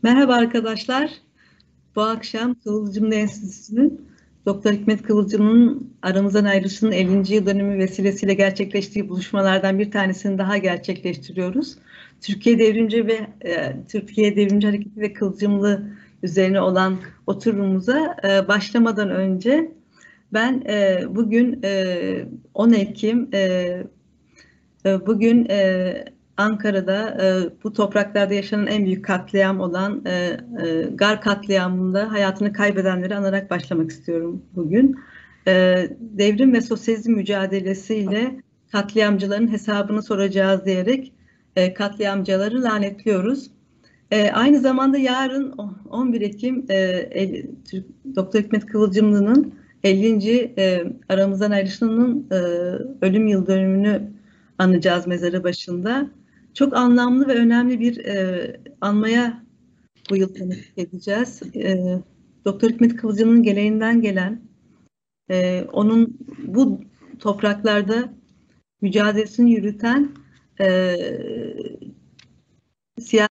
Merhaba arkadaşlar. Bu akşam Kıvılcımlı Enstitüsü'nün Doktor Hikmet Kıvılcım'ın aramızdan ayrılışının 50. yıl dönümü vesilesiyle gerçekleştiği buluşmalardan bir tanesini daha gerçekleştiriyoruz. Türkiye Devrimci Hareketi ve Kıvılcımlı üzerine olan oturumumuza başlamadan önce ben bugün 10 Ekim bugün Ankara'da bu topraklarda yaşanan en büyük katliam olan Gar katliamında hayatını kaybedenleri anarak başlamak istiyorum bugün. Devrim ve sosyalizm mücadelesiyle katliamcıların hesabını soracağız diyerek katliamcıları lanetliyoruz. Aynı zamanda yarın 11 Ekim Doktor Hikmet Kıvılcımlı'nın 50. aramızdan ayrılışının ölüm yıl dönümünü anacağız mezarı başında. Çok anlamlı ve önemli bir anmaya bu yıl tanıklık edeceğiz. Doktor Hikmet Kıvılcım'ın geleneğinden gelen, onun bu topraklarda mücadelesini yürüten siyasi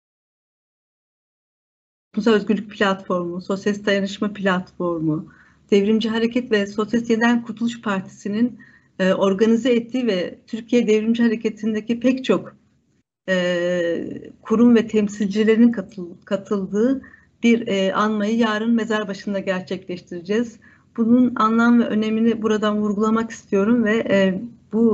özgürlük platformu, sosyalist dayanışma platformu, Devrimci Hareket ve Sosyalist Yeniden Kurtuluş Partisi'nin organize ettiği ve Türkiye Devrimci Hareketi'ndeki pek çok kurum ve temsilcilerin katıldığı bir anmayı yarın mezar başında gerçekleştireceğiz. Bunun anlam ve önemini buradan vurgulamak istiyorum ve bu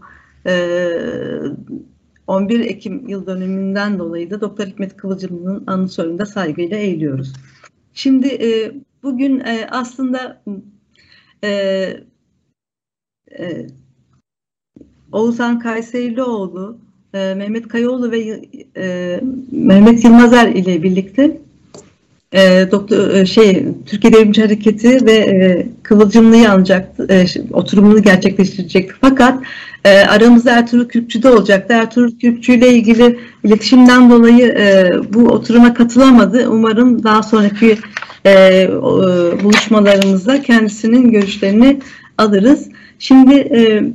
11 Ekim yıl dönümünden dolayı da Doktor Hikmet Kıvılcımlı'nın anısı önünde saygıyla eğiliyoruz. Şimdi bugün aslında Oğuzhan Kayserilioğlu, Mehmet Kayaoğlu ve Mehmet Yılmazer ile birlikte Türkiye Devrimci Hareketi ve Kıvılcımlı'yı anacaktı, oturumunu gerçekleştirecekti. Fakat aramızda Ertuğrul Kürkçü de olacaktı. Ertuğrul Kürkçü ile ilgili iletişimden dolayı bu oturuma katılamadı. Umarım daha sonraki buluşmalarımızda kendisinin görüşlerini alırız. Şimdi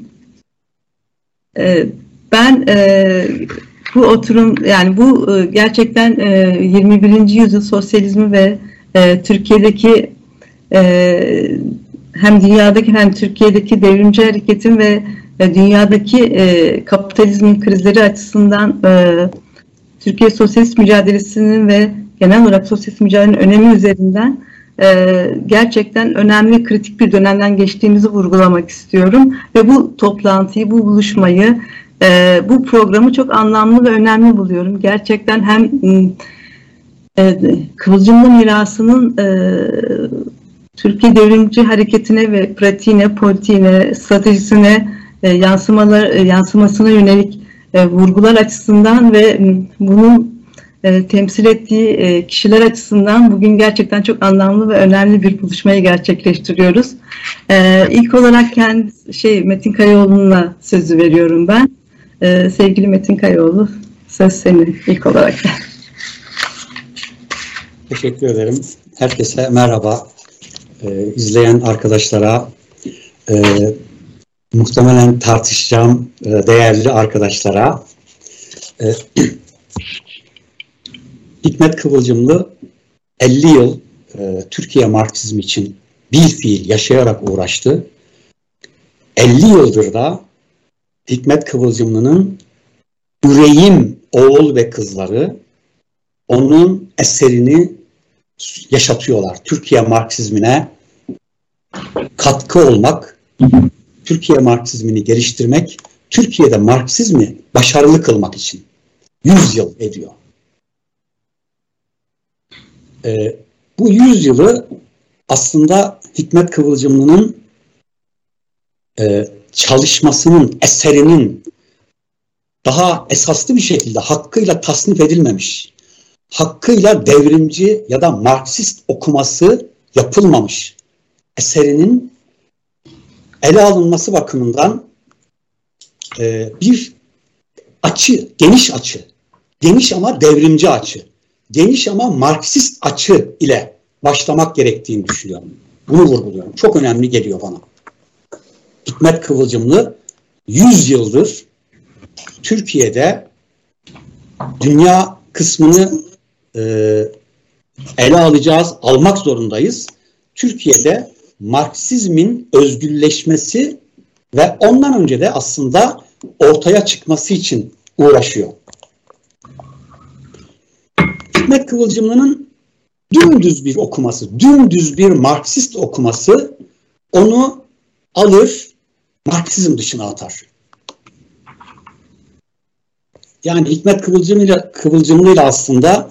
ben bu oturum, yani bu gerçekten 21. yüzyıl sosyalizmi ve Türkiye'deki hem dünyadaki hem Türkiye'deki devrimci hareketin ve dünyadaki kapitalizmin krizleri açısından Türkiye sosyalist mücadelesinin ve genel olarak sosyalist mücadelenin önemi üzerinden gerçekten önemli, kritik bir dönemden geçtiğimizi vurgulamak istiyorum. Ve bu toplantıyı, bu buluşmayı, bu programı çok anlamlı ve önemli buluyorum. Gerçekten hem Kıvılcımlı mirasının Türkiye Devrimci Hareketi'ne ve pratiğine, politiğine, stratejisine yansımasına yönelik vurgular açısından ve bunun temsil ettiği kişiler açısından bugün gerçekten çok anlamlı ve önemli bir buluşmayı gerçekleştiriyoruz. İlk olarak Metin Kayaoğlu'na sözü veriyorum ben. Sevgili Metin Kayaoğlu, söz senin ilk olarak. Teşekkür ederim. Herkese merhaba. İzleyen arkadaşlara, muhtemelen tartışacağım değerli arkadaşlara. Hikmet Kıvılcımlı 50 yıl Türkiye Marksizmi için bir fiil yaşayarak uğraştı. 50 yıldır da Hikmet Kıvılcımlı'nın üreğim oğul ve kızları onun eserini yaşatıyorlar. Türkiye Marksizmine katkı olmak, Türkiye Marksizmini geliştirmek, Türkiye'de Marksizmi başarılı kılmak için 100 yıl ediyor. Bu 100 yılı aslında Hikmet Kıvılcımlı'nın çalışmasının, eserinin daha esaslı bir şekilde hakkıyla tasnif edilmemiş, hakkıyla devrimci ya da Marksist okuması yapılmamış eserinin ele alınması bakımından bir açı, geniş ama devrimci açı, geniş ama Marksist açı ile başlamak gerektiğini düşünüyorum. Bunu vurguluyorum. Çok önemli geliyor bana. Hikmet Kıvılcımlı 100 yıldır Türkiye'de dünya kısmını ele alacağız, almak zorundayız. Türkiye'de Marksizmin özgürleşmesi ve ondan önce de aslında ortaya çıkması için uğraşıyor. Hikmet Kıvılcımlı'nın dümdüz bir okuması, dümdüz bir Marksist okuması onu alır, Marksizm dışına atar. Yani Hikmet Kıvılcımlı'yla aslında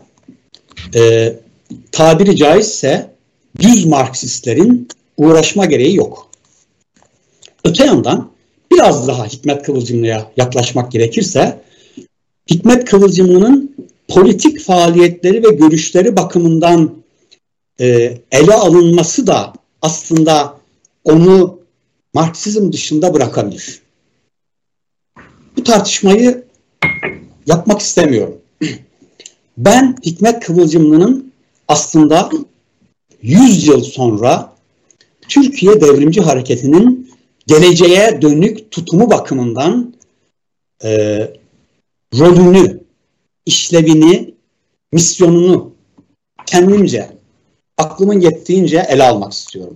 tabiri caizse düz Marksistlerin uğraşma gereği yok. Öte yandan biraz daha Hikmet Kıvılcımlı'ya yaklaşmak gerekirse, Hikmet Kıvılcımlı'nın politik faaliyetleri ve görüşleri bakımından ele alınması da aslında onu Marksizm dışında bırakabilir. Bu tartışmayı yapmak istemiyorum. Ben Hikmet Kıvılcımlı'nın aslında 100 yıl sonra Türkiye Devrimci Hareketi'nin geleceğe dönük tutumu bakımından rolünü, işlevini, misyonunu kendimce, aklımın yettiğince ele almak istiyorum.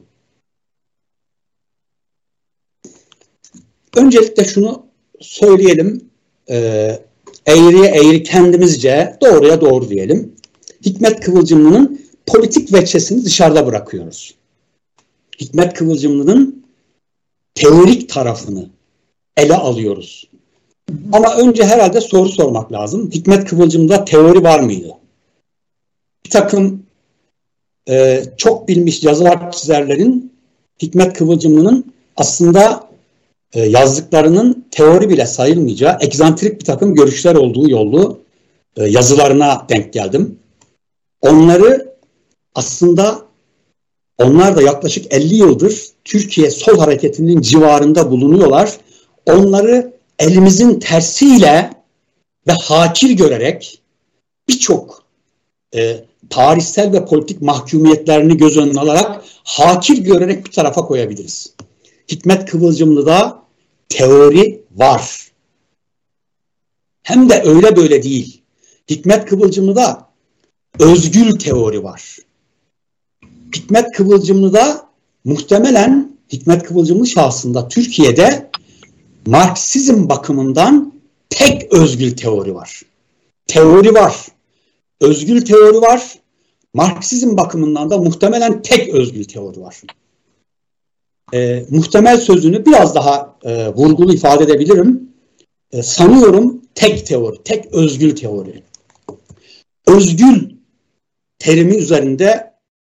Öncelikle şunu söyleyelim, eğriye eğri kendimizce, doğruya doğru diyelim. Hikmet Kıvılcımlı'nın politik veçesini dışarıda bırakıyoruz. Hikmet Kıvılcımlı'nın teorik tarafını ele alıyoruz. Ama önce herhalde soru sormak lazım. Hikmet Kıvılcım'da teori var mıydı? Bir takım çok bilmiş yazılar çizerlerin Hikmet Kıvılcımlı'nın aslında yazdıklarının teori bile sayılmayacağı egzantrik bir takım görüşler olduğu yollu yazılarına denk geldim. Onları aslında onlar da yaklaşık 50 yıldır Türkiye Sol Hareketi'nin civarında bulunuyorlar. Onları elimizin tersiyle ve hakir görerek birçok tarihsel ve politik mahkumiyetlerini göz önüne alarak hakir görerek bir tarafa koyabiliriz. Hikmet Kıvılcımlı'da teori var. Hem de öyle böyle değil. Hikmet Kıvılcımlı'da özgül teori var. Hikmet Kıvılcımlı'da muhtemelen Hikmet Kıvılcımlı şahsında Türkiye'de Marksizm bakımından tek özgül teori var. Teori var. Özgül teori var. Marksizm bakımından da muhtemelen tek özgül teori var. Muhtemel sözünü biraz daha vurgulu ifade edebilirim. Sanıyorum tek teori, tek özgül teori. Özgül terimi üzerinde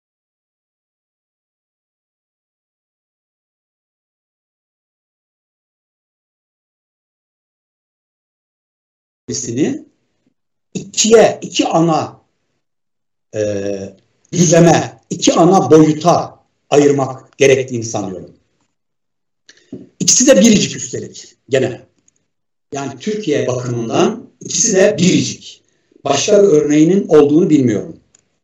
iki ana düzleme, iki ana boyuta ayırmak gerektiğini sanıyorum. İkisi de biricik üstelik gene. Yani Türkiye bakımından ikisi de biricik. Başka bir örneğinin olduğunu bilmiyorum.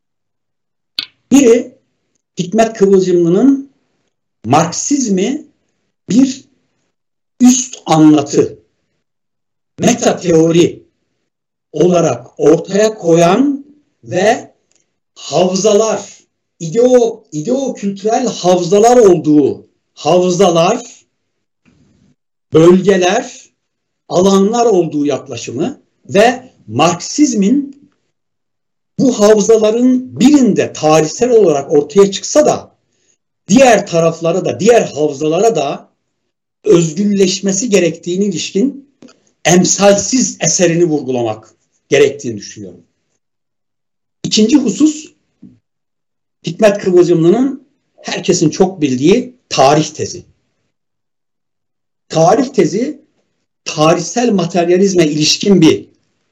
Biri Hikmet Kıvılcımlı'nın Marksizmi bir üst anlatı, meta teori olarak ortaya koyan ve havzalar, ideo-kültürel havzalar olduğu, havzalar, bölgeler, alanlar olduğu yaklaşımı ve Marksizmin bu havzaların birinde tarihsel olarak ortaya çıksa da diğer taraflara da, diğer havzalara da özgürleşmesi gerektiğine ilişkin emsalsiz eserini vurgulamak gerektiğini düşünüyorum. İkinci husus, Hikmet Kıvılcımlı'nın herkesin çok bildiği tarih tezi. Tarih tezi, tarihsel materyalizme ilişkin bir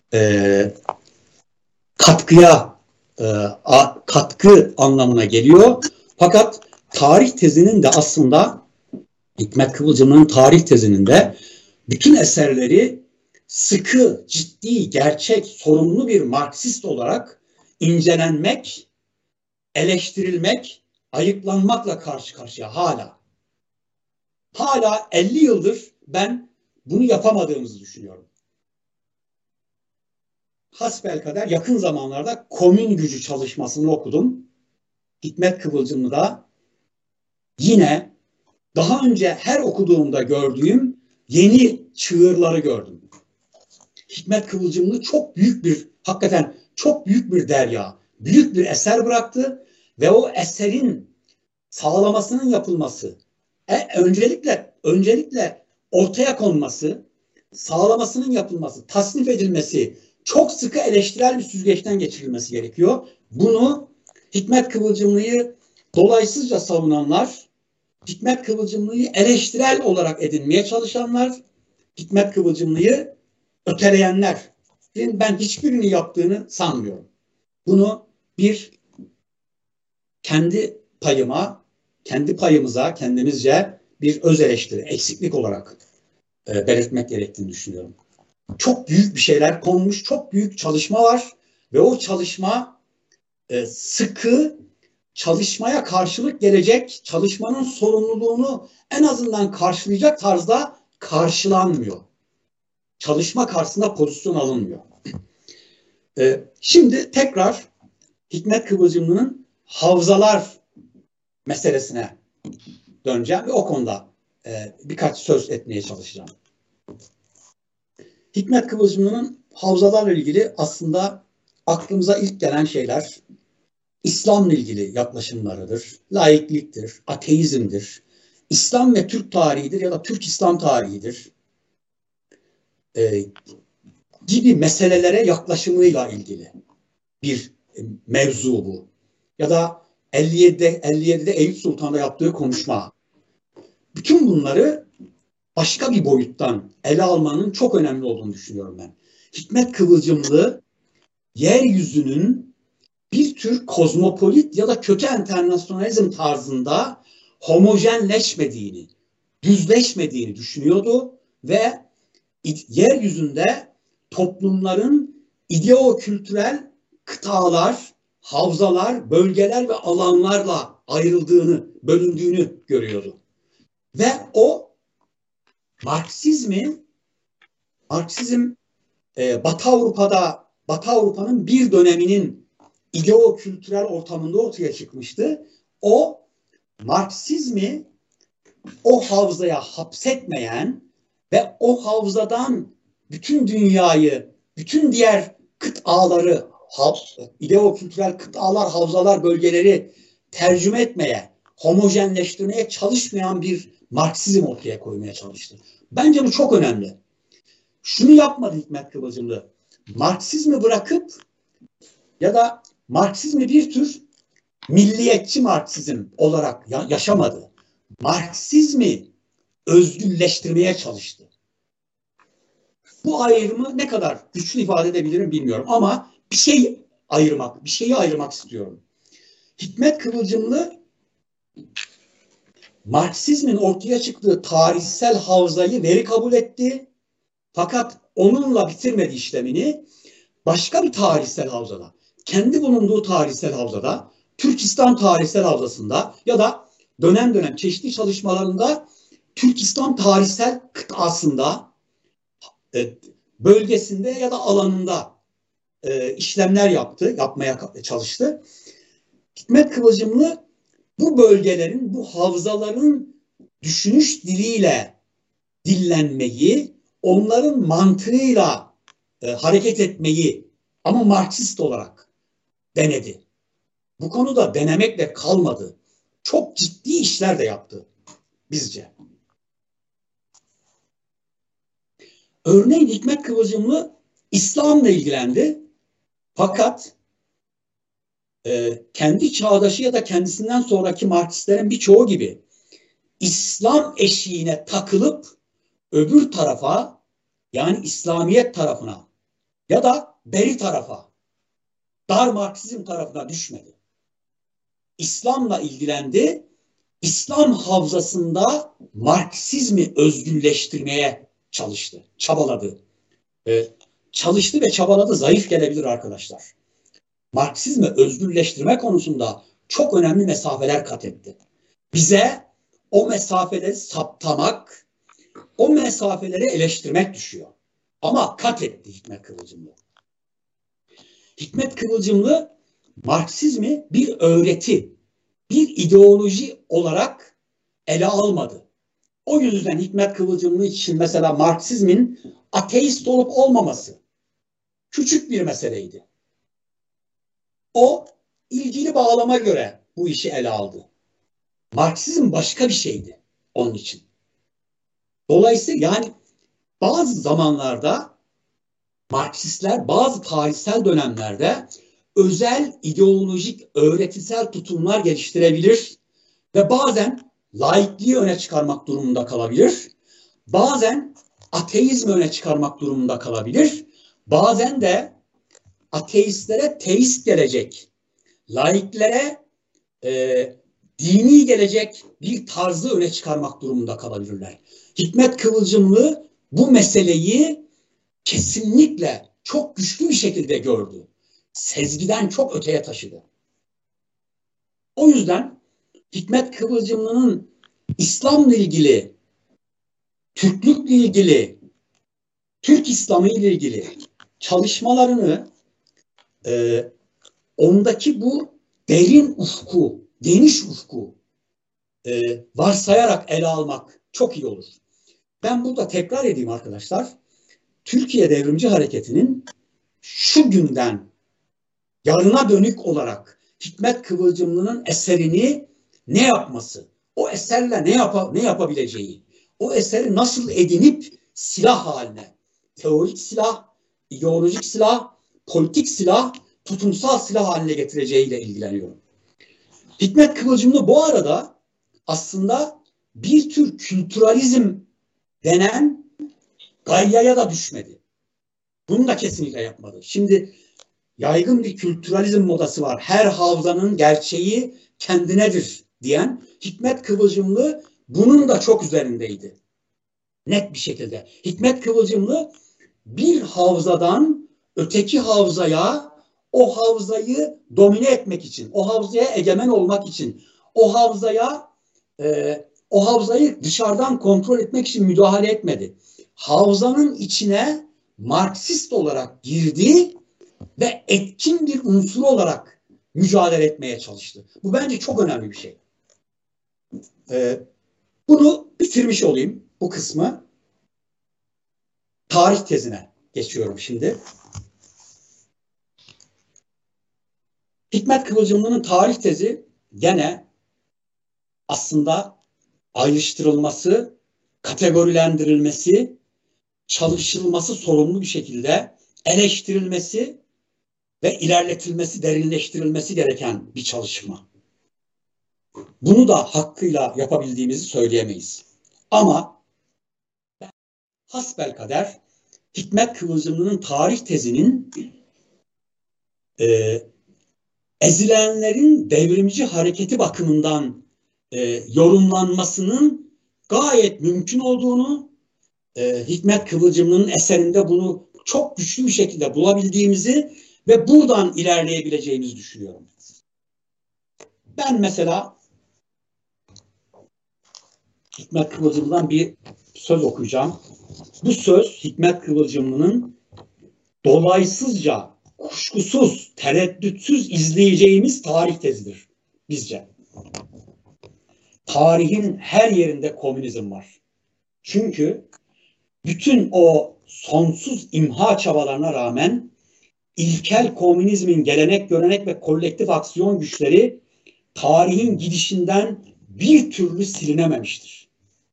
katkı anlamına geliyor. Fakat tarih tezinin de aslında Hikmet Kıvılcımlı'nın tarih tezinin de bütün eserleri sıkı, ciddi, gerçek, sorumlu bir Marksist olarak incelenmek, eleştirilmek, ayıklanmakla karşı karşıya hala. Hala 50 yıldır ben bunu yapamadığımızı düşünüyorum. hasbelkader yakın zamanlarda komün gücü çalışmasını okudum. Hikmet Kıvılcımlı da yine daha önce her okuduğumda gördüğüm yeni çığırları gördüm. Hikmet Kıvılcımlı çok büyük bir, hakikaten çok büyük bir derya, büyük bir eser bıraktı ve o eserin sağlamasının yapılması, öncelikle ortaya konması, sağlamasının yapılması, tasnif edilmesi, çok sıkı eleştirel bir süzgeçten geçirilmesi gerekiyor. Bunu Hikmet Kıvılcımlı'yı dolaysızca savunanlar, Hikmet Kıvılcımlı'yı eleştirel olarak edinmeye çalışanlar, Hikmet Kıvılcımlı'yı öteleyenler. Ben hiçbirini yaptığını sanmıyorum. Bunu bir kendi payımıza, kendimizce bir öz eleştiri, eksiklik olarak belirtmek gerektiğini düşünüyorum. Çok büyük bir şeyler konmuş, çok büyük çalışma var ve o çalışma sıkı, çalışmaya karşılık gelecek, çalışmanın sorumluluğunu en azından karşılayacak tarzda karşılanmıyor. Çalışma karşısında pozisyon alınmıyor. Şimdi tekrar Hikmet Kıvılcımlı'nın havzalar meselesine döneceğim ve o konuda birkaç söz etmeye çalışacağım. Hikmet Kıvılcımlı'nın havzalarla ilgili aslında aklımıza ilk gelen şeyler İslam'la ilgili yaklaşımlarıdır, laikliktir, ateizmdir, İslam ve Türk tarihidir ya da Türk-İslam tarihidir gibi meselelere yaklaşımıyla ilgili bir mevzu bu. Ya da 57'de Eyüp Sultan'da yaptığı konuşma. Bütün bunları başka bir boyuttan ele almanın çok önemli olduğunu düşünüyorum ben. Hikmet Kıvılcımlı yeryüzünün bir tür kozmopolit ya da kötü enternasyonalizm tarzında homojenleşmediğini, düzleşmediğini düşünüyordu ve yeryüzünde toplumların ideo-kültürel kıtalar, havzalar, bölgeler ve alanlarla ayrıldığını, bölündüğünü görüyordu. Ve o Marksizm Batı Avrupa'nın bir döneminin ideo-kültürel ortamında ortaya çıkmıştı. O Marksizmi o havzaya hapsetmeyen ve o havzadan bütün dünyayı, bütün diğer kıtaları, ideo-kültürel kıtalar, havzalar, bölgeleri tercüme etmeye, homojenleştirmeye çalışmayan bir Marksizm ortaya koymaya çalıştı. Bence bu çok önemli. Şunu yapmadı Hikmet Kıvılcımlı. Marksizmi bırakıp ya da Marksizmi bir tür milliyetçi Marksizm olarak yaşamadı. Marksizmi özgürleştirmeye çalıştı. Bu ayrımı ne kadar güçlü ifade edebilirim bilmiyorum ama bir şeyi ayırmak istiyorum. Hikmet Kıvılcımlı Marksizmin ortaya çıktığı tarihsel havzayı veri kabul etti. Fakat onunla bitirmedi işlemini. Başka bir tarihsel havzada, kendi bulunduğu tarihsel havzada, Türk-İslam tarihsel havzasında ya da dönem dönem çeşitli çalışmalarında Türk-İslam tarihsel kıtasında, bölgesinde ya da alanında işlemler yapmaya çalıştı. Hikmet Kıvılcımlı bu bölgelerin, bu havzaların düşünüş diliyle dillenmeyi, onların mantığıyla hareket etmeyi ama Marksist olarak denedi. Bu konuda denemekle kalmadı. Çok ciddi işler de yaptı bizce. Örneğin Hikmet Kıvılcımlı İslam'la ilgilendi. Fakat kendi çağdaşı ya da kendisinden sonraki Marksistlerin birçoğu gibi İslam eşiğine takılıp öbür tarafa, yani İslamiyet tarafına ya da beri tarafa, dar Marksizm tarafına düşmedi. İslam'la ilgilendi. İslam havzasında Marksizmi özgürleştirmeye çalıştı, çabaladı. Çalıştı ve çabaladı, zayıf gelebilir arkadaşlar. Marksizmi özgürleştirme konusunda çok önemli mesafeler kat etti. Bize o mesafeleri saptamak, o mesafeleri eleştirmek düşüyor. Ama kat etti Hikmet Kıvılcımlı. Hikmet Kıvılcımlı Marksizmi bir öğreti, bir ideoloji olarak ele almadı. O yüzden Hikmet Kıvılcımlı için mesela Marksizmin ateist olup olmaması küçük bir meseleydi. O ilgili bağlama göre bu işi ele aldı. Marksizm başka bir şeydi onun için. Dolayısıyla yani bazı zamanlarda Marksistler bazı tarihsel dönemlerde özel ideolojik öğretisel tutumlar geliştirebilir ve bazen laikliği öne çıkarmak durumunda kalabilir. Bazen ateizmi öne çıkarmak durumunda kalabilir. Bazen de ateistlere teist gelecek, laiklere dini gelecek bir tarzı öne çıkarmak durumunda kalabilirler. Hikmet Kıvılcımlı bu meseleyi kesinlikle çok güçlü bir şekilde gördü. Sezgiden çok öteye taşıdı. O yüzden Hikmet Kıvılcımlı'nın İslam'la ilgili, Türklükle ilgili, Türk İslam'ı ile ilgili çalışmalarını ondaki bu derin ufku, geniş ufku varsayarak ele almak çok iyi olur. Ben burada tekrar edeyim arkadaşlar. Türkiye Devrimci Hareketi'nin şu günden yarına dönük olarak Hikmet Kıvılcımlı'nın eserini ne yapması, o eserle ne yapabileceği, o eseri nasıl edinip silah haline, teorik silah, ideolojik silah, politik silah, tutumsal silah haline getireceğiyle ilgileniyorum. Hikmet Kıvılcımlı bu arada aslında bir tür kültüralizm denen gayyaya da düşmedi. Bunu da kesinlikle yapmadı. Şimdi yaygın bir kültüralizm modası var. Her havzanın gerçeği kendinedir diyen Hikmet Kıvılcımlı bunun da çok üzerindeydi. Net bir şekilde. Hikmet Kıvılcımlı bir havzadan öteki havzaya, o havzayı domine etmek için, o havzaya egemen olmak için, o havzayı dışarıdan kontrol etmek için müdahale etmedi. Havzanın içine Marksist olarak girdi ve etkin bir unsur olarak mücadele etmeye çalıştı. Bu bence çok önemli bir şey. Bunu bitirmiş olayım, bu kısmı. Tarih tezine geçiyorum şimdi. Hikmet Kıvılcımlı'nın tarih tezi gene aslında ayrıştırılması, kategorilendirilmesi, çalışılması sorumlu bir şekilde eleştirilmesi ve ilerletilmesi, derinleştirilmesi gereken bir çalışma. Bunu da hakkıyla yapabildiğimizi söyleyemeyiz. Ama hasbelkader Hikmet Kıvılcımlı'nın tarih tezinin ezilenlerin devrimci hareketi bakımından yorumlanmasının gayet mümkün olduğunu, Hikmet Kıvılcımlı'nın eserinde bunu çok güçlü bir şekilde bulabildiğimizi ve buradan ilerleyebileceğimizi düşünüyorum. Ben mesela Hikmet Kıvılcımlı'dan bir söz okuyacağım. Bu söz Hikmet Kıvılcımlı'nın dolaysızca, kuşkusuz, tereddütsüz izleyeceğimiz tarih tezidir bizce. Tarihin her yerinde komünizm var. Çünkü bütün o sonsuz imha çabalarına rağmen ilkel komünizmin gelenek, görenek ve kolektif aksiyon güçleri tarihin gidişinden bir türlü silinememiştir.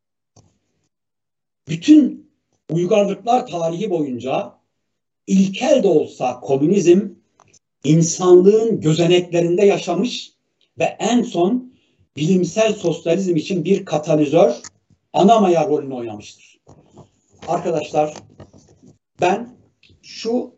Bütün uygarlıklar tarihi boyunca ilkel de olsa komünizm insanlığın gözeneklerinde yaşamış ve en son bilimsel sosyalizm için bir katalizör, ana maya rolünü oynamıştır. Arkadaşlar ben şu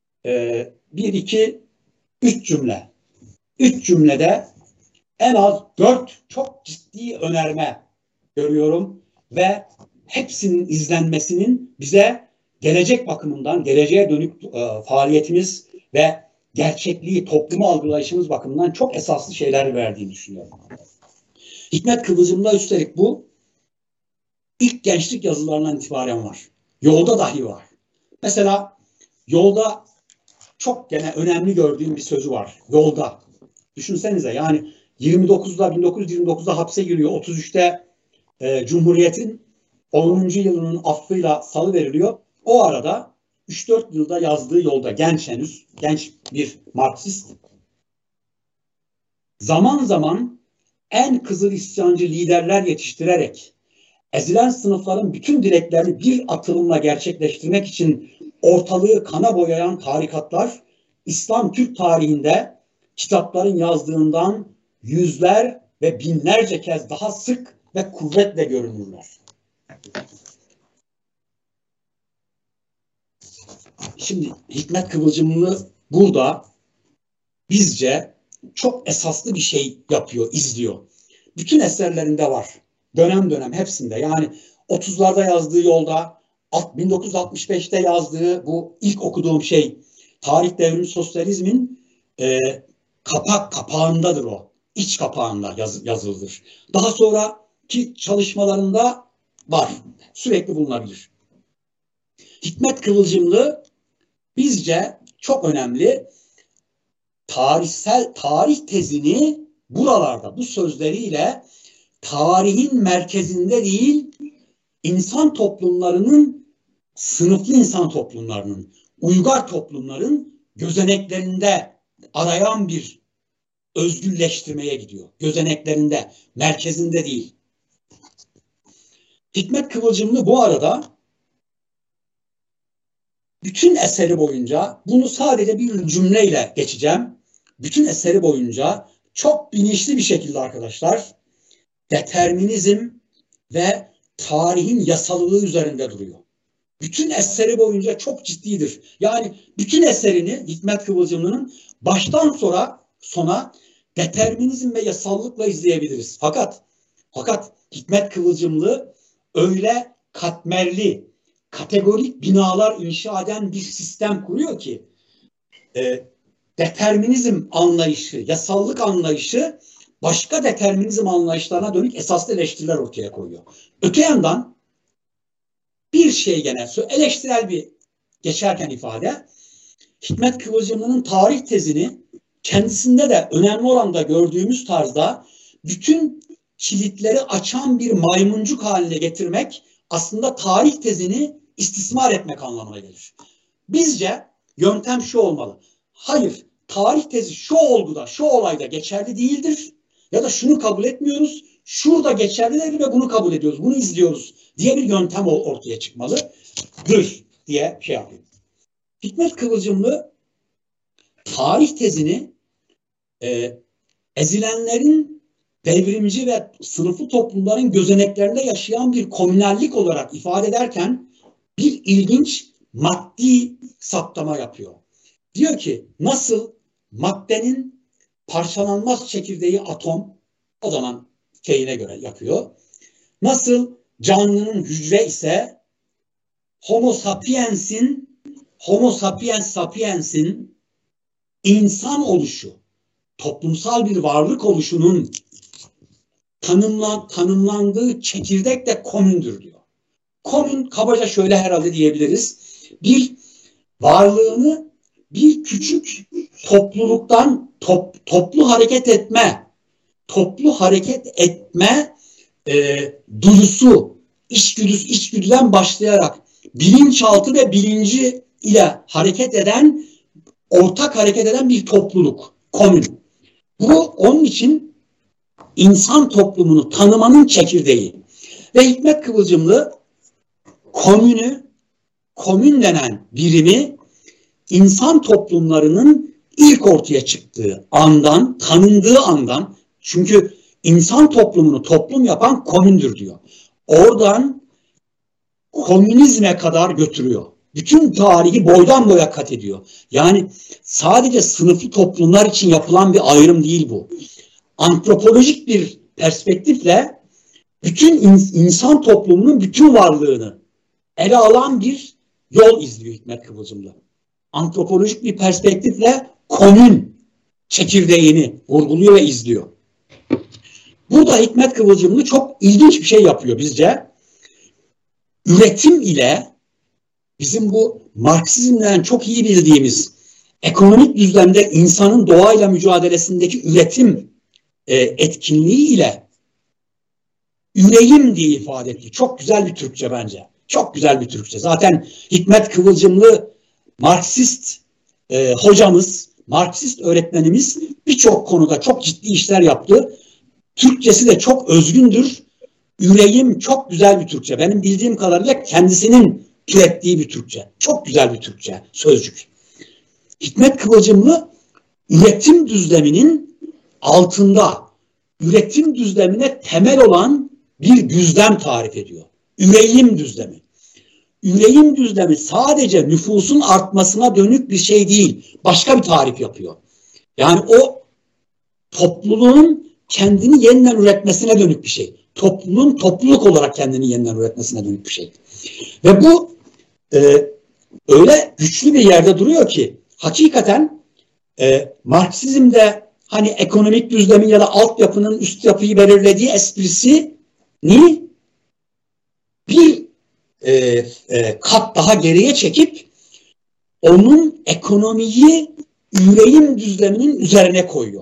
3 cümlede en az 4 çok ciddi önerme görüyorum ve hepsinin izlenmesinin bize gelecek bakımından, geleceğe dönük faaliyetimiz ve gerçekliği, toplumu algılayışımız bakımından çok esaslı şeyler verdiğini düşünüyorum. Hikmet Kıvılcım'da üstelik bu ilk gençlik yazılarından itibaren var. Yolda dahi var. Mesela Yolda çok gene önemli gördüğüm bir sözü var. Yolda. Düşünsenize yani 1929'da hapse giriyor. 33'te Cumhuriyet'in 10. yılının affıyla salıveriliyor. O arada 3-4 yılda yazdığı Yolda, henüz genç bir Marksist, zaman zaman en kızıl isyancı liderler yetiştirerek ezilen sınıfların bütün dileklerini bir atılımla gerçekleştirmek için ortalığı kana boyayan tarikatlar, İslam Türk tarihinde kitapların yazdığından yüzler ve binlerce kez daha sık ve kuvvetle görünürler. Şimdi Hikmet Kıvılcımlı burada bizce çok esaslı bir şey yapıyor, izliyor. Bütün eserlerinde var. Dönem dönem hepsinde. Yani 30'larda yazdığı Yolda, 1965'te yazdığı bu ilk okuduğum şey Tarih Devrimi Sosyalizmin kapağındadır o. İç kapağında yazılıdır. Daha sonraki çalışmalarında var. Sürekli bulunabilir. Hikmet Kıvılcımlı bizce çok önemli tarih tezini buralarda bu sözleriyle tarihin merkezinde değil, insan toplumlarının, sınıflı insan toplumlarının, uygar toplumların gözeneklerinde arayan bir özgürleştirmeye gidiyor. Gözeneklerinde, merkezinde değil. Hikmet Kıvılcımlı bu arada bütün eseri boyunca, bunu sadece bir cümleyle geçeceğim. Bütün eseri boyunca çok bilinçli bir şekilde arkadaşlar determinizm ve tarihin yasallığı üzerinde duruyor. Bütün eseri boyunca çok ciddidir. Yani bütün eserini Hikmet Kıvılcımlı'nın baştan sona determinizm ve yasallıkla izleyebiliriz. Fakat Hikmet Kıvılcımlı öyle katmerli, kategorik binalar inşa eden bir sistem kuruyor ki determinizm anlayışı, yasallık anlayışı başka determinizm anlayışlarına dönük esaslı eleştiriler ortaya koyuyor. Öte yandan bir şey gene eleştirel bir geçerken ifade, Hikmet Kıvılcımlı'nın tarih tezini kendisinde de önemli oranda gördüğümüz tarzda bütün kilitleri açan bir maymuncuk haline getirmek aslında tarih tezini istismar etmek anlamına gelir. Bizce yöntem şu olmalı. Hayır, tarih tezi şu olguda, şu olayda geçerli değildir ya da şunu kabul etmiyoruz, şurada geçerlidir ve bunu kabul ediyoruz, bunu izliyoruz diye bir yöntem ortaya çıkmalıdır diye şey yapıyor. Hikmet Kıvılcımlı tarih tezini ezilenlerin, devrimci ve sınıflı toplumların gözeneklerinde yaşayan bir komünellik olarak ifade ederken bir ilginç maddi saptama yapıyor. Diyor ki nasıl maddenin parçalanmaz çekirdeği atom, o zaman şeyine göre yapıyor. Nasıl canlının hücre ise Homo sapiens'in insan oluşu, toplumsal bir varlık oluşunun tanımlandığı çekirdek de komündür diyor. Komün kabaca şöyle herhalde diyebiliriz. Bir varlığını bir küçük topluluktan toplu hareket etme duyusu, içgüdüden başlayarak bilinçaltı ve bilinci ile ortak hareket eden bir topluluk, komün. Bu onun için insan toplumunu tanımanın çekirdeği. Ve Hikmet Kıvılcımlı komün denen birimi insan toplumlarının ilk ortaya çıktığı andan, tanındığı andan, çünkü insan toplumunu toplum yapan komündür diyor. Oradan komünizme kadar götürüyor. Bütün tarihi boydan boya kat ediyor. Yani sadece sınıflı toplumlar için yapılan bir ayrım değil bu. Antropolojik bir perspektifle bütün insan toplumunun bütün varlığını ele alan bir yol izliyor Hikmet Kıvılcımlı. Antropolojik bir perspektifle komün çekirdeğini vurguluyor ve izliyor. Burada Hikmet Kıvılcımlı çok ilginç bir şey yapıyor bizce. Üretim ile bizim bu Marksizmden çok iyi bildiğimiz ekonomik düzlemde insanın doğayla mücadelesindeki üretim etkinliği ile üreyim diye ifade etti. Çok güzel bir Türkçe bence. Çok güzel bir Türkçe. Zaten Hikmet Kıvılcımlı Marksist hocamız, Marksist öğretmenimiz birçok konuda çok ciddi işler yaptı. Türkçesi de çok özgündür. Üreyim çok güzel bir Türkçe. Benim bildiğim kadarıyla kendisinin ürettiği bir Türkçe. Çok güzel bir Türkçe sözcük. Hikmet Kıvılcımlı üretim düzleminin altında, üretim düzlemine temel olan bir düzlem tarif ediyor. Üreyim düzlemi. Üreyim düzlemi sadece nüfusun artmasına dönük bir şey değil. Başka bir tarif yapıyor. Yani o topluluğun kendini yeniden üretmesine dönük bir şey. Topluluğun topluluk olarak kendini yeniden üretmesine dönük bir şey. Ve bu öyle güçlü bir yerde duruyor ki hakikaten Marksizm'de hani ekonomik düzlemin ya da altyapının üst yapıyı belirlediği esprisini bir kat daha geriye çekip onun ekonomiyi üreyim düzleminin üzerine koyuyor.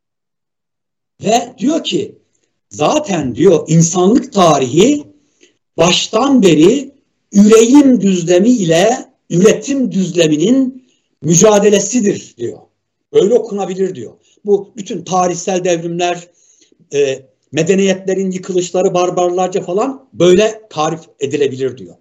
Ve diyor ki zaten diyor insanlık tarihi baştan beri üreyim düzlemi ile üretim düzleminin mücadelesidir diyor. Öyle okunabilir diyor. Bu bütün tarihsel devrimler, medeniyetlerin yıkılışları barbarlarca falan böyle tarif edilebilir diyor.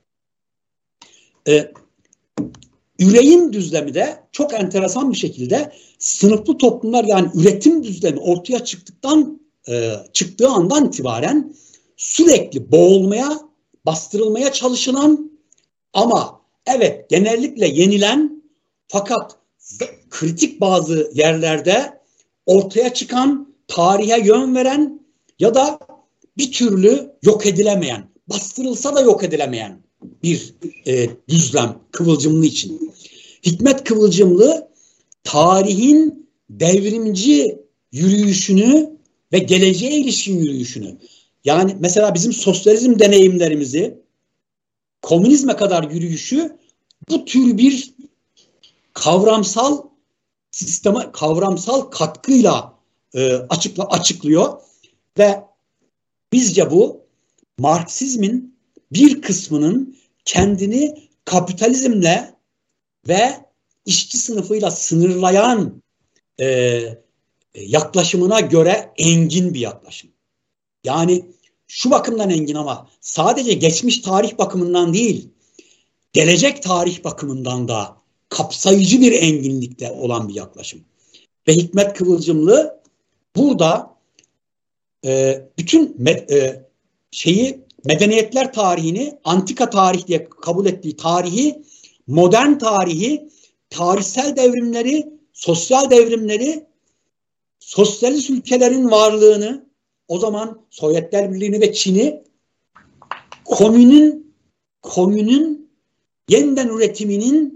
Üreyim düzlemi de çok enteresan bir şekilde sınıflı toplumlar yani üretim düzlemi ortaya çıktığı andan itibaren sürekli boğulmaya, bastırılmaya çalışılan ama evet genellikle yenilen fakat kritik bazı yerlerde ortaya çıkan, tarihe yön veren ya da bir türlü yok edilemeyen, bastırılsa da yok edilemeyen bir düzlem Kıvılcımlı için. Hikmet Kıvılcımlı tarihin devrimci yürüyüşünü ve geleceğe ilişkin yürüyüşünü yani mesela bizim sosyalizm deneyimlerimizi komünizme kadar yürüyüşü bu tür bir kavramsal sisteme, kavramsal katkıyla açıklıyor ve bizce bu Marksizmin bir kısmının kendini kapitalizmle ve işçi sınıfıyla sınırlayan yaklaşımına göre engin bir yaklaşım. Yani şu bakımdan engin ama sadece geçmiş tarih bakımından değil, gelecek tarih bakımından da kapsayıcı bir enginlikte olan bir yaklaşım. Ve Hikmet Kıvılcımlı burada bütün medeniyetler tarihini, antika tarih diye kabul ettiği tarihi, modern tarihi, tarihsel devrimleri, sosyal devrimleri, sosyalist ülkelerin varlığını, o zaman Sovyetler Birliği'ni ve Çin'i komünün yeniden üretiminin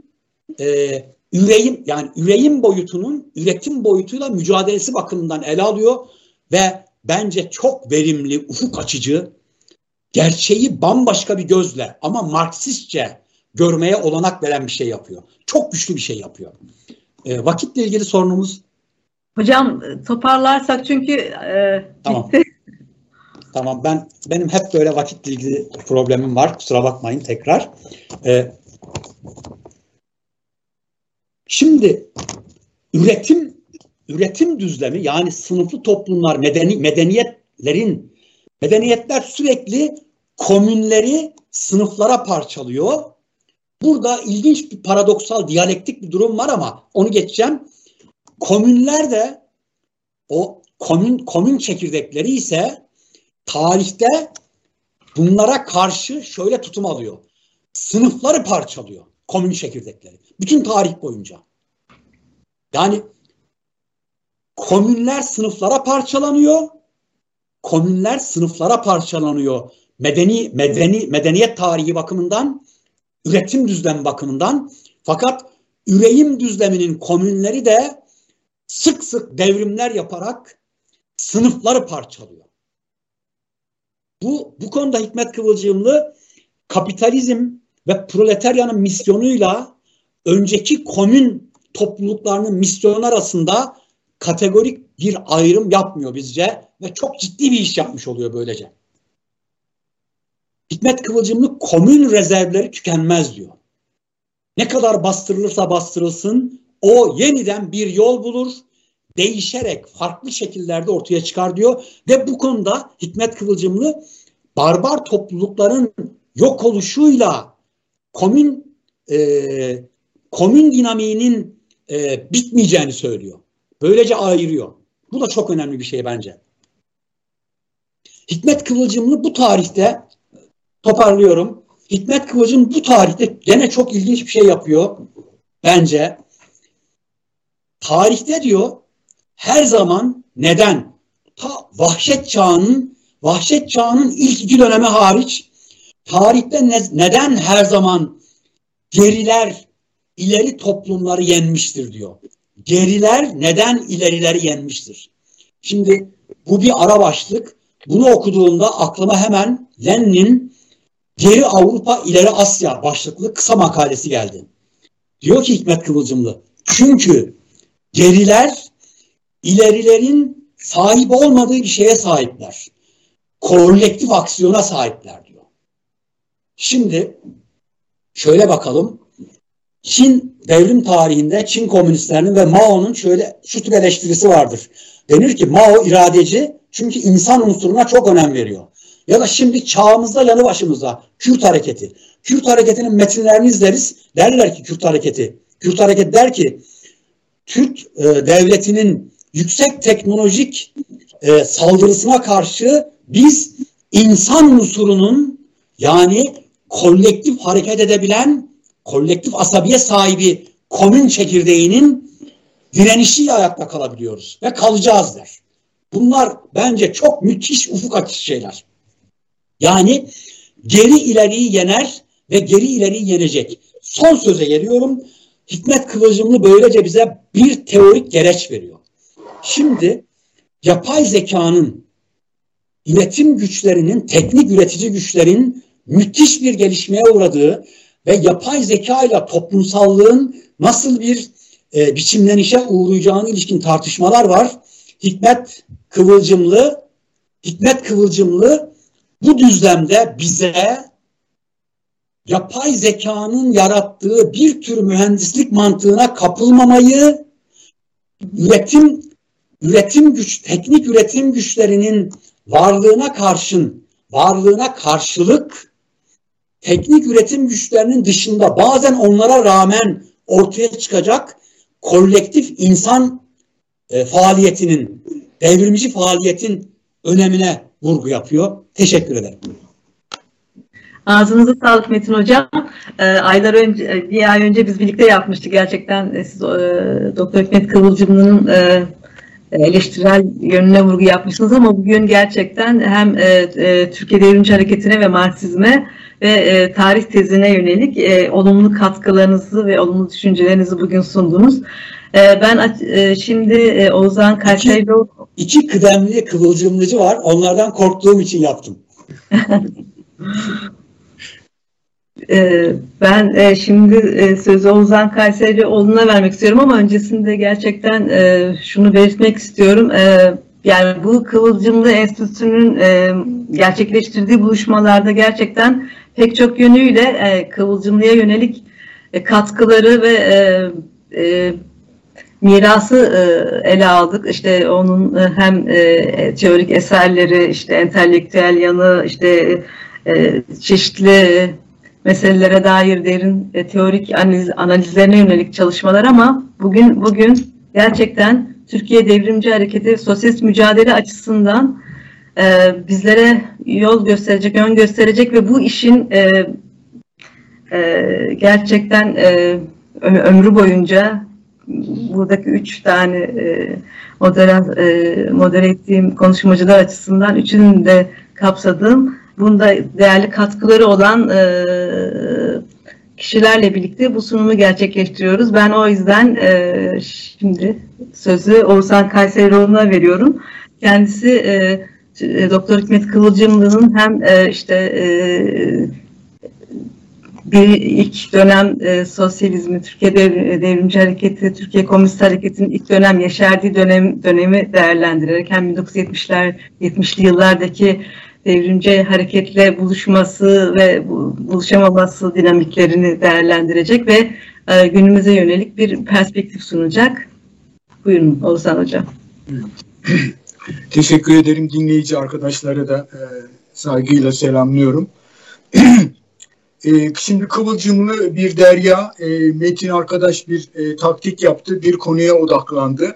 üreyim boyutunun üretim boyutuyla mücadelesi bakımından ele alıyor ve bence çok verimli, ufuk açıcı, gerçeği bambaşka bir gözle ama Marksistçe görmeye olanak veren bir şey yapıyor. Çok güçlü bir şey yapıyor. Vakitle ilgili sorunumuz. Hocam toparlarsak çünkü tamam. Tamam, benim hep böyle vakitle ilgili problemim var. Kusura bakmayın tekrar. Şimdi üretim düzlemi yani sınıflı toplumlar, medeniyetler sürekli komünleri sınıflara parçalıyor. Burada ilginç bir paradoksal, diyalektik bir durum var ama onu geçeceğim. Komünler de o komün çekirdekleri ise tarihte bunlara karşı şöyle tutum alıyor. Sınıfları parçalıyor komün çekirdekleri. Bütün tarih boyunca. Yani komünler sınıflara parçalanıyor. Medeniyet tarihi bakımından, üretim düzlemi bakımından. Fakat üreyim düzleminin komünleri de sık sık devrimler yaparak sınıfları parçalıyor. Bu konuda Hikmet Kıvılcımlı kapitalizm ve proletaryanın misyonuyla önceki komün topluluklarının misyonu arasında kategorik bir ayrım yapmıyor bizce ve çok ciddi bir iş yapmış oluyor böylece. Hikmet Kıvılcımlı komün rezervleri tükenmez diyor. Ne kadar bastırılırsa bastırılsın o yeniden bir yol bulur, değişerek farklı şekillerde ortaya çıkar diyor ve bu konuda Hikmet Kıvılcımlı barbar toplulukların yok oluşuyla komün dinamiğinin bitmeyeceğini söylüyor. Böylece ayırıyor. Bu da çok önemli bir şey bence. Hikmet Kıvılcımlı bu tarihte, toparlıyorum, Hikmet Kıvılcım bu tarihte gene çok ilginç bir şey yapıyor bence. Tarihte diyor her zaman neden? Ta vahşet çağının ilk 2 dönemi hariç tarihte neden her zaman geriler ileri toplumları yenmiştir diyor. Geriler neden ilerileri yenmiştir? Şimdi bu bir ara başlık. Bunu okuduğumda aklıma hemen Lenin'in Geri Avrupa İleri Asya başlıklı kısa makalesi geldi. Diyor ki Hikmet Kıvılcımlı, çünkü geriler ilerilerin sahip olmadığı bir şeye sahipler. Kolektif aksiyona sahipler diyor. Şimdi şöyle bakalım. Çin devrim tarihinde Çin komünistlerinin ve Mao'nun şu tür eleştirisi vardır. Denir ki Mao iradeci çünkü insan unsuruna çok önem veriyor. Ya da şimdi çağımızda yanı başımızda Kürt hareketi. Kürt hareketinin metinlerini izleriz. Derler ki Kürt hareketi. Kürt hareketi der ki Türk devletinin yüksek teknolojik saldırısına karşı biz insan unsurunun yani kolektif hareket edebilen, kolektif asabiye sahibi komün çekirdeğinin direnişiyle ayakta kalabiliyoruz ve kalacağız der. Bunlar bence çok müthiş ufuk açıcı şeyler. Yani geri ileriyi yener ve geri ileriyi yenecek. Son söze geliyorum. Hikmet Kıvılcımlı böylece bize bir teorik gereç veriyor. Şimdi yapay zekanın, üretim güçlerinin, teknik üretici güçlerin müthiş bir gelişmeye uğradığı ve yapay zeka ile toplumsallığın nasıl bir biçimlenişe uğrayacağına ilişkin tartışmalar var. Hikmet Kıvılcımlı bu düzlemde bize yapay zekanın yarattığı bir tür mühendislik mantığına kapılmamayı, teknik üretim güçlerinin varlığına karşılık teknik üretim güçlerinin dışında bazen onlara rağmen ortaya çıkacak kolektif insan faaliyetinin, devrimci faaliyetin önemine vurgu yapıyor. Teşekkür ederim. Ağzınıza sağlık Metin Hocam. Bir ay önce biz birlikte yapmıştık gerçekten. Siz Doktor Hikmet Kıvılcımlı'nın eleştirel yönüne vurgu yapmışsınız ama bugün gerçekten hem Türkiye Devrimci Hareketi'ne ve Marksizme ve tarih tezine yönelik olumlu katkılarınızı ve olumlu düşüncelerinizi bugün sundunuz. Ben şimdi Oğuzhan Kayseri'de... İki kıdemli kıvılcımlıcı var. Onlardan korktuğum için yaptım. Ben şimdi sözü Oğuzhan Kayserioğlu'na vermek istiyorum ama öncesinde gerçekten şunu belirtmek istiyorum. Yani bu Kıvılcımlı Enstitüsü'nün gerçekleştirdiği buluşmalarda gerçekten pek çok yönüyle Kıvılcımlı'ya yönelik katkıları ve mirası ele aldık. İşte onun hem teorik eserleri, işte entelektüel yanı, işte çeşitli meselelere dair derin teorik analizlerine yönelik çalışmalar ama bugün gerçekten Türkiye Devrimci Hareketi sosyalist mücadele açısından bizlere yol gösterecek, yön gösterecek ve bu işin gerçekten ömrü boyunca buradaki 3 tane modere ettiğim konuşmacılar açısından üçünü de kapsadığım, bunda değerli katkıları olan kişilerle birlikte bu sunumu gerçekleştiriyoruz. Ben o yüzden şimdi sözü Oğuzhan Kayserioğlu'na veriyorum. Kendisi Doktor Hikmet Kıvılcımlı'nın hem bir ilk dönem sosyalizmi, Türkiye Devrimci Hareketi, Türkiye Komünist Hareketi'nin ilk dönem yeşerdiği dönemi değerlendirerek hem 1970'li yıllardaki devrimci hareketle buluşması ve buluşamaması dinamiklerini değerlendirecek ve günümüze yönelik bir perspektif sunacak. Buyurun Oğuzhan Hocam. Teşekkür ederim. Dinleyici arkadaşlara da saygıyla selamlıyorum. Şimdi kıvılcımlı bir derya, Metin arkadaş bir taktik yaptı, bir konuya odaklandı.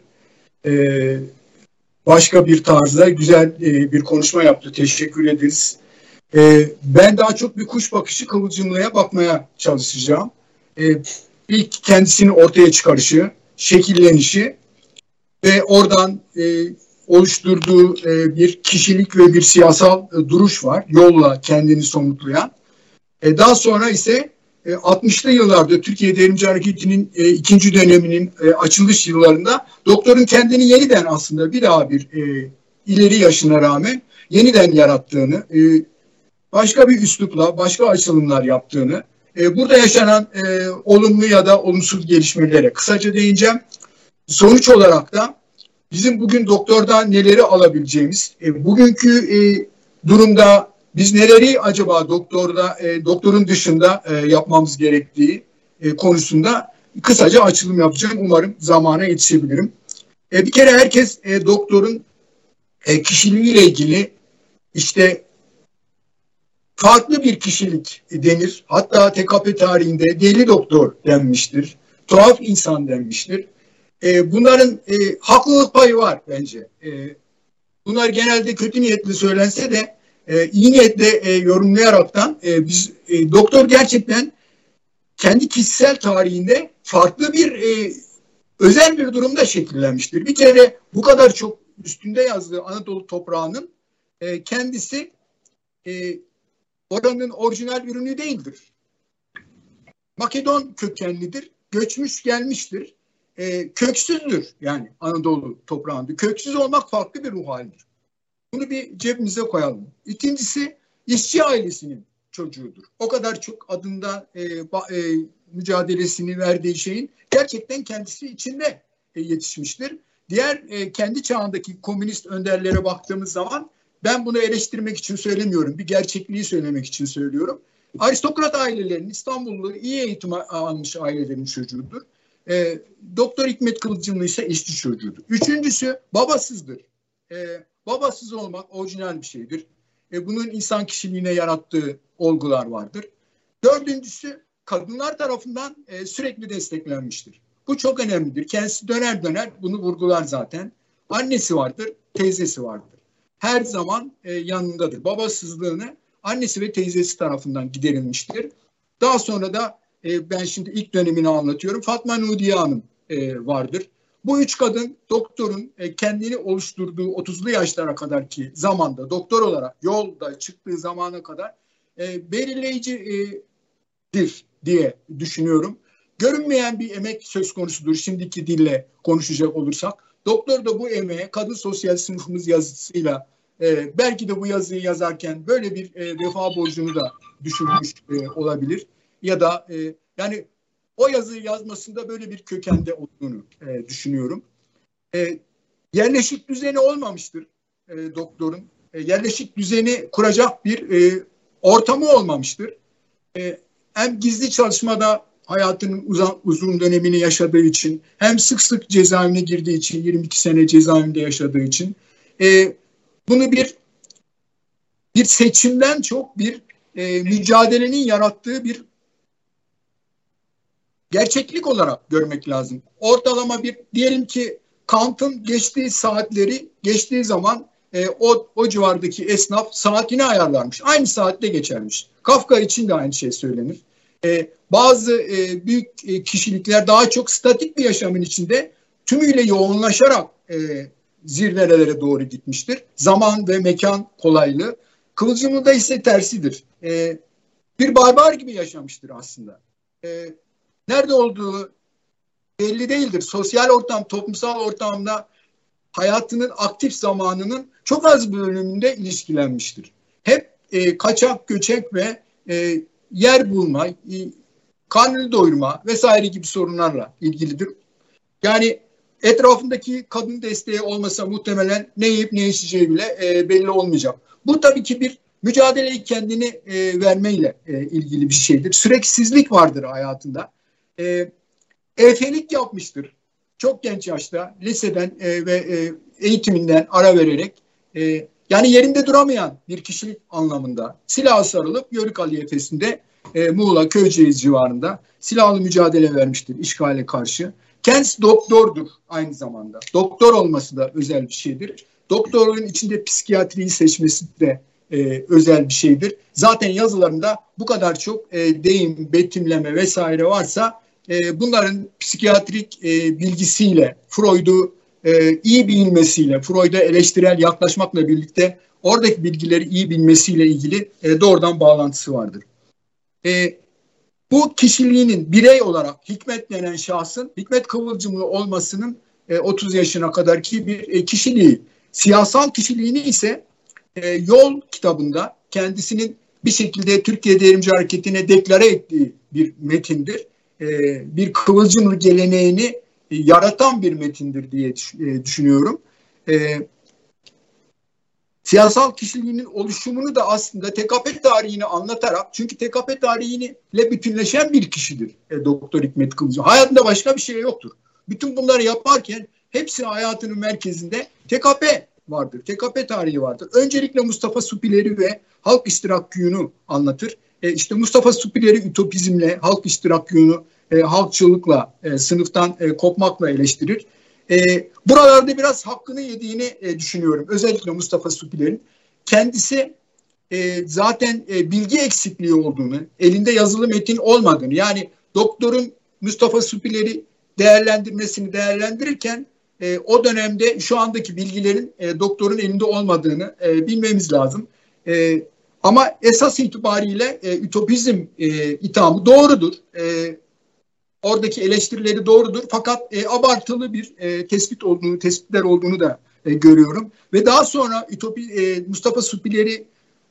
Başka bir tarzda güzel bir konuşma yaptı. Teşekkür ederiz. Ben daha çok bir kuş bakışı kıvılcımlıya bakmaya çalışacağım. İlk kendisini ortaya çıkarışı, şekillenişi ve oradan oluşturduğu bir kişilik ve bir siyasal duruş var. Yolla kendini somutlayan. Daha sonra ise 60'lı yıllarda Türkiye Devrimci Hareketi'nin ikinci döneminin açılış yıllarında doktorun kendini yeniden aslında bir daha bir ileri yaşına rağmen yeniden yarattığını, başka bir üslupla, başka açılımlar yaptığını, burada yaşanan olumlu ya da olumsuz gelişmelere kısaca değineceğim. Sonuç olarak da bizim bugün doktordan neleri alabileceğimiz, bugünkü durumda biz neleri acaba doktorun dışında yapmamız gerektiği konusunda kısaca açılım yapacağım. Umarım zamana yetişebilirim. Bir kere herkes doktorun kişiliğiyle ilgili işte farklı bir kişilik denir. Hatta TKP tarihinde deli doktor denmiştir. Tuhaf insan denmiştir. Bunların haklılık payı var bence. Bunlar genelde kötü niyetli söylense de iyi niyetle yorumlayaraktan biz doktor gerçekten kendi kişisel tarihinde farklı bir özel bir durumda şekillenmiştir. Bir kere bu kadar çok üstünde yazdığı Anadolu toprağının kendisi oranın orijinal ürünü değildir. Makedon kökenlidir, göçmüş gelmiştir. Köksüzdür yani Anadolu toprağında. Köksüz olmak farklı bir ruh halidir. Bunu bir cebimize koyalım. İkincisi işçi ailesinin çocuğudur. O kadar çok adında mücadelesini verdiği şeyin gerçekten kendisi içinde yetişmiştir. Diğer kendi çağındaki komünist önderlere baktığımız zaman ben bunu eleştirmek için söylemiyorum. Bir gerçekliği söylemek için söylüyorum. Aristokrat ailelerin, İstanbullu iyi eğitim almış ailelerin çocuğudur. Doktor Hikmet Kılıçcıoğlu ise işçi çocuğudur. Üçüncüsü babasızdır. Babasız olmak orijinal bir şeydir. Bunun insan kişiliğine yarattığı olgular vardır. Dördüncüsü kadınlar tarafından sürekli desteklenmiştir. Bu çok önemlidir. Kendisi döner döner bunu vurgular zaten. Annesi vardır, teyzesi vardır. Her zaman yanındadır. Babasızlığını annesi ve teyzesi tarafından giderilmiştir. Daha sonra da ben şimdi ilk dönemini anlatıyorum. Fatma Nudiye Hanım vardır. Bu üç kadın doktorun kendini oluşturduğu 30'lu yaşlara kadarki zamanda doktor olarak yolda çıktığı zamana kadar belirleyicidir diye düşünüyorum. Görünmeyen bir emek söz konusudur şimdiki dille konuşacak olursak. Doktor da bu emeğe kadın sosyal sınıfımız yazısıyla belki de bu yazıyı yazarken böyle bir vefa borcunu da düşünmüş olabilir. Ya da yani o yazıyı yazmasında böyle bir kökende olduğunu düşünüyorum. Yerleşik düzeni olmamıştır doktorun. Yerleşik düzeni kuracak bir ortamı olmamıştır. Hem gizli çalışmada hayatının uzun dönemini yaşadığı için, hem sık sık cezaevine girdiği için, 22 sene cezaevinde yaşadığı için, bunu bir seçimden çok bir mücadelenin yarattığı bir gerçeklik olarak görmek lazım. Ortalama bir diyelim ki Kant'ın geçtiği zaman o civardaki esnaf saatini ayarlarmış. Aynı saatte geçermiş. Kafka için de aynı şey söylenir. Bazı büyük kişilikler daha çok statik bir yaşamın içinde tümüyle yoğunlaşarak zirvelere doğru gitmiştir. Zaman ve mekan kolaylığı. Kıvılcımlı'da ise tersidir. Bir barbar gibi yaşamıştır aslında. Nerede olduğu belli değildir. Sosyal ortam, toplumsal ortamda hayatının aktif zamanının çok az bir bölümünde ilişkilenmiştir. Hep kaçak, göçek ve yer bulma, karnını doyurma vesaire gibi sorunlarla ilgilidir. Yani etrafındaki kadın desteği olmasa muhtemelen ne yiyip ne içeceği bile belli olmayacak. Bu tabii ki bir mücadeleyi kendini vermeyle ilgili bir şeydir. Süreksizlik vardır hayatında. Efelik yapmıştır. Çok genç yaşta liseden ve eğitiminden ara vererek yani yerinde duramayan bir kişilik anlamında silaha sarılıp Yörük Halifesi'nde Muğla Köyceğiz civarında silahlı mücadele vermiştir işgale karşı. Kendisi doktordur aynı zamanda. Doktor olması da özel bir şeydir. Doktorun içinde psikiyatriyi seçmesi de özel bir şeydir. Zaten yazılarında bu kadar çok deyim, betimleme vesaire varsa bunların psikiyatrik bilgisiyle, Freud'u iyi bilmesiyle, Freud'a eleştirel yaklaşmakla birlikte oradaki bilgileri iyi bilmesiyle ilgili doğrudan bağlantısı vardır. Bu kişiliğinin birey olarak Hikmet denen şahsın, Hikmet Kıvılcımlı olmasının 30 yaşına kadarki bir kişiliği. Siyasal kişiliğini ise Yol kitabında kendisinin bir şekilde Türkiye Devrimci Hareketi'ne deklare ettiği bir metindir. Bir Kıvılcımlı geleneğini yaratan bir metindir diye düşünüyorum. Siyasal kişiliğinin oluşumunu da aslında TKP tarihini anlatarak, çünkü TKP tarihiyle bütünleşen bir kişidir Doktor Hikmet Kıvılcım. Hayatında başka bir şey yoktur. Bütün bunları yaparken hepsi hayatının merkezinde TKP vardır. TKP tarihi vardır. Öncelikle Mustafa Supileri ve halk iştirakkû'nu anlatır. İşte Mustafa Supileri ütopizmle, halk iştirakkû'nu halkçılıkla, sınıftan kopmakla eleştirir. Buralarda biraz hakkını yediğini düşünüyorum. Özellikle Mustafa Supiler'in. Kendisi zaten bilgi eksikliği olduğunu, elinde yazılı metin olmadığını, yani doktorun Mustafa Supiler'i değerlendirmesini değerlendirirken o dönemde şu andaki bilgilerin doktorun elinde olmadığını bilmemiz lazım. Ama esas itibariyle ütopizm ithamı doğrudur. Oradaki eleştirileri doğrudur. Fakat abartılı bir tespitler olduğunu da görüyorum. Ve daha sonra Mustafa Supileri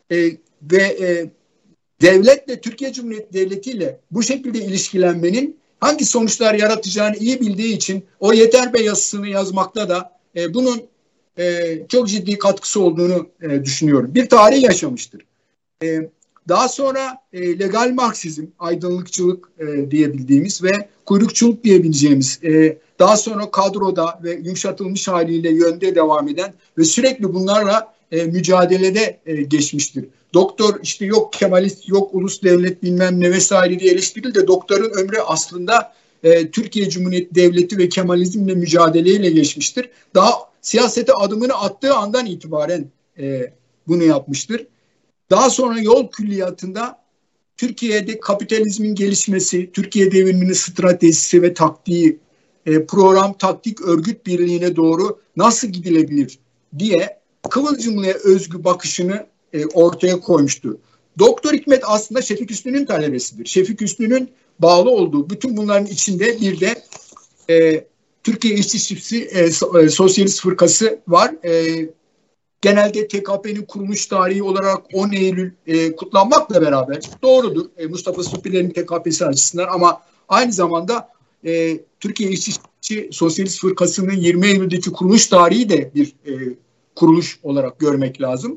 ve devletle, Türkiye Cumhuriyeti Devleti ile bu şekilde ilişkilenmenin hangi sonuçlar yaratacağını iyi bildiği için o Yeter Bey yazısını yazmakta da bunun çok ciddi katkısı olduğunu düşünüyorum. Bir tarih yaşamıştır. Daha sonra legal Marksizm, aydınlıkçılık diyebildiğimiz ve kuyrukçuluk diyebileceğimiz, daha sonra kadroda ve yumuşatılmış haliyle yönde devam eden ve sürekli bunlarla mücadelede geçmiştir. Doktor işte yok Kemalist, yok ulus devlet bilmem ne vesaire diye eleştirildi de doktorun ömrü aslında Türkiye Cumhuriyeti Devleti ve Kemalizmle mücadeleyle geçmiştir. Daha siyasete adımını attığı andan itibaren bunu yapmıştır. Daha sonra Yol Külliyatı'nda Türkiye'de kapitalizmin gelişmesi, Türkiye devriminin stratejisi ve taktiği, program, taktik, örgüt birliğine doğru nasıl gidilebilir diye Kıvılcımlı'ya özgü bakışını ortaya koymuştu. Doktor Hikmet aslında Şefik Üstü'nün talebesidir. Şefik Üstü'nün bağlı olduğu bütün bunların içinde bir de Türkiye İşçi Sosyalist Fırkası var. Genelde TKP'nin kuruluş tarihi olarak 10 Eylül kutlanmakla beraber doğrudur. Mustafa Supiler'in TKP'si açısından ama aynı zamanda Türkiye İşçi Sosyalist Fırkası'nın 20 Eylül'deki kuruluş tarihi de bir kuruluş olarak görmek lazım.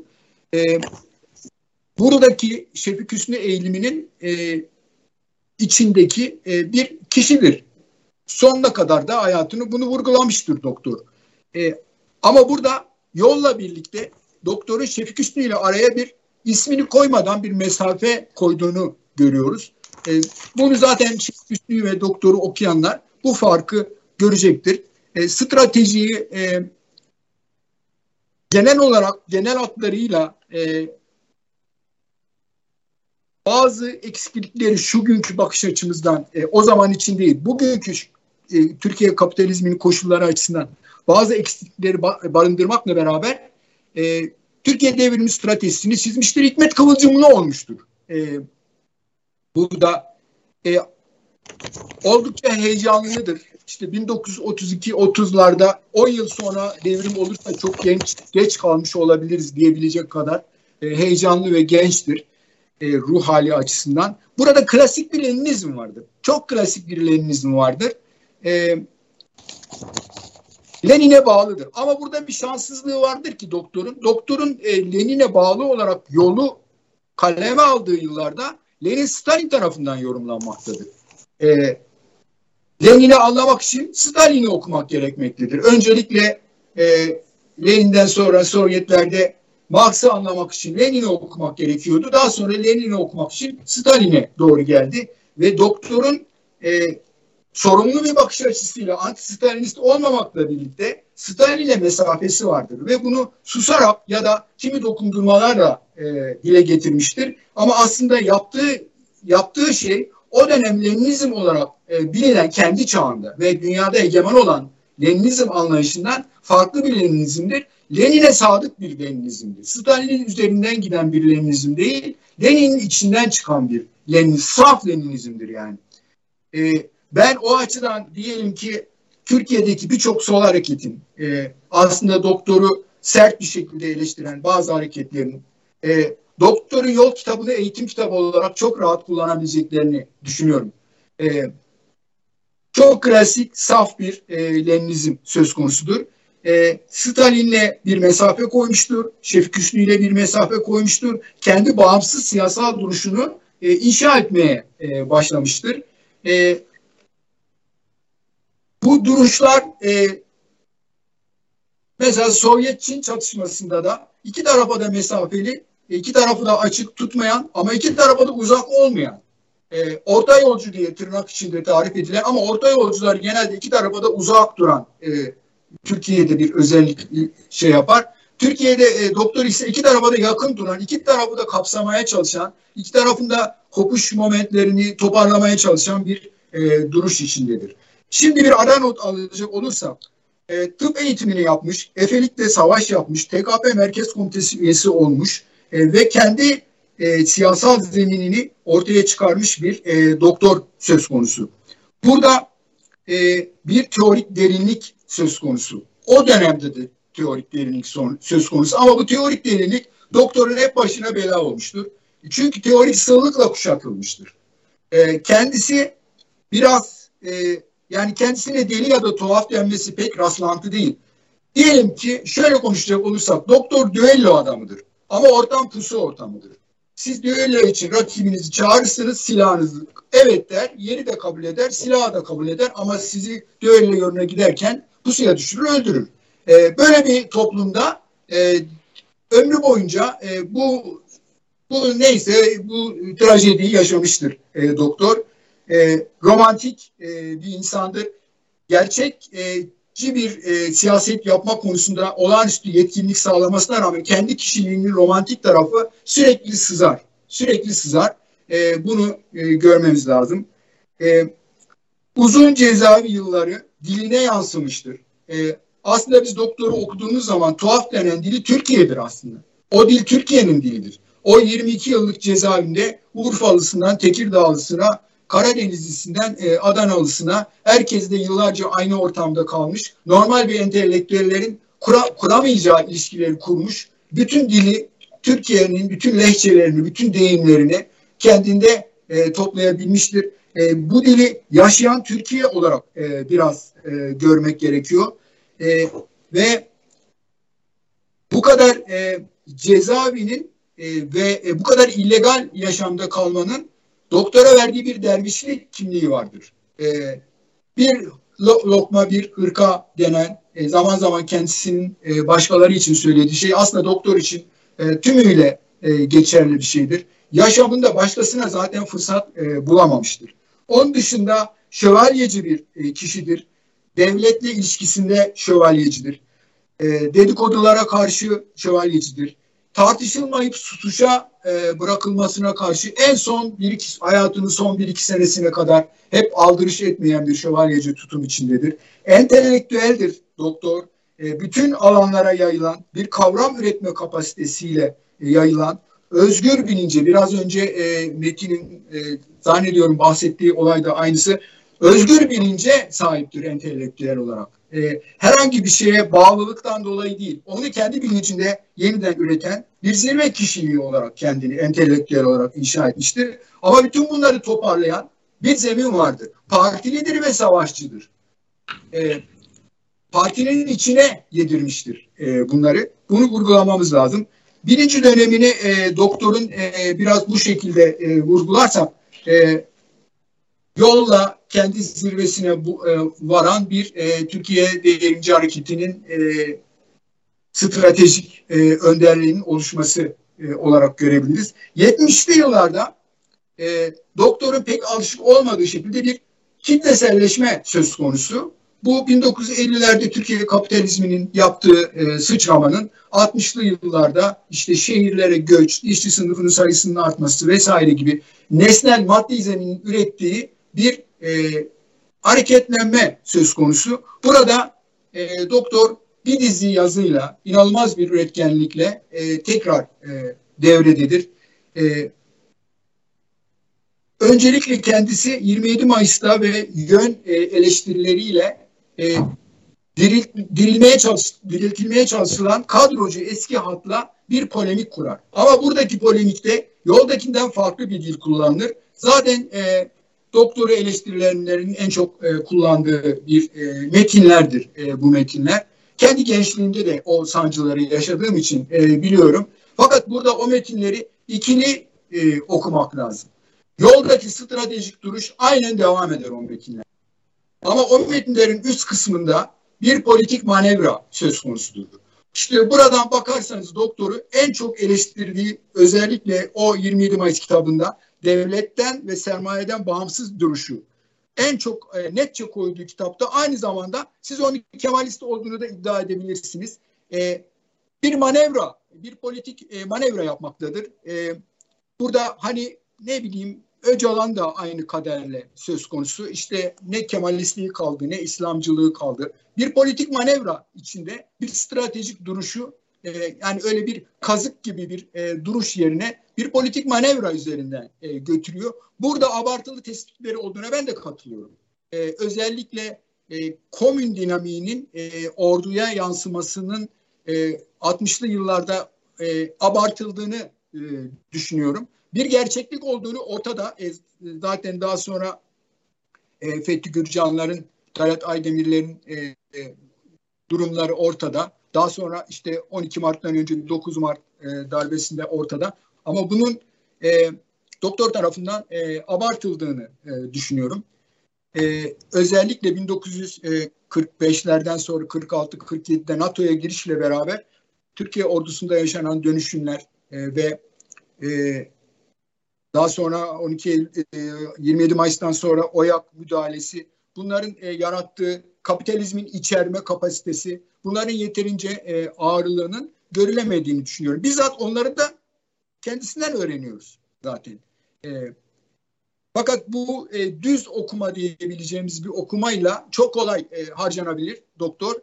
Buradaki Şefik Hüsnü eğiliminin içindeki bir kişidir. Sonuna kadar da hayatını bunu vurgulamıştır doktor. Ama burada Yol'la birlikte doktorun Şefik Hüsnü ile araya bir ismini koymadan bir mesafe koyduğunu görüyoruz. Bunu zaten Şefik Hüsnü ve doktoru okuyanlar bu farkı görecektir. Stratejiyi genel olarak genel hatlarıyla bazı eksiklikleri şu günkü bakış açımızdan o zaman için değil, bugünkü Türkiye kapitalizminin koşulları açısından bazı eksiklikleri barındırmakla beraber Türkiye devrimi stratejisini çizmiştir. Hikmet Kıvılcımlı olmuştur. Bu da oldukça heyecanlıdır. İşte 1932-30'larda 10 yıl sonra devrim olursa çok geç kalmış olabiliriz diyebilecek kadar heyecanlı ve gençtir. ruh hali açısından. Burada klasik bir Leninizm vardır. Çok klasik bir Leninizm vardır. Lenin'e bağlıdır. Ama burada bir şanssızlığı vardır ki doktorun Lenin'e bağlı olarak yolu kaleme aldığı yıllarda Lenin Stalin tarafından yorumlanmaktadır. Lenin'i anlamak için Stalin'i okumak gerekmektedir. Öncelikle Lenin'den sonra Sovyetler'de Marx'ı anlamak için Lenin'i okumak gerekiyordu. Daha sonra Lenin'i okumak için Stalin'e doğru geldi. Ve doktorun sorumlu bir bakış açısıyla anti-Stalinist olmamakla birlikte Stalin'le mesafesi vardır. Ve bunu susarak ya da kimi dokundurmalarla dile getirmiştir. Ama aslında yaptığı şey o dönem Leninizm olarak bilinen kendi çağında ve dünyada egemen olan Leninizm anlayışından farklı bir Leninizmdir. Lenin'e sadık bir Leninizmdir. Stalin'in üzerinden giden bir Leninizm değil, Lenin'in içinden çıkan bir saf Leninizmdir yani. Ben o açıdan diyelim ki Türkiye'deki birçok sol hareketin aslında doktoru sert bir şekilde eleştiren bazı hareketlerin doktorun yol kitabını eğitim kitabı olarak çok rahat kullanabileceklerini düşünüyorum. Çok klasik, saf bir Leninizm söz konusudur. Stalin'le bir mesafe koymuştur. Şefik Hüsnü ile bir mesafe koymuştur. Kendi bağımsız siyasal duruşunu inşa etmeye başlamıştır. Bu duruşlar mesela Sovyet-Çin çatışmasında da iki tarafa da mesafeli, iki tarafı da açık tutmayan ama iki tarafa da uzak olmayan, orta yolcu diye tırnak içinde tarif edilen ama orta yolcular genelde iki tarafa da uzak duran Türkiye'de bir özellik yapar. Türkiye'de doktor ise iki tarafa da yakın duran, iki tarafı da kapsamaya çalışan, iki tarafında kopuş momentlerini toparlamaya çalışan bir duruş içindedir. Şimdi bir ara not alacak olursak, tıp eğitimini yapmış, Efelik'te savaş yapmış, TKP Merkez Komitesi üyesi olmuş ve kendi siyasal zeminini ortaya çıkarmış bir doktor söz konusu. Burada bir teorik derinlik söz konusu. O dönemde de teorik derinlik söz konusu ama bu teorik derinlik doktorun hep başına bela olmuştur. Çünkü teorik sığlıkla kuşatılmıştır. Kendisi biraz yani kendisine deli ya da tuhaf denmesi pek rastlantı değil. Diyelim ki şöyle konuşacak olursak doktor düello adamıdır ama ortam pusu ortamıdır. Siz düello için rakibinizi çağırırsınız, silahınızı evet der, yeri de kabul eder, silahı da kabul eder ama sizi düello yoluna giderken pusuya düşürür, öldürür. Böyle bir toplumda ömrü boyunca bu neyse bu trajediyi yaşamıştır doktor. Romantik bir insandır. Gerçekçi bir siyaset yapma konusunda olağanüstü yetkinlik sağlamasına rağmen kendi kişiliğinin romantik tarafı sürekli sızar. Sürekli sızar. Bunu görmemiz lazım. Uzun cezaevi yılları diline yansımıştır. Aslında biz doktoru okuduğumuz zaman tuhaf denen dili Türkiye'dir aslında. O dil Türkiye'nin dilidir. O 22 yıllık cezaevinde Urfalısından Tekirdağlısına, Karadenizlisinden Adanalısına herkes de yıllarca aynı ortamda kalmış. Normal bir entelektüellerin kuramayacağı ilişkileri kurmuş. Bütün dili Türkiye'nin bütün lehçelerini, bütün deyimlerini kendinde toplayabilmiştir. Bu dili yaşayan Türkiye olarak biraz görmek gerekiyor. Ve bu kadar cezaevinin ve bu kadar illegal yaşamda kalmanın doktora verdiği bir dervişlik kimliği vardır. Bir lokma, bir hırka denen zaman zaman kendisinin başkaları için söylediği şey aslında doktor için tümüyle geçerli bir şeydir. Yaşamında başkasına zaten fırsat bulamamıştır. Onun dışında şövalyeci bir kişidir. Devletle ilişkisinde şövalyecidir. Dedikodulara karşı şövalyecidir. Tartışılmayıp susuşa bırakılmasına karşı en son hayatının son 1-2 senesine kadar hep aldırış etmeyen bir şövalyeci tutum içindedir. Entelektüeldir doktor. Bütün alanlara yayılan, bir kavram üretme kapasitesiyle yayılan, özgür bilince, biraz önce Metin'in zannediyorum bahsettiği olay da aynısı, özgür bilince sahiptir entelektüel olarak. Herhangi bir şeye bağlılıktan dolayı değil, onu kendi bilincinde yeniden üreten bir zirve kişiliği olarak kendini entelektüel olarak inşa etmiştir. Ama bütün bunları toparlayan bir zemin vardır. Partilidir ve savaşçıdır. Partinin içine yedirmiştir bunları. Bunu vurgulamamız lazım. Birinci dönemini doktorun biraz bu şekilde vurgularsak, yolla kendi zirvesine varan bir Türkiye Devrimci Hareketi'nin stratejik önderliğinin oluşması olarak görebiliriz. 70'li yıllarda doktorun pek alışık olmadığı şekilde bir kitleselleşme söz konusu. Bu 1950'lerde Türkiye kapitalizminin yaptığı sıçramanın 60'lı yıllarda işte şehirlere göç, işçi sınıfının sayısının artması vesaire gibi nesnel maddi zeminin ürettiği bir hareketlenme söz konusu. Burada doktor bir dizi yazıyla, inanılmaz bir üretkenlikle tekrar devrededir. Öncelikle kendisi 27 Mayıs'ta ve yön eleştirileriyle diriltilmeye çalışılan kadrocu eski hatla bir polemik kurar. Ama buradaki polemikte yoldakinden farklı bir dil kullanılır. Zaten doktoru eleştirilenlerin en çok kullandığı bir metinlerdir bu metinler. Kendi gençliğimde de o sancıları yaşadığım için biliyorum. Fakat burada o metinleri ikili okumak lazım. Yoldaki stratejik duruş aynen devam eder o metinler. Ama o metinlerin üst kısmında bir politik manevra söz konusudur. İşte buradan bakarsanız doktoru en çok eleştirdiği özellikle o 27 Mayıs kitabında devletten ve sermayeden bağımsız duruşu en çok netçe koyduğu kitapta, aynı zamanda siz onun Kemalist olduğunu da iddia edebilirsiniz. Bir manevra, bir politik manevra yapmaktadır. Burada hani ne bileyim Öcalan da aynı kaderle söz konusu. İşte ne Kemalistliği kaldı, ne İslamcılığı kaldı. Bir politik manevra içinde bir stratejik duruşu, yani öyle bir kazık gibi bir duruş yerine bir politik manevra üzerinden götürüyor. Burada abartılı tespitleri olduğuna ben de katılıyorum. Özellikle komün dinamiğinin orduya yansımasının 60'lı yıllarda abartıldığını düşünüyorum. Bir gerçeklik olduğunu ortada. Zaten daha sonra Fethi Gürcanların, Talat Aydemirlerin durumları ortada. Daha sonra işte 12 Mart'tan önce 9 Mart darbesinde ortada. Ama bunun doktor tarafından abartıldığını düşünüyorum. Özellikle 1945'lerden sonra 46-47'de NATO'ya girişle beraber Türkiye ordusunda yaşanan dönüşümler ve daha sonra 27 Mayıs'tan sonra OYAK müdahalesi, bunların yarattığı kapitalizmin içerme kapasitesi, bunların yeterince ağırlığının görülemediğini düşünüyorum. Bizzat onları da kendisinden öğreniyoruz zaten. Fakat bu düz okuma diyebileceğimiz bir okumayla çok kolay harcanabilir doktor.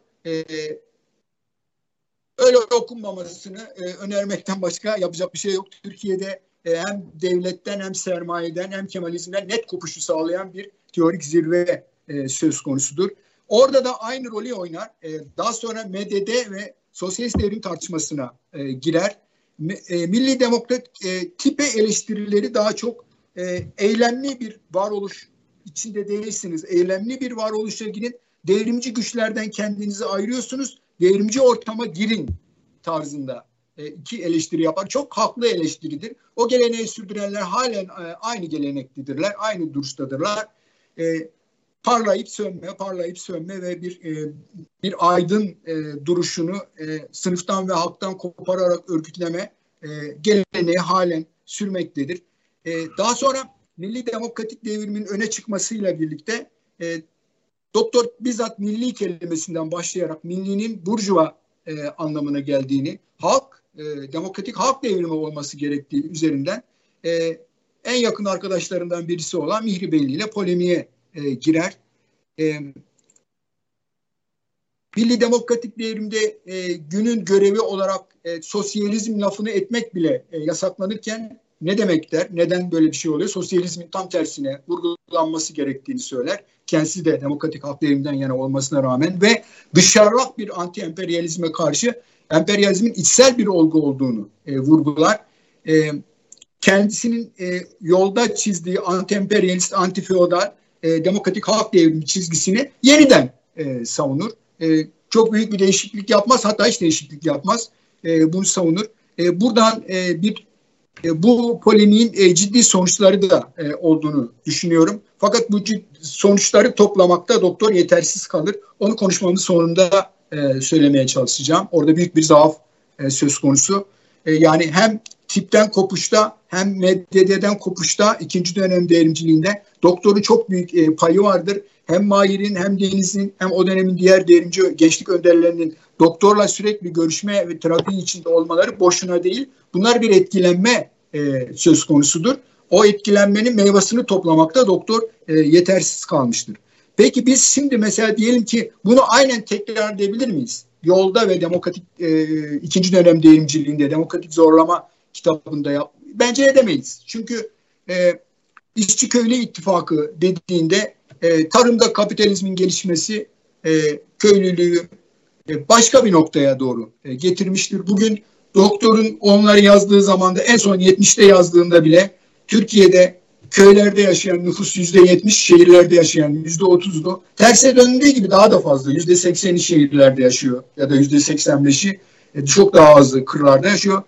Öyle okunmamasını önermekten başka yapacak bir şey yok. Türkiye'de hem devletten hem sermayeden hem Kemalizmden net kopuşu sağlayan bir teorik zirve söz konusudur. Orada da aynı rolü oynar. Daha sonra MDD ve sosyalist devrim tartışmasına girer. Milli demokrat tipe eleştirileri daha çok eylemli bir varoluş içinde değilsiniz. Eylemli bir varoluşa girin. Devrimci güçlerden kendinizi ayırıyorsunuz. Devrimci ortama girin tarzında iki eleştiri yapar. Çok haklı eleştiridir. O geleneği sürdürenler halen aynı geleneklidirler. Aynı duruştadırlar. Parlayıp sönme ve bir aydın duruşunu sınıftan ve halktan kopararak örgütleme geleneği halen sürmektedir. Daha sonra milli demokratik devrimin öne çıkmasıyla birlikte doktor bizzat milli kelimesinden başlayarak millinin burjuva anlamına geldiğini, halk, demokratik halk devrimi olması gerektiği üzerinden en yakın arkadaşlarından birisi olan Mihri Belli ile polemiğe girer. Milli demokratik devrimde günün görevi olarak sosyalizm lafını etmek bile yasaklanırken ne demek der, neden böyle bir şey oluyor? Sosyalizmin tam tersine vurgulanması gerektiğini söyler. kendisi de demokratik halk devriminden yana olmasına rağmen ve dışarırak bir anti-emperyalizme karşı emperyalizmin içsel bir olgu olduğunu vurgular. Kendisinin yolda çizdiği anti-emperyalist, anti-feodal demokratik halk devrimi çizgisini yeniden savunur. Çok büyük bir değişiklik yapmaz, hatta hiç değişiklik yapmaz. Bunu savunur. Buradan bu polemiğin ciddi sonuçları da olduğunu düşünüyorum. Fakat bu sonuçları toplamakta doktor yetersiz kalır. Onu konuşmamın sonunda söylemeye çalışacağım. Orada büyük bir zaaf söz konusu. Yani hem tipten kopuşta hem medyeden kopuşta ikinci dönem devrimciliğinde doktorun çok büyük payı vardır. Hem Mahir'in hem Deniz'in hem o dönemin diğer devrimci gençlik önderlerinin doktorla sürekli görüşme ve terapi içinde olmaları boşuna değil. Bunlar bir etkilenme söz konusudur. O etkilenmenin meyvasını toplamakta doktor yetersiz kalmıştır. Peki biz şimdi mesela diyelim ki bunu aynen tekrar edebilir miyiz? Yolda ve demokratik ikinci dönem devrimciliğinde demokratik zorlama kitabında bence edemeyiz. Çünkü İşçi Köylü İttifakı dediğinde tarımda kapitalizmin gelişmesi köylülüğü başka bir noktaya doğru getirmiştir. Bugün doktorun onları yazdığı zamanda en son 70'te yazdığında bile Türkiye'de köylerde yaşayan nüfus %70, şehirlerde yaşayan %30'du. Terse döndüğü gibi daha da fazla. %80'i şehirlerde yaşıyor ya da %85'i çok daha azı kırlarda yaşıyor.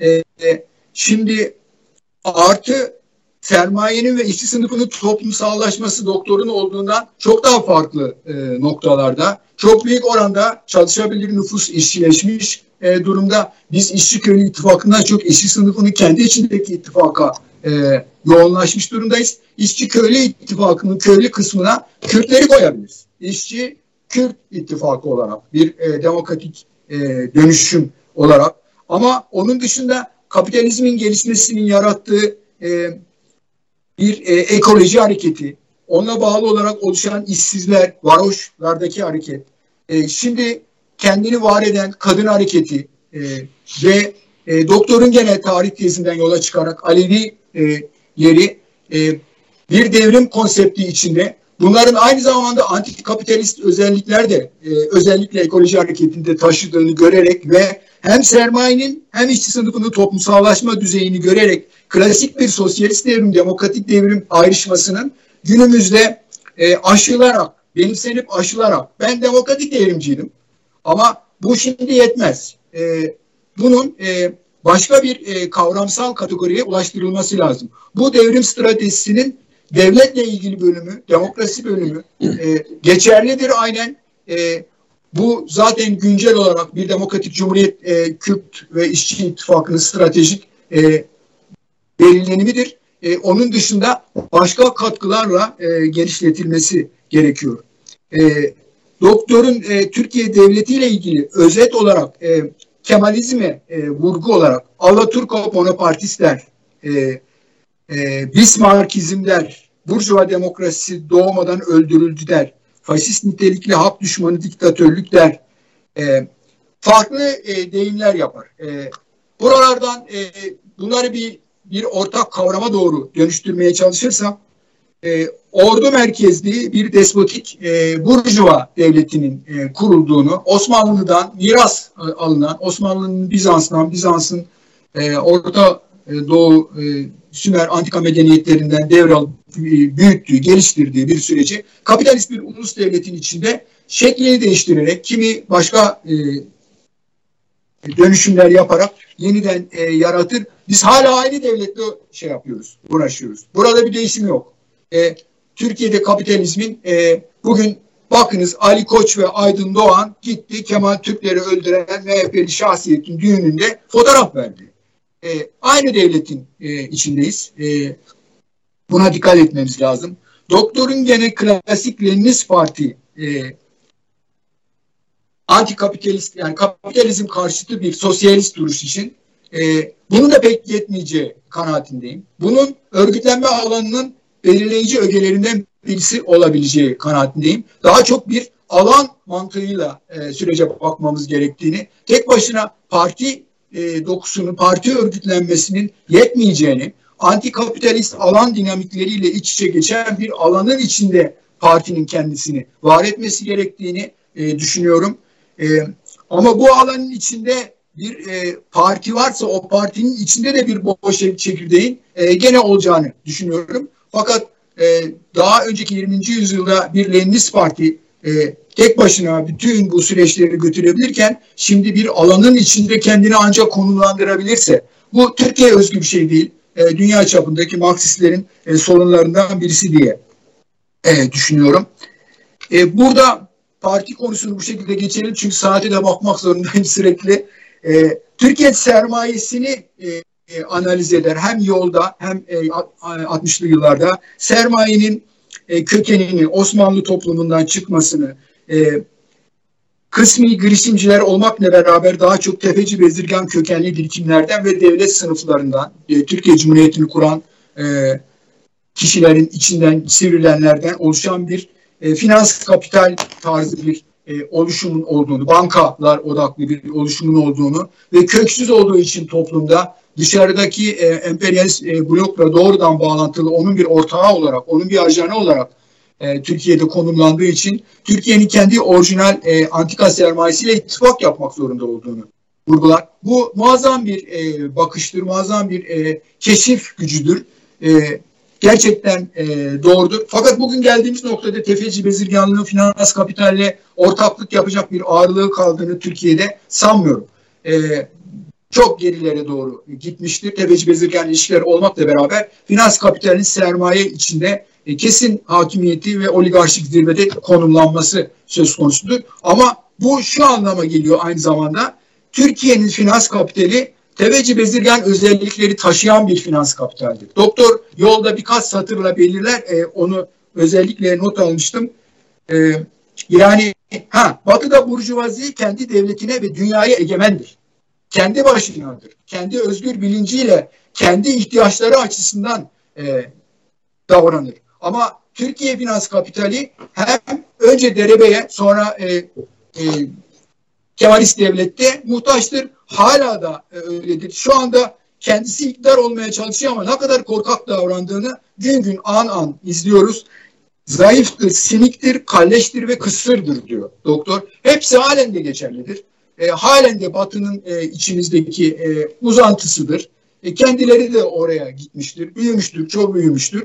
Şimdi artı sermayenin ve işçi sınıfının toplumsallaşması doktorun olduğundan çok daha farklı noktalarda. Çok büyük oranda çalışabilir nüfus işçileşmiş durumda. Biz İşçi Köylü İttifakı'ndan çok işçi sınıfının kendi içindeki ittifaka yoğunlaşmış durumdayız. İşçi Köylü İttifakı'nın köylü kısmına Kürtleri koyabiliriz. İşçi Kürt İttifakı olarak bir demokratik dönüşüm olarak. Ama onun dışında kapitalizmin gelişmesinin yarattığı bir ekoloji hareketi, onunla bağlı olarak oluşan işsizler, varoşlardaki hareket, şimdi kendini var eden kadın hareketi ve doktorun gene tarih tezinden yola çıkarak Alevileri bir devrim konsepti içinde bunların aynı zamanda antikapitalist özellikler de özellikle ekoloji hareketinde taşıdığını görerek ve hem sermayenin hem işçi sınıfının toplumsallaşma düzeyini görerek klasik bir sosyalist devrim, demokratik devrim ayrışmasının günümüzde aşılarak, benimsenip aşılarak ben demokratik devrimciydim ama bu şimdi yetmez. Bunun başka bir kavramsal kategoriye ulaştırılması lazım. Bu devrim stratejisinin devletle ilgili bölümü, demokrasi bölümü geçerlidir aynen. Bu zaten güncel olarak bir demokratik cumhuriyet Kürt ve İşçi İttifakı'nın stratejik belirlenimidir. Onun dışında başka katkılarla genişletilmesi gerekiyor. Doktorun Türkiye devletiyle ilgili özet olarak Kemalizme vurgu olarak Alaturka Bonapartistler, Bismarckizmler, Burjuva demokrasisi doğmadan öldürüldü der, faşist nitelikli hak düşmanı diktatörlük der, farklı deyimler yapar. Buralardan bunları bir ortak kavrama doğru dönüştürmeye çalışırsam, ordu merkezli bir despotik Burjuva devletinin kurulduğunu, Osmanlı'dan miras alınan, Osmanlı'nın Bizans'ın Orta Doğu Sümer antika medeniyetlerinden devralıp büyüttüğü, geliştirdiği bir süreci kapitalist bir ulus devletin içinde şeklini değiştirerek kimi başka dönüşümler yaparak yeniden yaratır. Biz hala aynı devletle yapıyoruz, uğraşıyoruz. Burada bir değişim yok. Türkiye'de kapitalizmin bugün bakınız Ali Koç ve Aydın Doğan gitti Kemal Türkleri öldüren MHP'li şahsiyetin düğününde fotoğraf verdi. Aynı devletin içindeyiz. Buna dikkat etmemiz lazım. Doktorun gene klasik Leninist Parti antikapitalist yani kapitalizm karşıtı bir sosyalist duruş için bunun da pek yetmeyeceği kanaatindeyim. Bunun örgütlenme alanının belirleyici ögelerinden birisi olabileceği kanaatindeyim. Daha çok bir alan mantığıyla sürece bakmamız gerektiğini, tek başına parti dokusunun, parti örgütlenmesinin yetmeyeceğini, antikapitalist alan dinamikleriyle iç içe geçen bir alanın içinde partinin kendisini var etmesi gerektiğini düşünüyorum. Ama bu alanın içinde bir parti varsa o partinin içinde de bir Bolşevik çekirdeğin gene olacağını düşünüyorum. Fakat daha önceki 20. yüzyılda bir Leninist Parti tek başına bütün bu süreçleri götürebilirken şimdi bir alanın içinde kendini ancak konumlandırabilirse, bu Türkiye özgü bir şey değil, dünya çapındaki Marksistlerin sorunlarından birisi diye düşünüyorum. Burada parti konusunu bu şekilde geçelim çünkü saate de bakmak zorundayım sürekli. Türkiye sermayesini analiz eder. Hem yolda hem 60'lı yıllarda sermayenin kökenini, Osmanlı toplumundan çıkmasını, kısmi girişimciler olmakla beraber daha çok tefeci bezirgan kökenli birikimlerden ve devlet sınıflarından, Türkiye Cumhuriyeti'ni kuran kişilerin içinden sivrilenlerden oluşan bir finans kapital tarzı bir oluşumun olduğunu, bankalar odaklı bir oluşumun olduğunu ve köksüz olduğu için toplumda dışarıdaki emperyalist blokla doğrudan bağlantılı onun bir ortağı olarak, onun bir ajanı olarak Türkiye'de konumlandığı için Türkiye'nin kendi orijinal antika sermayesiyle ittifak yapmak zorunda olduğunu vurgular. Bu muazzam bir bakıştır, muazzam bir keşif gücüdür. Gerçekten doğrudur. Fakat bugün geldiğimiz noktada tefeci bezirganlığı finans kapitalle ortaklık yapacak bir ağırlığı kaldığını Türkiye'de sanmıyorum. Çok gerilere doğru gitmiştir. Tefeci bezirgan ilişkiler olmakla beraber finans kapitalinin sermaye içinde kesin hakimiyeti ve oligarşik zirvede konumlanması söz konusudur. Ama bu şu anlama geliyor aynı zamanda. Türkiye'nin finans kapitali tefeci bezirgan özellikleri taşıyan bir finans kapitaldir. Doktor yolda birkaç satırla belirler, onu özellikle not almıştım. Yani Batı'da burjuvazi kendi devletine ve dünyaya egemendir. Kendi başınadır. Kendi özgür bilinciyle kendi ihtiyaçları açısından davranır. Ama Türkiye finans kapitali hem önce derebeye sonra Kemalist devlette muhtaçtır. Hala da öyledir. Şu anda kendisi iktidar olmaya çalışıyor ama ne kadar korkak davrandığını gün gün an an izliyoruz. Zayıftır, siniktir, kalleştir ve kısırdır diyor doktor. Hepsi halen de geçerlidir. Halen de Batı'nın içimizdeki uzantısıdır. Kendileri de oraya gitmiştir, büyümüştür, çok büyümüştür.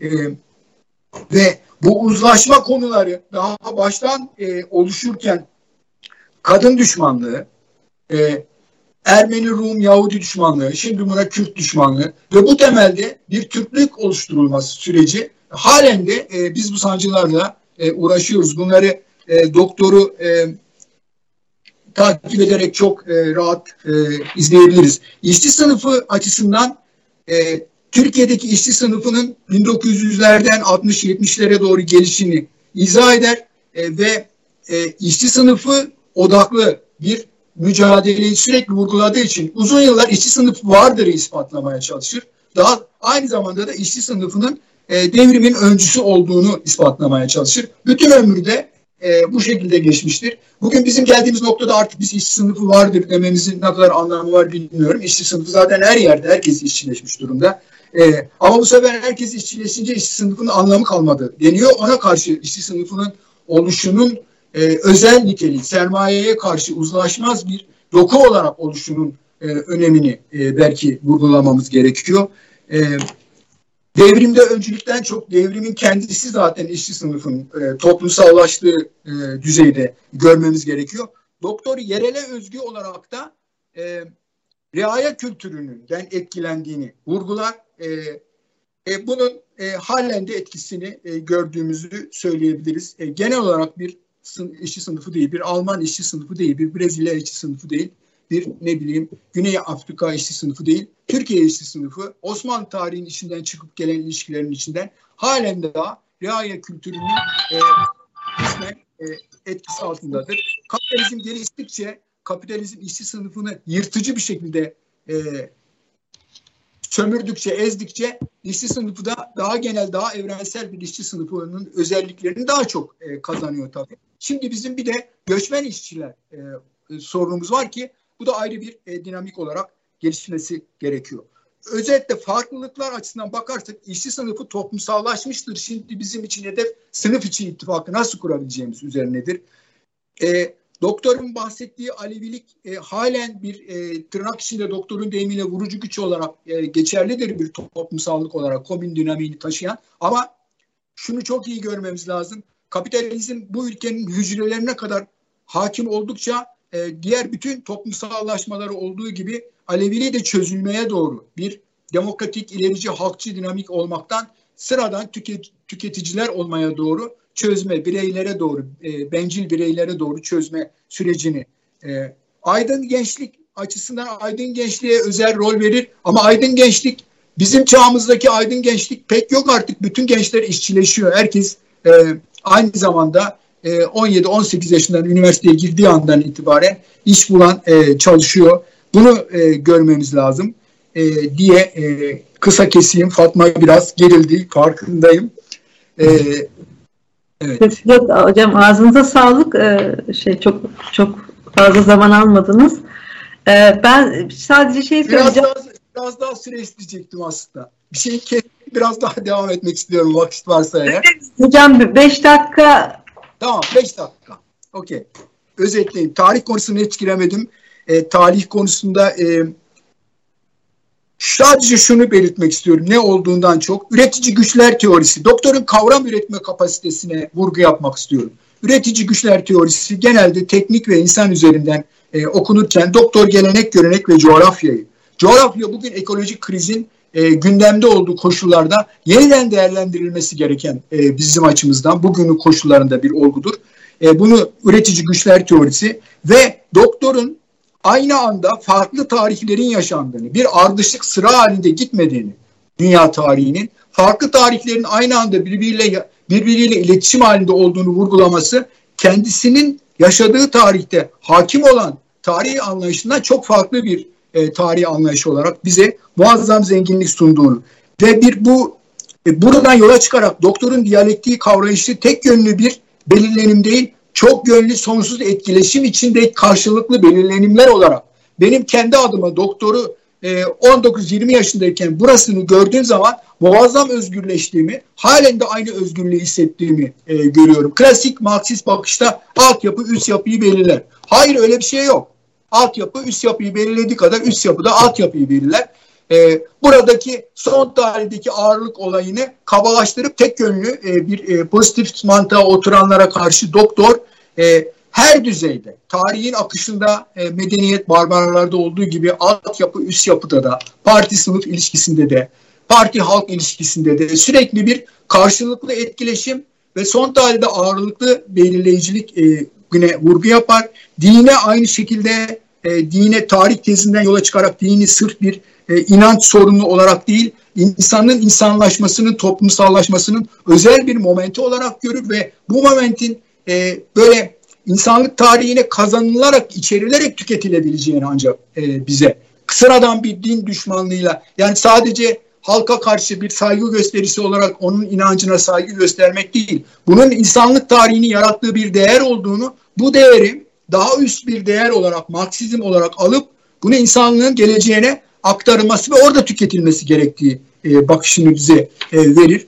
Ve bu uzlaşma konuları daha baştan oluşurken kadın düşmanlığı, Ermeni, Rum, Yahudi düşmanlığı, şimdi buna Kürt düşmanlığı ve bu temelde bir Türklük oluşturulması süreci halen de biz bu sancılarla uğraşıyoruz. Bunları doktoru takip ederek çok rahat izleyebiliriz. İşçi sınıfı açısından Türkiye'deki işçi sınıfının 1900'lerden 60-70'lere doğru gelişini izah eder ve işçi sınıfı odaklı bir mücadeleyi sürekli vurguladığı için uzun yıllar işçi sınıfı vardır'ı ispatlamaya çalışır. Daha aynı zamanda da işçi sınıfının devrimin öncüsü olduğunu ispatlamaya çalışır. Bütün ömrü de bu şekilde geçmiştir. Bugün bizim geldiğimiz noktada artık biz işçi sınıfı vardır dememizin ne kadar anlamı var bilmiyorum. İşçi sınıfı zaten her yerde, herkes işçileşmiş durumda. Ama bu sefer herkes işçileşince işçi sınıfının anlamı kalmadı deniyor. Ona karşı işçi sınıfının oluşunun özel niteliği, sermayeye karşı uzlaşmaz bir doku olarak oluşunun önemini belki vurgulamamız gerekiyor. Devrimde öncülükten çok devrimin kendisi zaten işçi sınıfının toplumsallaştığı düzeyde görmemiz gerekiyor. Doktor yerele özgü olarak da riayet kültüründen etkilendiğini vurgular. Bunun halen de etkisini gördüğümüzü söyleyebiliriz. Genel olarak bir işçi sınıfı değil, bir Alman işçi sınıfı değil, bir Brezilya işçi sınıfı değil, bir Güney Afrika işçi sınıfı değil, Türkiye işçi sınıfı Osmanlı tarihinin içinden çıkıp gelen ilişkilerin içinden halen daha riayet kültürünün kısmen etkisi altındadır. Kapitalizm geliştikçe kapitalizm işçi sınıfını yırtıcı bir şekilde sömürdükçe, ezdikçe işçi sınıfı da daha genel, daha evrensel bir işçi sınıfının özelliklerini daha çok kazanıyor tabii. Şimdi bizim bir de göçmen işçiler sorunumuz var ki bu da ayrı bir dinamik olarak gelişmesi gerekiyor. özellikle farklılıklar açısından bakarsak işçi sınıfı toplumsallaşmıştır. Şimdi bizim için hedef sınıf içi ittifakı nasıl kurabileceğimiz üzerinedir. Doktorun bahsettiği Alevilik halen bir tırnak içinde doktorun deyimiyle vurucu güç olarak geçerlidir bir toplumsallık olarak komün dinamiğini taşıyan. Ama şunu çok iyi görmemiz lazım. Kapitalizm bu ülkenin hücrelerine kadar hakim oldukça diğer bütün toplumsallaşmaları olduğu gibi Aleviliği de çözülmeye doğru bir demokratik, ilerici, halkçı dinamik olmaktan sıradan tüketiciler olmaya doğru çözme, bireylere doğru, bencil bireylere doğru çözme sürecini aydın gençlik açısından aydın gençliğe özel rol verir. Ama aydın gençlik, bizim çağımızdaki aydın gençlik pek yok artık. Bütün gençler işçileşiyor. Herkes aynı zamanda 17-18 yaşından üniversiteye girdiği andan itibaren iş bulan çalışıyor. Bunu görmemiz lazım diye kısa keseyim. Fatma biraz gerildi, farkındayım. Evet. Hocam ağzınıza sağlık. Çok fazla zaman almadınız. Ben sadece söyleyeceğim. Biraz daha süre isteyecektim aslında. Bir şeyi biraz daha devam etmek istiyorum vakit varsa eğer. Hocam 5 dakika. Tamam, 5 dakika. Okey. Özetleyeyim. Tarih konusuna hiç giremedim. Tarih konusunda sadece şunu belirtmek istiyorum. Ne olduğundan çok. Üretici güçler teorisi. Doktorun kavram üretme kapasitesine vurgu yapmak istiyorum. Üretici güçler teorisi genelde teknik ve insan üzerinden okunurken doktor gelenek, görenek ve coğrafyayı. Coğrafya bugün ekolojik krizin gündemde olduğu koşullarda yeniden değerlendirilmesi gereken bizim açımızdan bugünün koşullarında bir olgudur. Bunu üretici güçler teorisi ve doktorun aynı anda farklı tarihlerin yaşandığını, bir ardışık sıra halinde gitmediğini, dünya tarihinin farklı tarihlerin aynı anda birbiriyle iletişim halinde olduğunu vurgulaması, kendisinin yaşadığı tarihte hakim olan tarih anlayışından çok farklı bir tarih anlayışı olarak bize muazzam zenginlik sunduğunu ve buradan yola çıkarak doktorun diyalektiği kavrayışı tek yönlü bir belirlenim değil, çok yönlü sonsuz etkileşim içinde karşılıklı belirlenimler olarak benim kendi adıma doktoru 19-20 yaşındayken burasını gördüğüm zaman muazzam özgürleştiğimi, halen de aynı özgürlüğü hissettiğimi görüyorum. Klasik Marksist bakışta altyapı üst yapıyı belirler. Hayır, öyle bir şey yok. Altyapı üst yapıyı belirlediği kadar üst yapı da altyapıyı belirler. Buradaki son tarihteki ağırlık olayını kabalaştırıp tek yönlü bir pozitif mantığa oturanlara karşı doktor her düzeyde, tarihin akışında medeniyet barbarlarda olduğu gibi altyapı üst yapıda da, parti sınıf ilişkisinde de, parti halk ilişkisinde de sürekli bir karşılıklı etkileşim ve son tarihte ağırlıklı belirleyicilik güne vurgu yapar. Dine aynı şekilde dine tarih tezinden yola çıkarak dini sırf bir inanç sorunu olarak değil, insanın insanlaşmasının, toplumsallaşmasının özel bir momenti olarak görür ve bu momentin böyle insanlık tarihine kazanılarak, içerilerek tüketilebileceğini ancak bize sıradan bir din düşmanlığıyla, yani sadece halka karşı bir saygı gösterisi olarak onun inancına saygı göstermek değil, bunun insanlık tarihini yarattığı bir değer olduğunu, bu değeri daha üst bir değer olarak, Marksizm olarak alıp bunu insanlığın geleceğine aktarılması ve orada tüketilmesi gerektiği bakışını bize verir.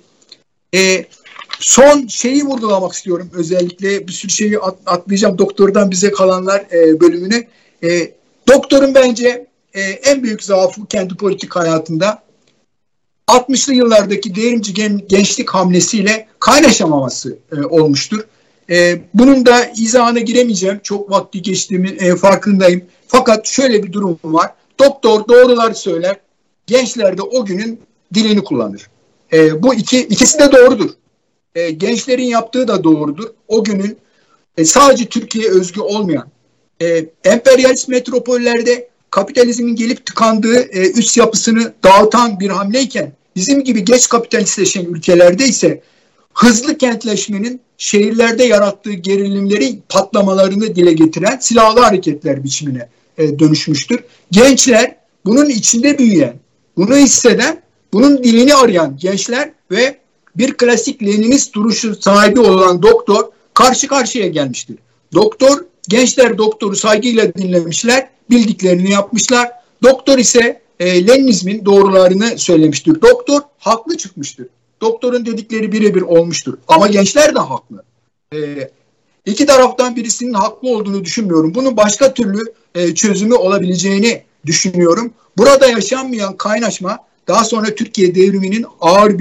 Son şeyi vurgulamak istiyorum, özellikle bir sürü şeyi atlayacağım doktordan bize kalanlar bölümüne. Doktorun bence en büyük zaafı kendi politik hayatında 60'lı yıllardaki devrimci gençlik hamlesiyle kaynaşamaması olmuştur. Bunun da izahına giremeyeceğim. Çok vakti geçtiğimin farkındayım. Fakat şöyle bir durum var. Doktor doğrular söyler. Gençler de o günün dilini kullanır. Bu ikisi de doğrudur. Gençlerin yaptığı da doğrudur. O günün sadece Türkiye'ye özgü olmayan emperyalist metropollerde kapitalizmin gelip tıkandığı üst yapısını dağıtan bir hamleyken bizim gibi geç kapitalistleşen ülkelerde ise hızlı kentleşmenin şehirlerde yarattığı gerilimleri, patlamalarını dile getiren silahlı hareketler biçimine dönüşmüştür. Gençler, bunun içinde büyüyen, bunu hisseden, bunun dilini arayan gençler ve bir klasik Leninist duruşu sahibi olan doktor karşı karşıya gelmiştir. Gençler doktoru saygıyla dinlemişler, bildiklerini yapmışlar. Doktor ise Leninizmin doğrularını söylemiştir. Doktor haklı çıkmıştır. Doktorun dedikleri birebir olmuştur. Ama gençler de haklı. İki taraftan birisinin haklı olduğunu düşünmüyorum. Bunun başka türlü çözümü olabileceğini düşünüyorum. Burada yaşanmayan kaynaşma daha sonra Türkiye devriminin ağır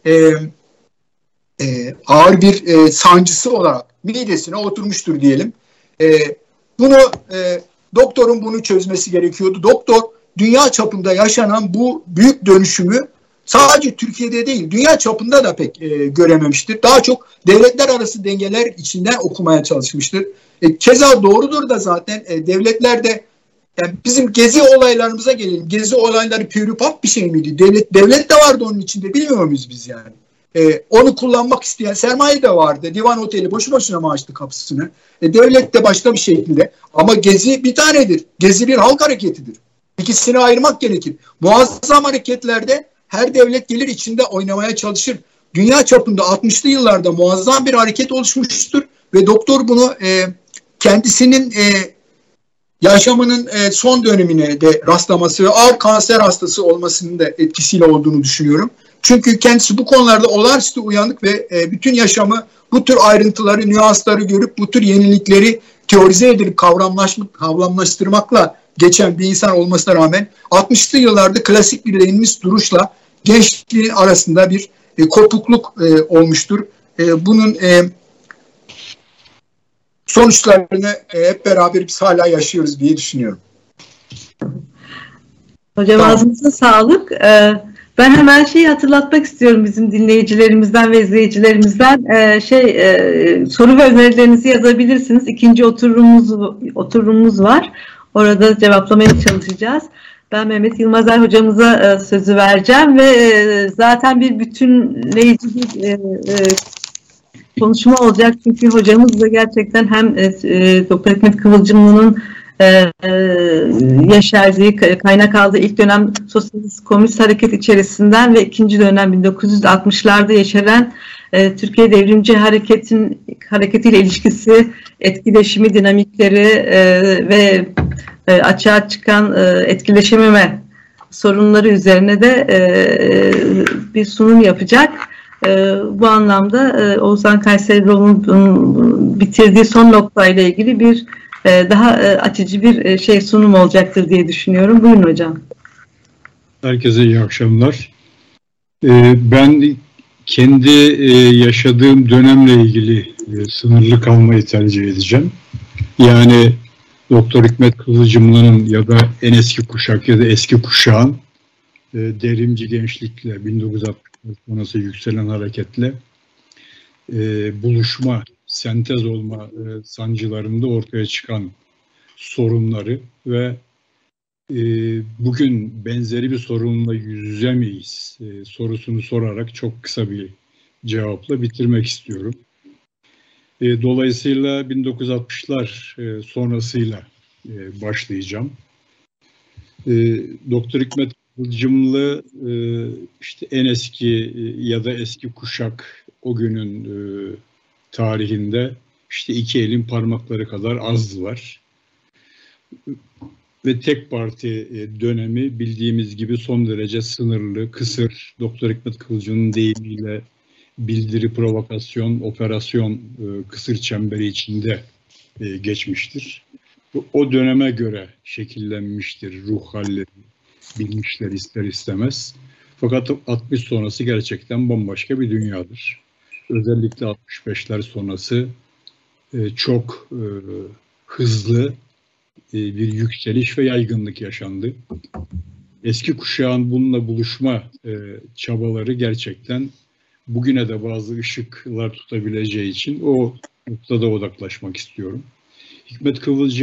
bir sancısı olarak midesine oturmuştur diyelim. Doktorun bunu çözmesi gerekiyordu. Doktor dünya çapında yaşanan bu büyük dönüşümü sadece Türkiye'de değil, dünya çapında da pek görememiştir. Daha çok devletler arası dengeler içinden okumaya çalışmıştır. Keza doğrudur da zaten devletler de, yani bizim gezi olaylarımıza gelelim. Gezi olayları pürüpaf bir şey miydi? Devlet de vardı onun içinde, bilmiyor muyuz biz yani? Onu kullanmak isteyen sermaye de vardı. Divan Oteli boşu boşuna mı açtı kapısını? Devlet de başka bir şekilde. Ama Gezi bir tanedir. Gezi bir halk hareketidir. İkisini ayırmak gerekir. Muazzam hareketlerde her devlet gelir içinde oynamaya çalışır. Dünya çapında 60'lı yıllarda muazzam bir hareket oluşmuştur ve doktor bunu kendisinin yaşamının son dönemine de rastlaması ve ağır kanser hastası olmasının da etkisiyle olduğunu düşünüyorum. Çünkü kendisi bu konularda olağanüstü uyanık ve bütün yaşamı bu tür ayrıntıları, nüansları görüp bu tür yenilikleri teorize edip kavramlaştırmakla geçen bir insan olmasına rağmen 60'lı yıllarda klasik bir Leninist duruşla gençliğin arasında bir kopukluk olmuştur. Bunun sonuçlarını hep beraber biz hala yaşıyoruz diye düşünüyorum. Hocam ağzınıza sağlık. Ben hemen şeyi hatırlatmak istiyorum bizim dinleyicilerimizden ve izleyicilerimizden. Soru ve önerilerinizi yazabilirsiniz. İkinci oturumumuz var. Orada cevaplamaya çalışacağız. Ben Mehmet Yılmazer hocamıza sözü vereceğim ve zaten bir bütünleyici bir konuşma olacak. Çünkü hocamız da gerçekten hem Doktor Hikmet Kıvılcımlı'nın yaşardığı, kaynak aldığı ilk dönem sosyalist komünist hareket içerisinden ve ikinci dönem 1960'larda yaşanan Türkiye Devrimci hareketiyle ilişkisi, etkileşimi, dinamikleri ve açığa çıkan etkileşememe sorunları üzerine de bir sunum yapacak. Bu anlamda Oğuzhan Kayseriloğlu'nun bitirdiği son noktayla ilgili bir daha açıcı bir sunum olacaktır diye düşünüyorum. Buyurun hocam. Herkese iyi akşamlar. Ben kendi yaşadığım dönemle ilgili sınırlı kalmayı tercih edeceğim. Yani Doktor Hikmet Kıvılcımlı'nın ya da en eski kuşak ya da eski kuşağın devrimci gençlikle 1960 sonrası yükselen hareketle buluşma, sentez olma sancılarında ortaya çıkan sorunları ve bugün benzeri bir sorunla yüz yüze miyiz sorusunu sorarak çok kısa bir cevapla bitirmek istiyorum. Dolayısıyla 1960'lar sonrasıyla başlayacağım. Doktor Hikmet Kıvılcımlı işte en eski ya da eski kuşak o günün tarihinde işte iki elin parmakları kadar azdılar. Ve tek parti dönemi bildiğimiz gibi son derece sınırlı, kısır, Doktor Hikmet Kıvılcımlı'nın deyimiyle bildiri, provokasyon, operasyon kısır çemberi içinde geçmiştir. O döneme göre şekillenmiştir ruh halleri, bilmişler ister istemez. Fakat 60 sonrası gerçekten bambaşka bir dünyadır. Özellikle 65'ler sonrası çok hızlı bir yükseliş ve yaygınlık yaşandı. Eski kuşağın bununla buluşma çabaları gerçekten bugüne de bazı ışıklar tutabileceği için o noktada odaklaşmak istiyorum. Hikmet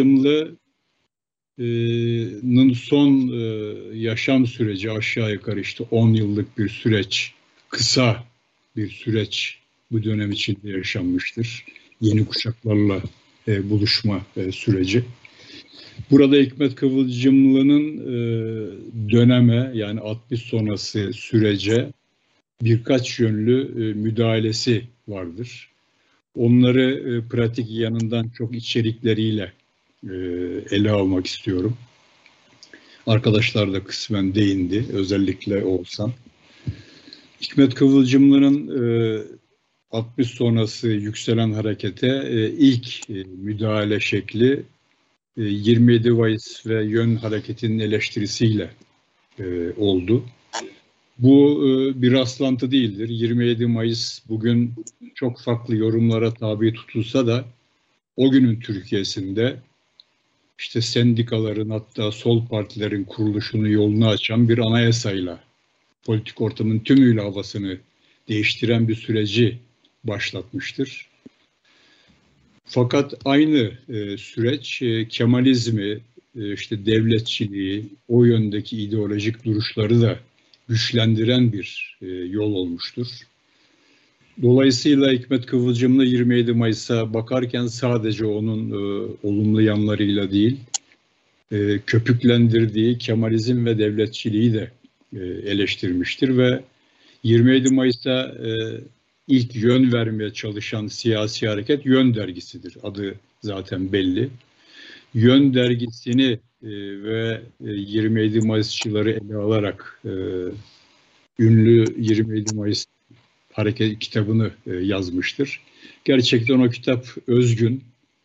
Kıvılcımlı'nın son yaşam süreci aşağı yukarı işte 10 yıllık bir süreç, kısa bir süreç bu dönem içinde yaşanmıştır. Yeni kuşaklarla buluşma süreci. Burada Hikmet Kıvılcımlı'nın döneme yani 60 sonrası sürece birkaç yönlü müdahalesi vardır. Onları pratik yanından çok içerikleriyle ele almak istiyorum. Arkadaşlar da kısmen değindi, özellikle Oğuzhan. Hikmet Kıvılcımlı'nın 60 sonrası yükselen harekete ilk müdahale şekli 27 Mayıs ve Yön Hareketi'nin eleştirisiyle oldu. Bu bir rastlantı değildir. 27 Mayıs bugün çok farklı yorumlara tabi tutulsa da o günün Türkiye'sinde işte sendikaların, hatta sol partilerin kuruluşunu yolunu açan bir anayasayla politik ortamın tümüyle havasını değiştiren bir süreci başlatmıştır. Fakat aynı süreç Kemalizmi, işte devletçiliği, o yöndeki ideolojik duruşları da güçlendiren bir yol olmuştur. Dolayısıyla Hikmet Kıvılcımlı 27 Mayıs'a bakarken sadece onun olumlu yanlarıyla değil, köpüklendirdiği Kemalizm ve devletçiliği de eleştirmiştir ve 27 Mayıs'a ilk yön vermeye çalışan siyasi hareket Yön Dergisi'dir. Adı zaten belli. Yön Dergisini ve 27 Mayısçıları ele alarak ünlü 27 Mayıs Hareket kitabını yazmıştır. Gerçekten o kitap özgün,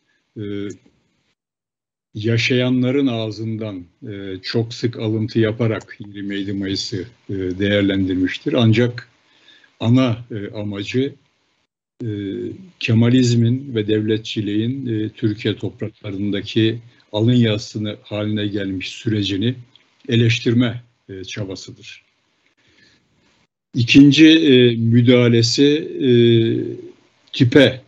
yaşayanların ağzından çok sık alıntı yaparak 27 Mayıs'ı değerlendirmiştir. Ancak ana amacı Kemalizmin ve devletçiliğin Türkiye topraklarındaki alın yazısını haline gelmiş sürecini eleştirme çabasıdır. İkinci müdahalesi tipe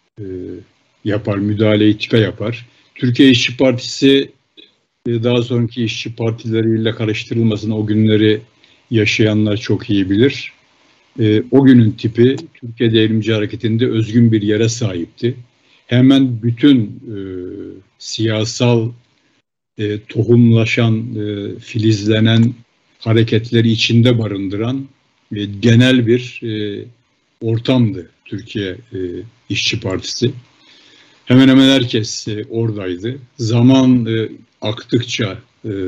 yapar, müdahaleyi tipe yapar. Türkiye İşçi Partisi daha sonraki işçi partileriyle karıştırılmasını o günleri yaşayanlar çok iyi bilir. O günün tipi Türkiye Devrimci Hareketi'nde özgün bir yere sahipti. Hemen bütün siyasal tohumlaşan, filizlenen hareketleri içinde barındıran genel bir ortamdı Türkiye İşçi Partisi. Hemen hemen herkes oradaydı. Zaman aktıkça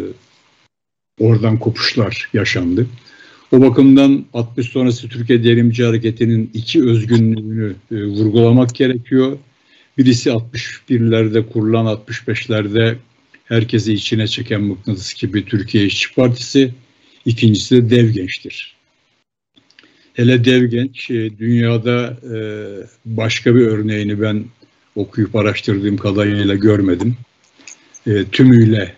oradan kopuşlar yaşandı. O bakımdan 60 sonrası Türkiye Devrimci Hareketi'nin iki özgünlüğünü vurgulamak gerekiyor. Birisi 61'lerde kurulan, 65'lerde herkesi içine çeken mıknatıs gibi Türkiye İşçi Partisi. İkincisi de Dev Genç'tir. Hele Dev Genç dünyada başka bir örneğini ben okuyup araştırdığım kadarıyla görmedim. Tümüyle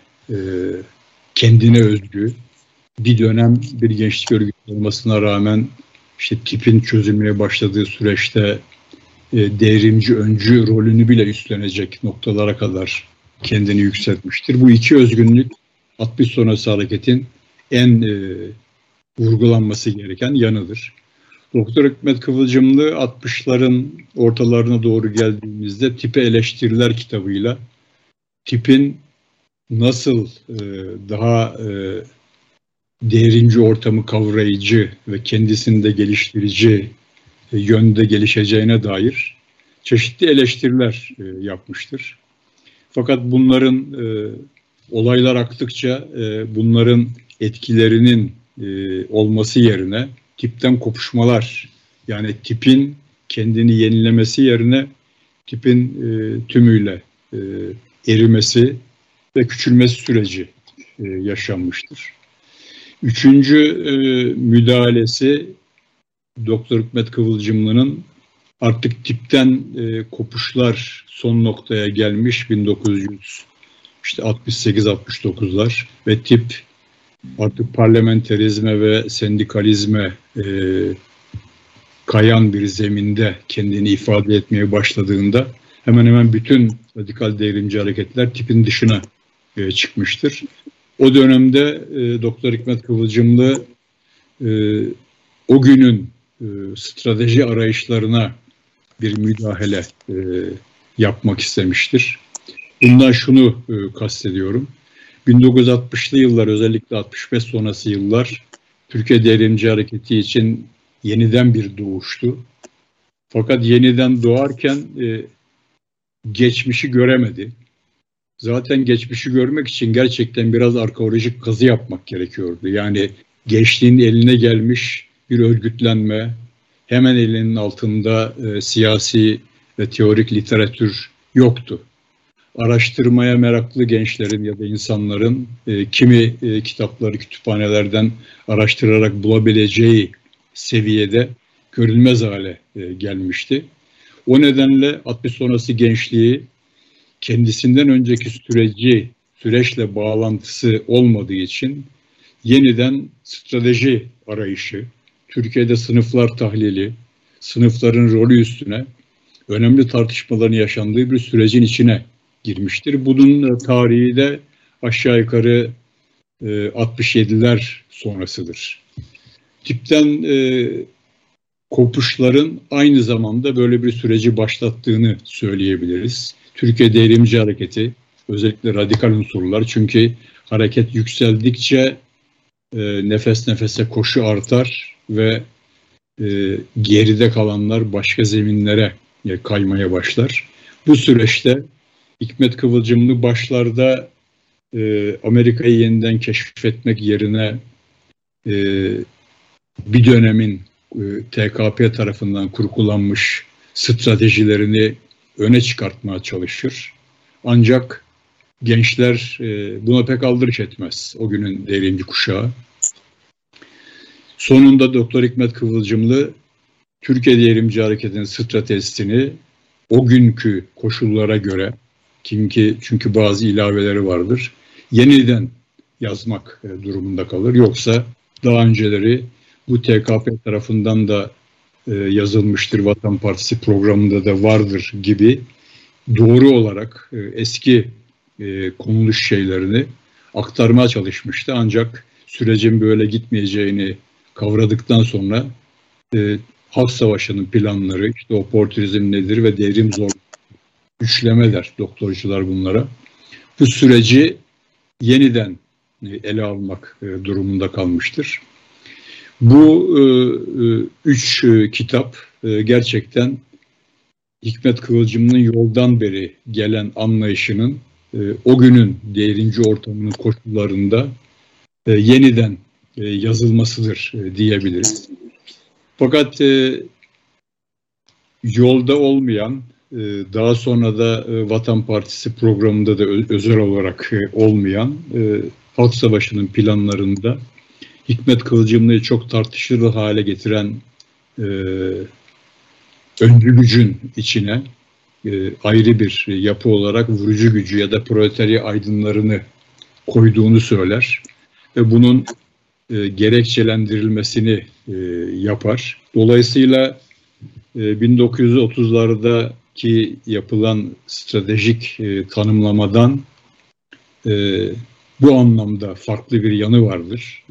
kendine özgü, bir dönem bir gençlik örgütü olmasına rağmen işte tipin çözülmeye başladığı süreçte devrimci öncü rolünü bile üstlenecek noktalara kadar kendini yükseltmiştir. Bu iki özgünlük 60 sonrası hareketin en vurgulanması gereken yanıdır. Doktor Hikmet Kıvılcımlı 60'ların ortalarına doğru geldiğimizde Tipe Eleştiriler kitabıyla tipin nasıl daha devrimci ortamı kavrayıcı ve kendisini de geliştirici yönde gelişeceğine dair çeşitli eleştiriler yapmıştır. Fakat bunların olaylar aktıkça bunların etkilerinin olması yerine tipten kopuşmalar, yani tipin kendini yenilemesi yerine tipin tümüyle erimesi ve küçülmesi süreci yaşanmıştır. Üçüncü müdahalesi Doktor Hikmet Kıvılcımlı'nın artık tipten kopuşlar son noktaya gelmiş 1968-69'lar ve tip artık parlamenterizme ve sendikalizme kayan bir zeminde kendini ifade etmeye başladığında hemen hemen bütün radikal devrimci hareketler tipin dışına çıkmıştır. O dönemde Doktor Hikmet Kıvılcımlı o günün strateji arayışlarına bir müdahale yapmak istemiştir. Bundan şunu kastediyorum. 1960'lı yıllar, özellikle 65 sonrası yıllar Türkiye Devrimci Hareketi için yeniden bir doğuştu. Fakat yeniden doğarken geçmişi göremedi. zaten geçmişi görmek için gerçekten biraz arkeolojik kazı yapmak gerekiyordu. Yani gençliğin eline gelmiş bir örgütlenme, hemen elinin altında siyasi ve teorik literatür yoktu. Araştırmaya meraklı gençlerin ya da insanların kimi kitapları kütüphanelerden araştırarak bulabileceği seviyede görülmez hale gelmişti. O nedenle 60 sonrası gençliği kendisinden önceki süreçle bağlantısı olmadığı için yeniden strateji arayışı, Türkiye'de sınıflar tahlili, sınıfların rolü üstüne önemli tartışmaların yaşandığı bir sürecin içine girmiştir. Bunun tarihi de aşağı yukarı 67'ler sonrasıdır. Tipten kopuşların aynı zamanda böyle bir süreci başlattığını söyleyebiliriz. Türkiye Devrimci Hareketi, özellikle radikal unsurlar, çünkü hareket yükseldikçe nefes nefese koşu artar ve geride kalanlar başka zeminlere kaymaya başlar. Bu süreçte Hikmet Kıvılcımlı başlarda Amerika'yı yeniden keşfetmek yerine bir dönemin TKP tarafından kurgulanmış stratejilerini öne çıkartmaya çalışır. Ancak gençler buna pek aldırış etmez, o günün devrimci kuşağı. Sonunda Doktor Hikmet Kıvılcımlı Türkiye Devrimci Hareketi'nin stratejisini o günkü koşullara göre, çünkü bazı ilaveleri vardır, yeniden yazmak durumunda kalır. Yoksa daha önceleri bu TKP tarafından da yazılmıştır, Vatan Partisi programında da vardır gibi doğru olarak eski konuluş şeylerini aktarmaya çalışmıştı. Ancak sürecin böyle gitmeyeceğini kavradıktan sonra Halk Savaşı'nın planları, işte oportunizm nedir ve devrim zor güçleme der doktorcular bunlara. Bu süreci yeniden ele almak durumunda kalmıştır. Bu üç kitap gerçekten Hikmet Kıvılcımlı'nın yoldan beri gelen anlayışının o günün devrimci ortamının koşullarında yeniden yazılmasıdır diyebiliriz. Fakat yolda olmayan, daha sonra da Vatan Partisi programında da özel olarak olmayan Halk Savaşı'nın planlarında Hikmet Kıvılcımlı'yı çok tartışılır hale getiren öncü gücün içine ayrı bir yapı olarak vurucu gücü ya da proletarya aydınlarını koyduğunu söyler ve bunun gerekçelendirilmesini yapar. Dolayısıyla 1930'lardaki yapılan stratejik tanımlamadan bu anlamda farklı bir yanı vardır.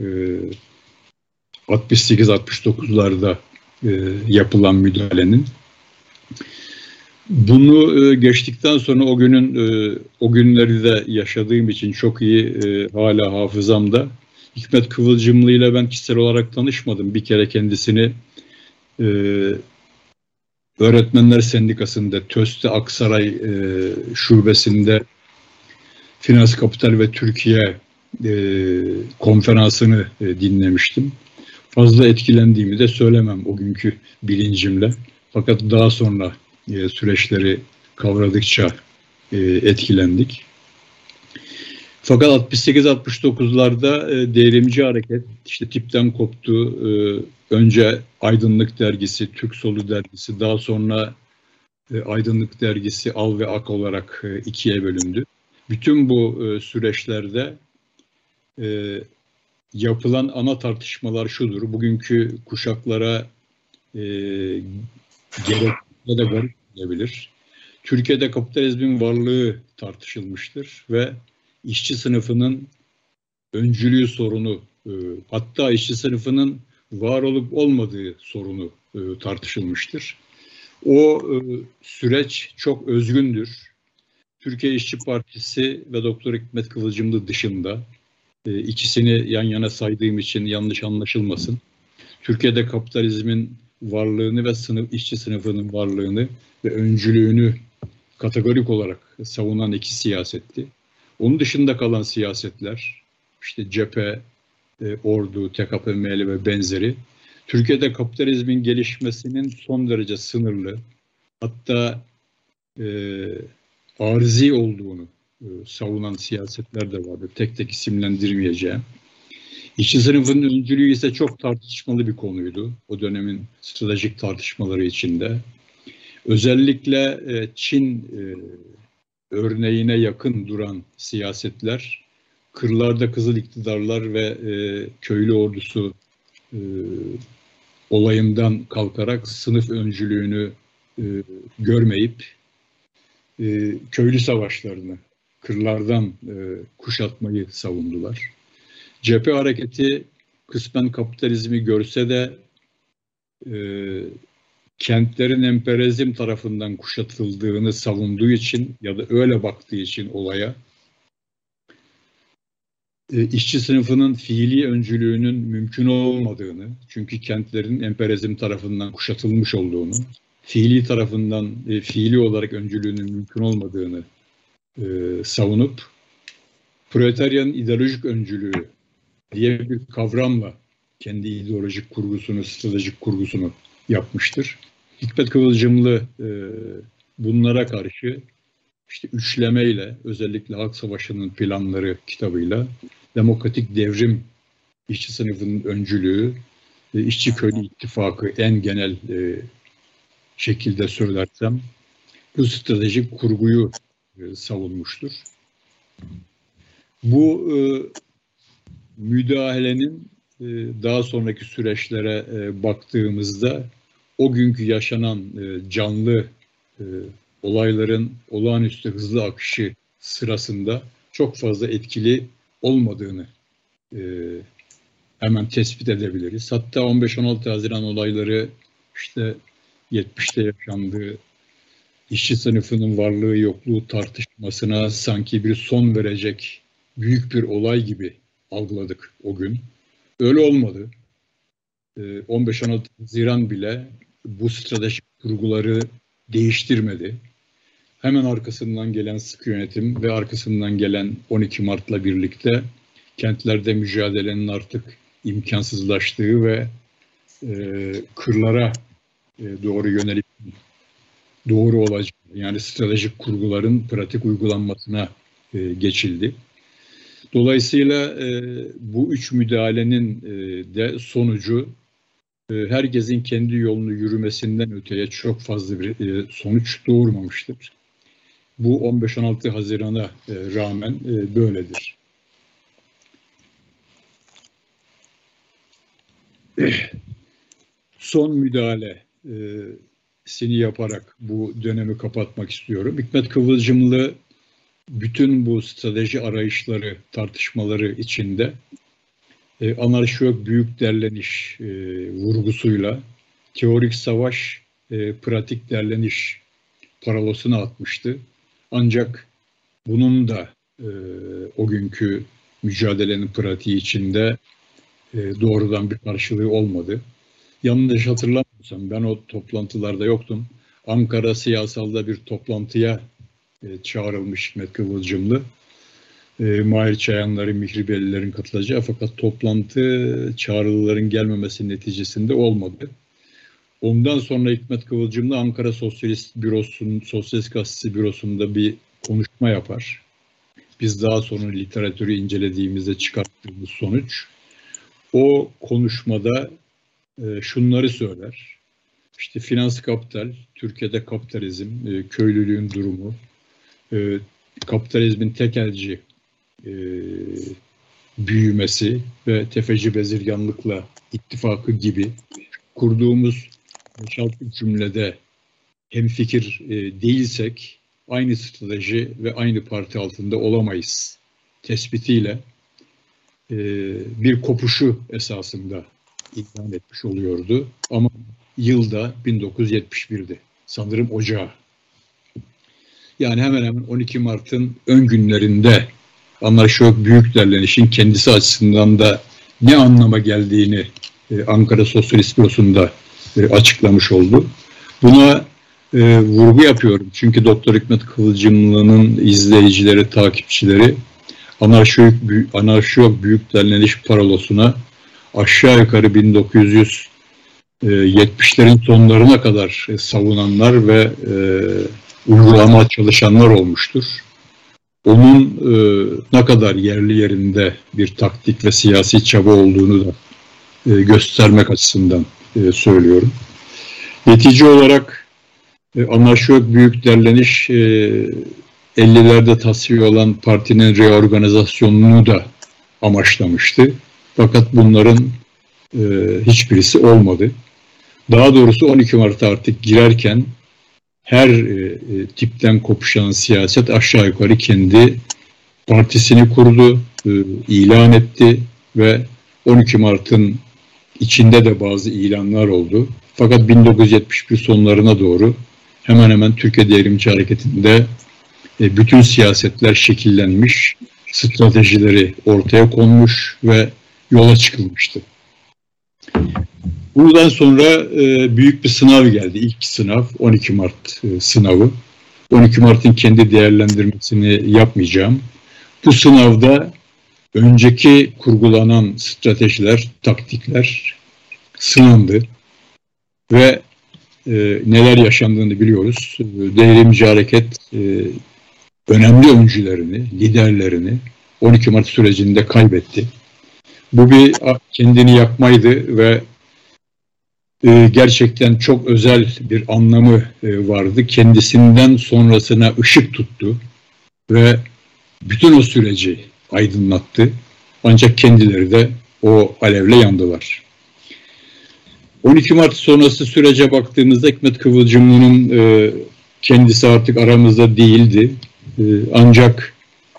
68-69'larda yapılan müdahalenin. Bunu geçtikten sonra o günleri de yaşadığım için çok iyi hala hafızamda. Hikmet Kıvılcımlı ile ben kişisel olarak tanışmadım. Bir kere kendisini Öğretmenler Sendikası'nda TÖS'te Aksaray şubesinde Finans, Kapital ve Türkiye konferansını dinlemiştim. Fazla etkilendiğimi de söylemem o günkü bilincimle. Fakat daha sonra süreçleri kavradıkça etkilendik. Fakat 68-69'larda devrimci hareket işte tipten koptu. Önce Aydınlık Dergisi, Türk Solu Dergisi, daha sonra Aydınlık Dergisi Al ve Ak olarak ikiye bölündü. Bütün bu süreçlerde yapılan ana tartışmalar şudur. Bugünkü kuşaklara gerek ya da garip gelebilir. Türkiye'de kapitalizmin varlığı tartışılmıştır ve işçi sınıfının öncülüğü sorunu, hatta işçi sınıfının var olup olmadığı sorunu tartışılmıştır. O süreç çok özgündür. Türkiye İşçi Partisi ve Doktor Hikmet Kıvılcımlı dışında, ikisini yan yana saydığım için yanlış anlaşılmasın, Türkiye'de kapitalizmin varlığını ve işçi sınıfının varlığını ve öncülüğünü kategorik olarak savunan iki siyasetti. Onun dışında kalan siyasetler, işte cephe, ordu, TKPML ve benzeri, Türkiye'de kapitalizmin gelişmesinin son derece sınırlı, hatta arızi olduğunu savunan siyasetler de vardı. Tek tek isimlendirmeyeceğim. İşçi sınıfının öncülüğü ise çok tartışmalı bir konuydu o dönemin stratejik tartışmaları içinde. Özellikle Çin örneğine yakın duran siyasetler, kırlarda kızıl iktidarlar ve köylü ordusu olayından kalkarak sınıf öncülüğünü görmeyip köylü savaşlarını, kırlardan kuşatmayı savundular. Cephe hareketi kısmen kapitalizmi görse de kentlerin emperyalizm tarafından kuşatıldığını savunduğu için ya da öyle baktığı için olaya, işçi sınıfının fiili öncülüğünün mümkün olmadığını, çünkü kentlerin emperyalizm tarafından kuşatılmış olduğunu, fiili olarak öncülüğünün mümkün olmadığını savunup, proletaryanın ideolojik öncülüğü diye bir kavramla kendi ideolojik kurgusunu, stratejik kurgusunu yapmıştır. Hikmet Kıvılcımlı bunlara karşı işte üçlemeyle, özellikle Halk Savaşı'nın planları kitabıyla, demokratik devrim, işçi sınıfının öncülüğü, işçi köylü ittifakı en genel şekilde söylersem, bu stratejik kurguyu savunmuştur. Bu müdahalenin daha sonraki süreçlere baktığımızda o günkü yaşanan canlı olayların olağanüstü hızlı akışı sırasında çok fazla etkili olmadığını hemen tespit edebiliriz. Hatta 15-16 Haziran olayları, işte 70'te yaşandığı işçi sınıfının varlığı yokluğu tartışmasına sanki bir son verecek büyük bir olay gibi algıladık o gün. Öyle olmadı. 15-16 Haziran bile bu stratejik kurguları değiştirmedi. Hemen arkasından gelen sıkı yönetim ve arkasından gelen 12 Mart'la birlikte kentlerde mücadelenin artık imkansızlaştığı ve kırlara doğru yönelip doğru olacak, yani stratejik kurguların pratik uygulanmasına geçildi. Dolayısıyla bu üç müdahalenin de sonucu herkesin kendi yolunu yürümesinden öteye çok fazla bir sonuç doğurmamıştır. Bu 15-16 Haziran'a rağmen böyledir. Son müdahalesini yaparak bu dönemi kapatmak istiyorum. Hikmet Kıvılcımlı bütün bu strateji arayışları, tartışmaları içinde anarşi yok büyük derleniş vurgusuyla teorik savaş, pratik derleniş paralosunu atmıştı. Ancak bunun da o günkü mücadelenin pratiği içinde doğrudan bir karşılığı olmadı. Yanlış hatırlamıyorsam, ben o toplantılarda yoktum. Ankara siyasalda bir toplantıya çağrılmış Hikmet Kıvılcımlı. Mahir Çayanların, Mihribelilerin katılacağı, fakat toplantı çağrılıların gelmemesi neticesinde olmadı. Ondan sonra Hikmet Kıvılcımlı Ankara Sosyalist Gazetesi Bürosu'nda bir konuşma yapar. Biz daha sonra literatürü incelediğimizde çıkarttığımız sonuç, o konuşmada şunları söyler. İşte finans kapital, Türkiye'de kapitalizm, köylülüğün durumu, kapitalizmin tekelci büyümesi ve tefeci bezirganlıkla ittifakı gibi kurduğumuz 5-6 cümlede hemfikir değilsek aynı strateji ve aynı parti altında olamayız tespitiyle bir kopuşu esasında ilan etmiş oluyordu. Ama yılda 1971'di. Sanırım Ocağı. Yani hemen hemen 12 Mart'ın ön günlerinde anarşi yok büyük derlenişin kendisi açısından da ne anlama geldiğini Ankara Sosyalist Bürosu'nda açıklamış oldu. Buna vurgu yapıyorum. Çünkü Doktor Hikmet Kıvılcımlı'nın izleyicileri, takipçileri Anarşi Büyük Direniş Parolosuna aşağı yukarı 1970'lerin sonlarına kadar savunanlar ve uygulama çalışanlar olmuştur. Onun ne kadar yerli yerinde bir taktik ve siyasi çaba olduğunu da göstermek açısından söylüyorum. Netice olarak Anarşi Büyük Direniş 50'lerde tasfiye olan partinin reorganizasyonunu da amaçlamıştı. Fakat bunların hiçbirisi olmadı. Daha doğrusu 12 Mart'a artık girerken her tipten kopuşan siyaset aşağı yukarı kendi partisini kurdu, ilan etti ve 12 Mart'ın içinde de bazı ilanlar oldu. Fakat 1971 sonlarına doğru hemen hemen Türkiye Devrimci Hareketi'nde bütün siyasetler şekillenmiş, stratejileri ortaya konmuş ve yola çıkılmıştı. Bundan sonra büyük bir sınav geldi. İlk sınav 12 Mart sınavı. 12 Mart'ın kendi değerlendirmesini yapmayacağım. Bu sınavda önceki kurgulanan stratejiler, taktikler sınandı ve neler yaşandığını biliyoruz. Devrimci hareket önemli öncülerini, liderlerini 12 Mart sürecinde kaybetti. Bu bir kendini yakmaydı ve gerçekten çok özel bir anlamı vardı. Kendisinden sonrasına ışık tuttu ve bütün o süreci aydınlattı. Ancak kendileri de o alevle yandılar. 12 Mart sonrası sürece baktığımızda Hikmet Kıvılcımlı'nın kendisi artık aramızda değildi. Ancak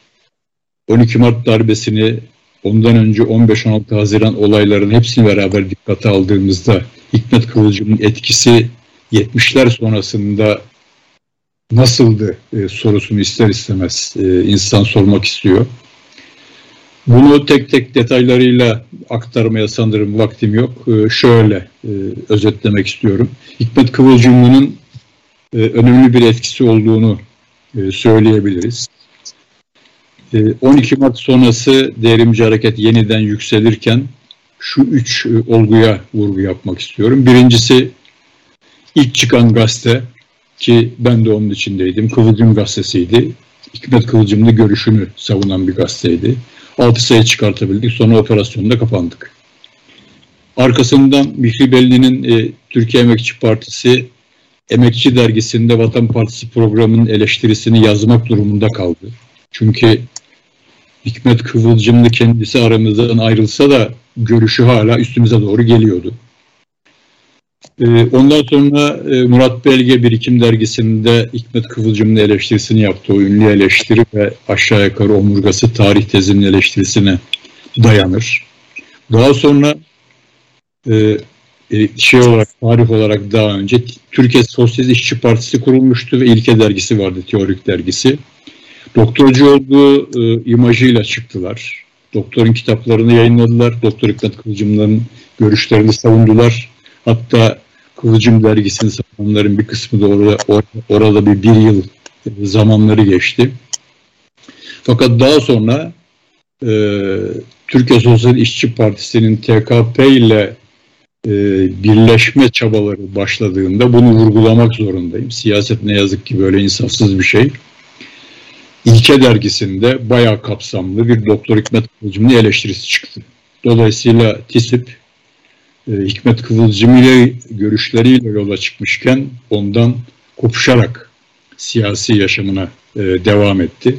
12 Mart darbesini, ondan önce 15-16 Haziran olaylarının hepsini beraber dikkate aldığımızda Hikmet Kıvılcım'ın etkisi 70'ler sonrasında nasıldı sorusunu ister istemez insan sormak istiyor. Bunu tek tek detaylarıyla aktarmaya sanırım vaktim yok. Şöyle özetlemek istiyorum. Hikmet Kıvılcımlı'nın önemli bir etkisi olduğunu söyleyebiliriz. 12 Mart sonrası devrimci hareket yeniden yükselirken şu 3 olguya vurgu yapmak istiyorum. Birincisi ilk çıkan gazete, ki ben de onun içindeydim, Kıvılcım Gazetesi'ydi. Hikmet Kıvılcımlı görüşünü savunan bir gazeteydi. 6 sayı çıkartabildik, sonra operasyonda kapandık. Arkasından Mihri Belli'nin Türkiye Emekçi Partisi Emekçi Dergisi'nde Vatan Partisi programının eleştirisini yazmak durumunda kaldı. Çünkü Hikmet Kıvılcımlı kendisi aramızdan ayrılsa da görüşü hala üstümüze doğru geliyordu. Ondan sonra Murat Belge Birikim Dergisi'nde Hikmet Kıvılcımlı eleştirisini yaptı. O ünlü eleştiri ve aşağı yukarı omurgası tarih tezinin eleştirisine dayanır. Daha sonra tarih olarak daha önce Türkiye Sosyalist İşçi Partisi kurulmuştu ve İlke Dergisi vardı, teorik dergisi. Doktorcu olduğu imajıyla çıktılar. Doktorun kitaplarını yayınladılar. Doktor Hikmet Kıvılcımlı'nın görüşlerini savundular. Hatta Kıvılcım Dergisi'ni savunanların bir kısmı da orada bir yıl zamanları geçti. Fakat daha sonra Türkiye Sosyalist İşçi Partisi'nin TKP ile birleşme çabaları başladığında bunu vurgulamak zorundayım. Siyaset ne yazık ki böyle insafsız bir şey. İlke Dergisi'nde bayağı kapsamlı bir Doktor Hikmet Kıvılcımlı eleştirisi çıktı. Dolayısıyla TİSİP Hikmet Kıvılcımlı görüşleriyle yola çıkmışken ondan kopuşarak siyasi yaşamına devam etti.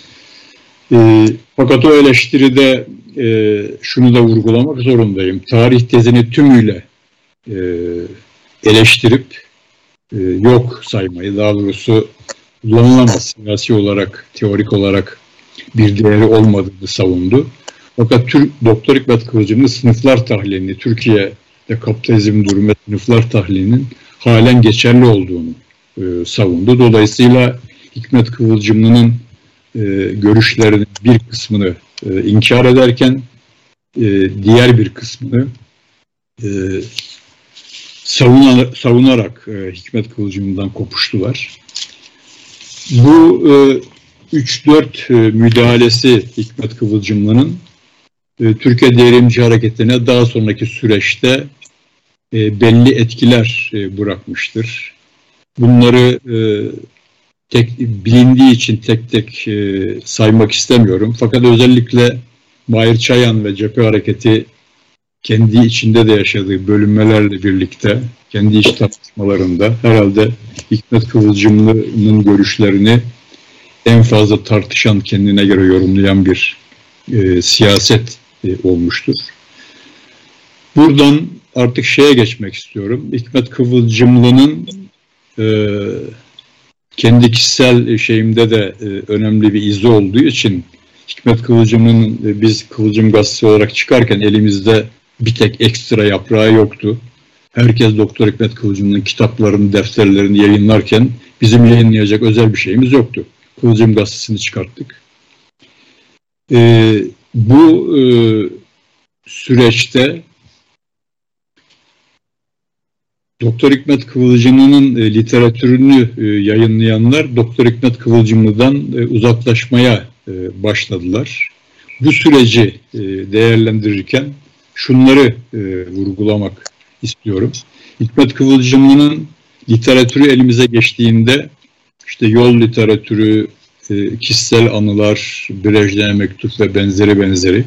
Fakat o eleştiride şunu da vurgulamak zorundayım. Tarih tezini tümüyle eleştirip yok saymayı, daha doğrusu kullanılamaz, siyasi olarak, teorik olarak bir değeri olmadığını savundu. Fakat Doktor Hikmet Kıvılcımlı sınıflar tahlilini, Türkiye'de kapitalizm durumu ve sınıflar tahlilinin halen geçerli olduğunu savundu. Dolayısıyla Hikmet Kıvılcımlı'nın görüşlerinin bir kısmını inkar ederken diğer bir kısmını savunarak Hikmet Kıvılcımlı'dan kopuştular. Bu 3-4 müdahalesi Hikmet Kıvılcımlı'nın Türkiye Devrimci Hareketi'ne daha sonraki süreçte belli etkiler bırakmıştır. Bunları bilindiği için tek tek saymak istemiyorum. Fakat özellikle Mahir Çayan ve Cephe Hareketi kendi içinde de yaşadığı bölünmelerle birlikte kendi iç tartışmalarında herhalde Hikmet Kıvılcımlı'nın görüşlerini en fazla tartışan, kendine göre yorumlayan bir siyaset olmuştur. Buradan artık şeye geçmek istiyorum. Hikmet Kıvılcımlı'nın kendi kişisel şeyimde de önemli bir izi olduğu için Hikmet Kıvılcımlı'nın biz Kıvılcım Gazetesi olarak çıkarken elimizde bir tek ekstra yaprağı yoktu. Herkes Doktor Hikmet Kıvılcımlı'nın kitaplarını, defterlerini yayınlarken bizim yayınlayacak özel bir şeyimiz yoktu. Kıvılcım Gazetesi'ni çıkarttık. Bu süreçte Doktor Hikmet Kıvılcımlı'nın literatürünü yayınlayanlar Doktor Hikmet Kıvılcımlı'dan uzaklaşmaya başladılar. Bu süreci değerlendirirken şunları vurgulamak istiyorum. Hikmet Kıvılcımlı'nın literatürü elimize geçtiğinde işte yol literatürü, kişisel anılar, Brejnev'e mektup ve benzeri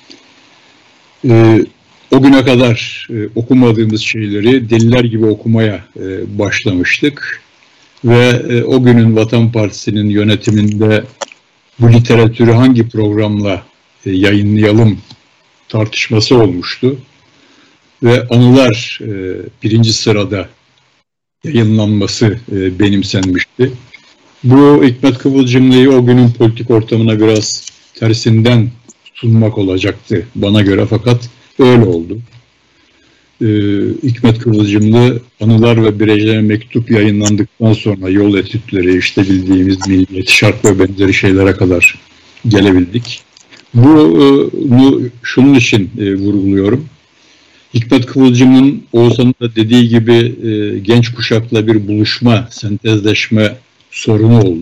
o güne kadar okumadığımız şeyleri deliler gibi okumaya başlamıştık. Ve o günün Vatan Partisi'nin yönetiminde bu literatürü hangi programla yayınlayalım tartışması olmuştu. Ve anılar birinci sırada yayınlanması benimsenmişti. Bu Hikmet Kıvılcımlı'yı o günün politik ortamına biraz tersinden sunmak olacaktı bana göre, fakat öyle oldu. Hikmet Kıvılcımlı Anılar ve Brejnev'e mektup yayınlandıktan sonra yol etütleri, işte bildiğimiz Milliyet, Şark ve benzeri şeylere kadar gelebildik. Bunu şunun için vurguluyorum. Hikmet Kıvılcım'ın Oğuzhan'ın da dediği gibi genç kuşakla bir buluşma, sentezleşme sorunu oldu.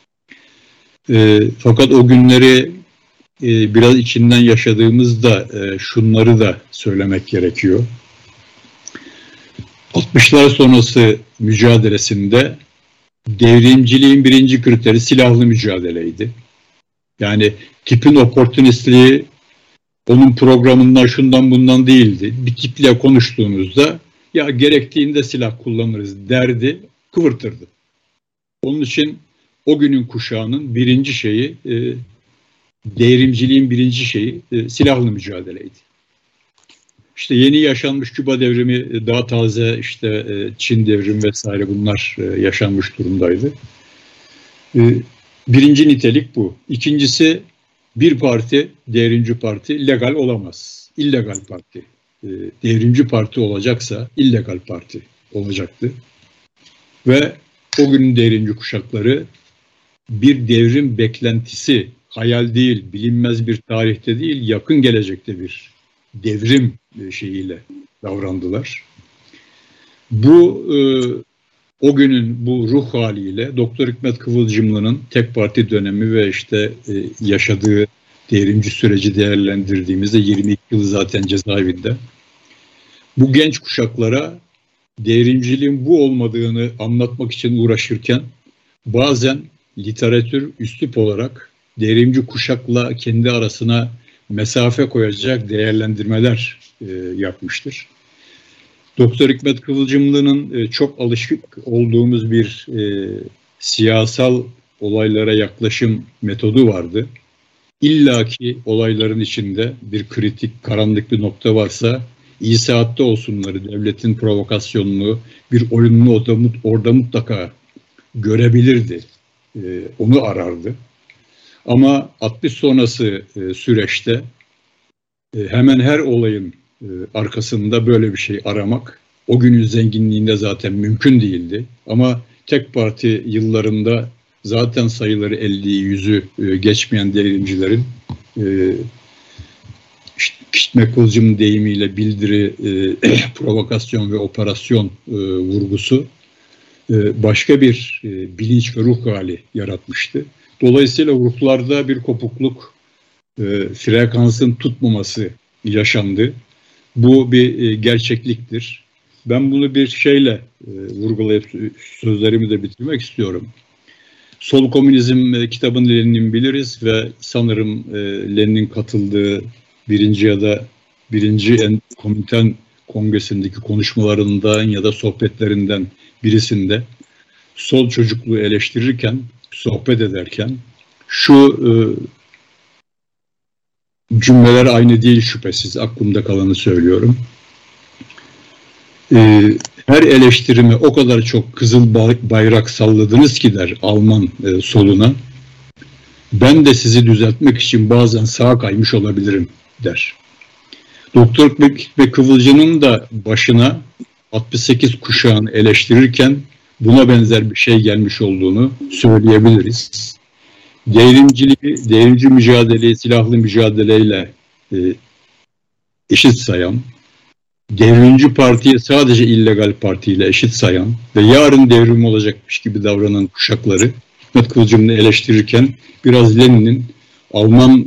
Fakat o günleri biraz içinden yaşadığımızda şunları da söylemek gerekiyor. 60'lar sonrası mücadelesinde devrimciliğin birinci kriteri silahlı mücadeleydi. Yani tipin oportunistliği onun programından şundan bundan değildi. Bir tiple konuştuğunuzda ya gerektiğinde silah kullanırız derdi, kıvırtırdı. Onun için o günün kuşağının birinci şeyi, devrimciliğin birinci şeyi silahlı mücadeleydi. İşte yeni yaşanmış Küba devrimi, daha taze işte Çin devrimi vesaire bunlar yaşanmış durumdaydı. Birinci nitelik bu. İkincisi, bir parti, devrimci parti legal olamaz. İllegal parti. Devrimci parti olacaksa illegal parti olacaktı. Ve o günün devrimci kuşakları bir devrim beklentisi, hayal değil, bilinmez bir tarihte değil, yakın gelecekte bir devrim şeyiyle davrandılar. Bu o günün bu ruh haliyle Doktor Hikmet Kıvılcımlı'nın tek parti dönemi ve işte yaşadığı devrimci süreci değerlendirdiğimizde 22 yıl zaten cezaevinde. Bu genç kuşaklara devrimciliğin bu olmadığını anlatmak için uğraşırken bazen literatür üslup olarak devrimci kuşakla kendi arasına mesafe koyacak değerlendirmeler yapmıştır. Doktor Hikmet Kıvılcımlı'nın çok alışık olduğumuz bir siyasal olaylara yaklaşım metodu vardı. İlla ki olayların içinde bir kritik, karanlık bir nokta varsa iyi saatte olsunları, devletin provokasyonunu, bir oyununu orada mutlaka görebilirdi. Onu arardı. Ama 60 sonrası süreçte hemen her olayın arkasında böyle bir şey aramak o günün zenginliğinde zaten mümkün değildi. Ama tek parti yıllarında zaten sayıları 50'yi 100'ü geçmeyen devrimcilerin Hikmet Kıvılcım deyimiyle bildiri, provokasyon ve operasyon vurgusu başka bir bilinç ve ruh hali yaratmıştı. Dolayısıyla ruhlarda bir kopukluk, frekansın tutmaması yaşandı. Bu bir gerçekliktir. Ben bunu bir şeyle vurgulayıp sözlerimi de bitirmek istiyorum. Sol Komünizm kitabını Lenin'in biliriz ve sanırım Lenin'in katıldığı birinci Komintern Kongresi'ndeki konuşmalarından ya da sohbetlerinden birisinde sol çocukluğu eleştirirken, sohbet ederken şu cümleler aynı değil şüphesiz, aklımda kalanı söylüyorum. Her eleştirime o kadar çok kızıl bayrak salladınız ki der Alman soluna. Ben de sizi düzeltmek için bazen sağa kaymış olabilirim der. Doktor ve Kıvılcım'ın da başına 68 kuşağını eleştirirken buna benzer bir şey gelmiş olduğunu söyleyebiliriz. Devrimci mücadeleyi silahlı mücadeleyle eşit sayan, devrimci partiyi sadece illegal partiyle eşit sayan ve yarın devrim olacakmış gibi davranan kuşakları Hikmet Kıvılcım'ı eleştirirken biraz Lenin'in Alman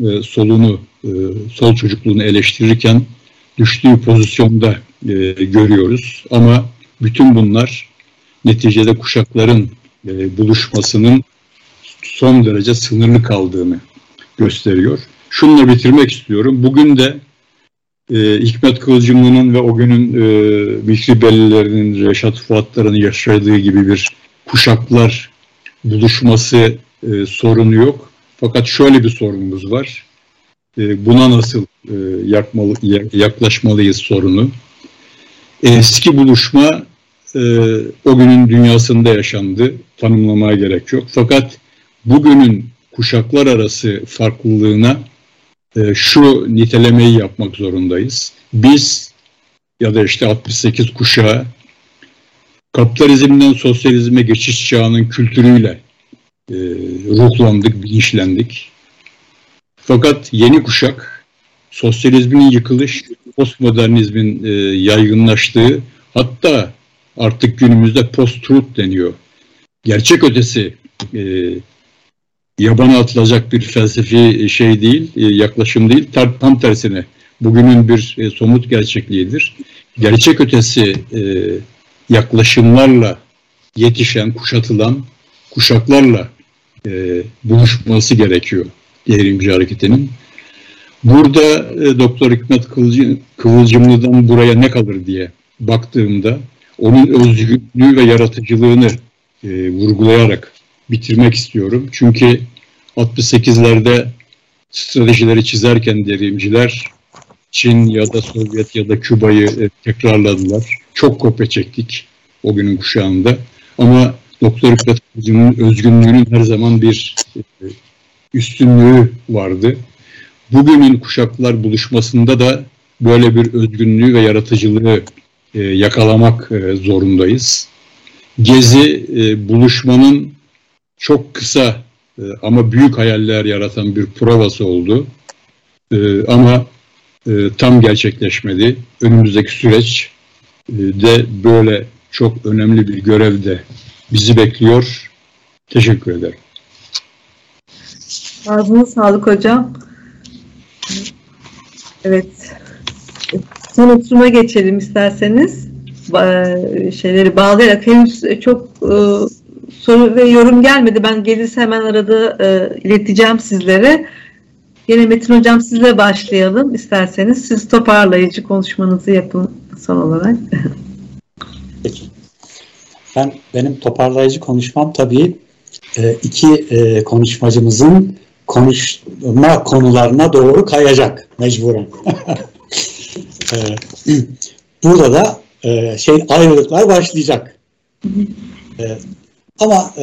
sol çocukluğunu eleştirirken düştüğü pozisyonda görüyoruz. Ama bütün bunlar neticede kuşakların buluşmasının son derece sınırlı kaldığını gösteriyor. Şununla bitirmek istiyorum. Bugün de Hikmet Kıvılcımlı'nın ve o günün Mikri Bellilerinin, Reşat Fuatlar'ın yaşadığı gibi bir kuşaklar buluşması sorunu yok. Fakat şöyle bir sorunumuz var. Buna nasıl yaklaşmalıyız sorunu. Eski buluşma o günün dünyasında yaşandı. Tanımlamaya gerek yok. Fakat bugünün kuşaklar arası farklılığına şu nitelemeyi yapmak zorundayız. Biz ya da işte 68 kuşağı kapitalizmden sosyalizme geçiş çağının kültürüyle ruhlandık, bilinçlendik. Fakat yeni kuşak sosyalizmin yıkılış, postmodernizmin yaygınlaştığı, hatta artık günümüzde post-truth deniyor. Gerçek ötesi yabana atılacak bir felsefi şey değil, yaklaşım değil, tam tersine bugünün bir somut gerçekliğidir. Gerçek ötesi yaklaşımlarla yetişen, kuşatılan kuşaklarla buluşması gerekiyor devrimci hareketinin. Burada Doktor Hikmet Kıvılcımlı'dan buraya ne kalır diye baktığımda onun özgürlüğü ve yaratıcılığını vurgulayarak bitirmek istiyorum. Çünkü 68'lerde stratejileri çizerken devrimciler Çin ya da Sovyet ya da Küba'yı tekrarladılar. Çok kopya çektik o günün kuşağında. Ama Doktor Hikmet Kıvılcımlı'nın özgünlüğünün her zaman bir üstünlüğü vardı. Bugünün kuşaklar buluşmasında da böyle bir özgünlüğü ve yaratıcılığı yakalamak zorundayız. Gezi buluşmanın çok kısa ama büyük hayaller yaratan bir provası oldu. Ama tam gerçekleşmedi. Önümüzdeki süreç de böyle çok önemli bir görev de bizi bekliyor. Teşekkür ederim. Ağzına sağlık hocam. Evet. Son oturuma geçelim isterseniz. Şeyleri bağlayarak henüz çok soru ve yorum gelmedi. Ben gelirse hemen arada ileteceğim sizlere. Yine Metin hocam sizle başlayalım isterseniz. Siz toparlayıcı konuşmanızı yapın son olarak. Peki. Benim toparlayıcı konuşmam tabii iki konuşmacımızın konuşma konularına doğru kayacak mecburen. Burada da ayrılıklar başlayacak. Ama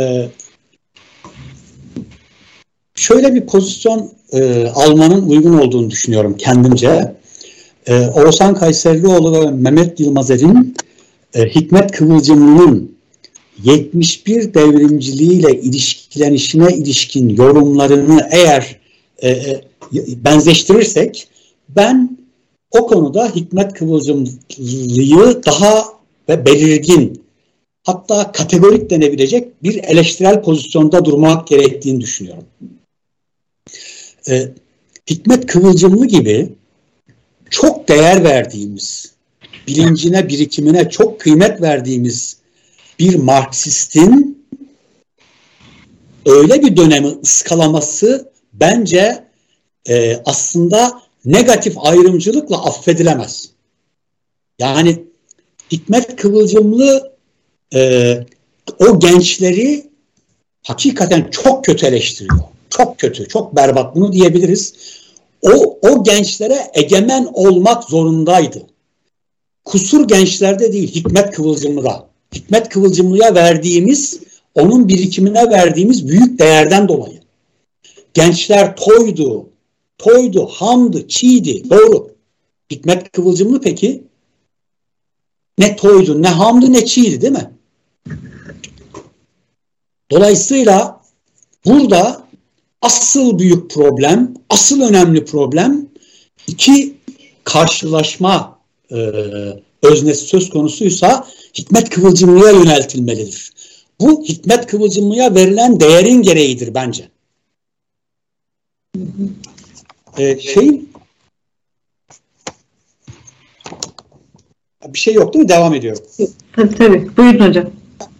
şöyle bir pozisyon almanın uygun olduğunu düşünüyorum kendimce. Oğuzhan Kayserlioğlu ve Mehmet Yılmazer'in Hikmet Kıvılcımlı'nın 71 devrimciliğiyle ilişkilenişine ilişkin yorumlarını eğer benzeştirirsek, ben o konuda Hikmet Kıvılcımlı'yı daha ve belirgin hatta kategorik denebilecek bir eleştirel pozisyonda durmak gerektiğini düşünüyorum. Hikmet Kıvılcımlı gibi çok değer verdiğimiz, bilincine, birikimine çok kıymet verdiğimiz bir Marksistin öyle bir dönemi ıskalaması bence aslında negatif ayrımcılıkla affedilemez. Yani Hikmet Kıvılcımlı o gençleri hakikaten çok kötü eleştiriyor. Çok kötü, çok berbat, bunu diyebiliriz. O gençlere egemen olmak zorundaydı. Kusur gençlerde değil, Hikmet Kıvılcımlı'da. Hikmet Kıvılcımlı'ya verdiğimiz, onun birikimine verdiğimiz büyük değerden dolayı. Gençler toydu, hamdı, çiğdi. Doğru. Hikmet Kıvılcımlı peki ne toydu, ne hamdı, ne çiğdi, değil mi? Dolayısıyla burada asıl büyük problem, asıl önemli problem iki karşılaşma öznesi söz konusuysa Hikmet Kıvılcımlı'ya yöneltilmelidir. Bu Hikmet Kıvılcımlı'ya verilen değerin gereğidir bence. Bir şey yok değil mi? Devam ediyorum. Tabii. Buyurun hocam.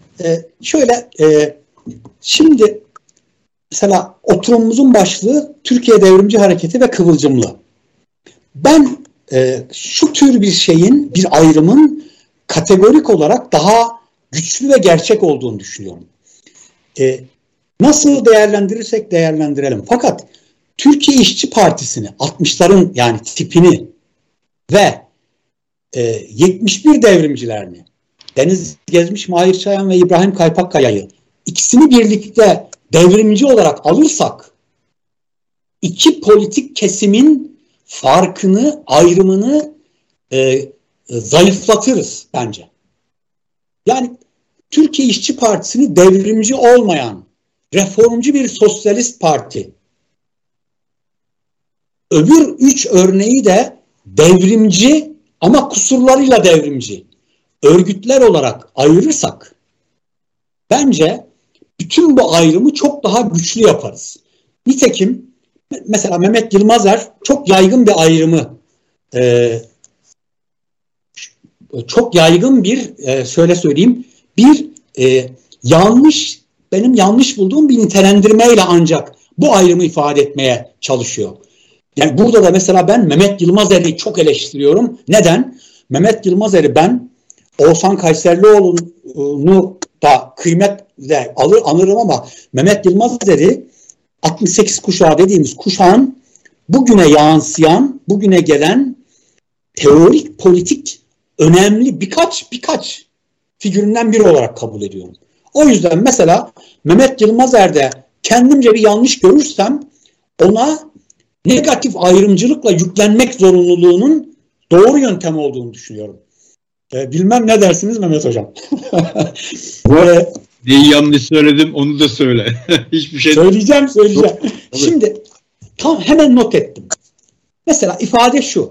Şimdi mesela oturumumuzun başlığı Türkiye Devrimci Hareketi ve Kıvılcımlı. Ben şu tür bir şeyin, bir ayrımın kategorik olarak daha güçlü ve gerçek olduğunu düşünüyorum. Nasıl değerlendirirsek değerlendirelim. Fakat Türkiye İşçi Partisi'ni, 60'ların yani tipini ve 71 devrimcilerini, Deniz Gezmiş, Mahir Çayan ve İbrahim Kaypakkaya'yı, ikisini birlikte devrimci olarak alırsak iki politik kesimin farkını, ayrımını zayıflatırız bence. Yani Türkiye İşçi Partisi'ni devrimci olmayan, reformcu bir sosyalist parti, öbür üç örneği de devrimci ama kusurlarıyla devrimci örgütler olarak ayırırsak bence bütün bu ayrımı çok daha güçlü yaparız. Nitekim mesela Mehmet Yılmazer çok yaygın bir ayrımı, çok yaygın bir şöyle söyleyeyim, bir benim yanlış bulduğum bir nitelendirmeyle ancak bu ayrımı ifade etmeye çalışıyor. Yani burada da mesela ben Mehmet Yılmazer'i çok eleştiriyorum. Neden? Mehmet Yılmazer'i ben Oğuzhan Kayserlioğlu'nu da kıymetle anırım ama Mehmet Yılmazer'i 68 kuşağı dediğimiz kuşağın bugüne yansıyan, bugüne gelen teorik, politik önemli birkaç figüründen biri olarak kabul ediyorum. O yüzden mesela Mehmet Yılmazer'de kendimce bir yanlış görürsem ona negatif ayrımcılıkla yüklenmek zorunluluğunun doğru yöntem olduğunu düşünüyorum. Bilmem ne dersiniz Mehmet Hocam? Neyi yanlış söyledim onu da söyle. Hiçbir şey söyleyeceğim. Şimdi tam hemen not ettim. Mesela ifade şu.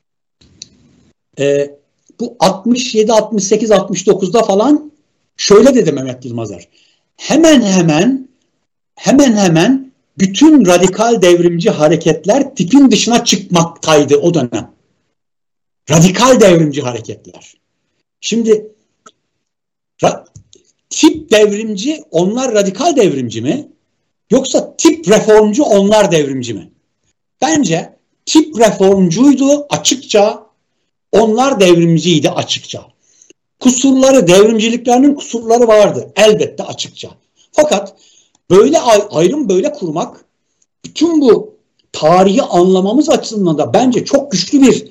Bu 67, 68, 69'da falan şöyle dedi Mehmet Yılmazer. Hemen hemen bütün radikal devrimci hareketler tipin dışına çıkmaktaydı o dönem. Radikal devrimci hareketler. Şimdi tip devrimci onlar radikal devrimci mi? Yoksa tip reformcu onlar devrimci mi? Bence tip reformcuydu açıkça, onlar devrimciydi açıkça. Devrimciliklerinin kusurları vardı elbette açıkça. Fakat böyle ayrım böyle kurmak bütün bu tarihi anlamamız açısından da bence çok güçlü bir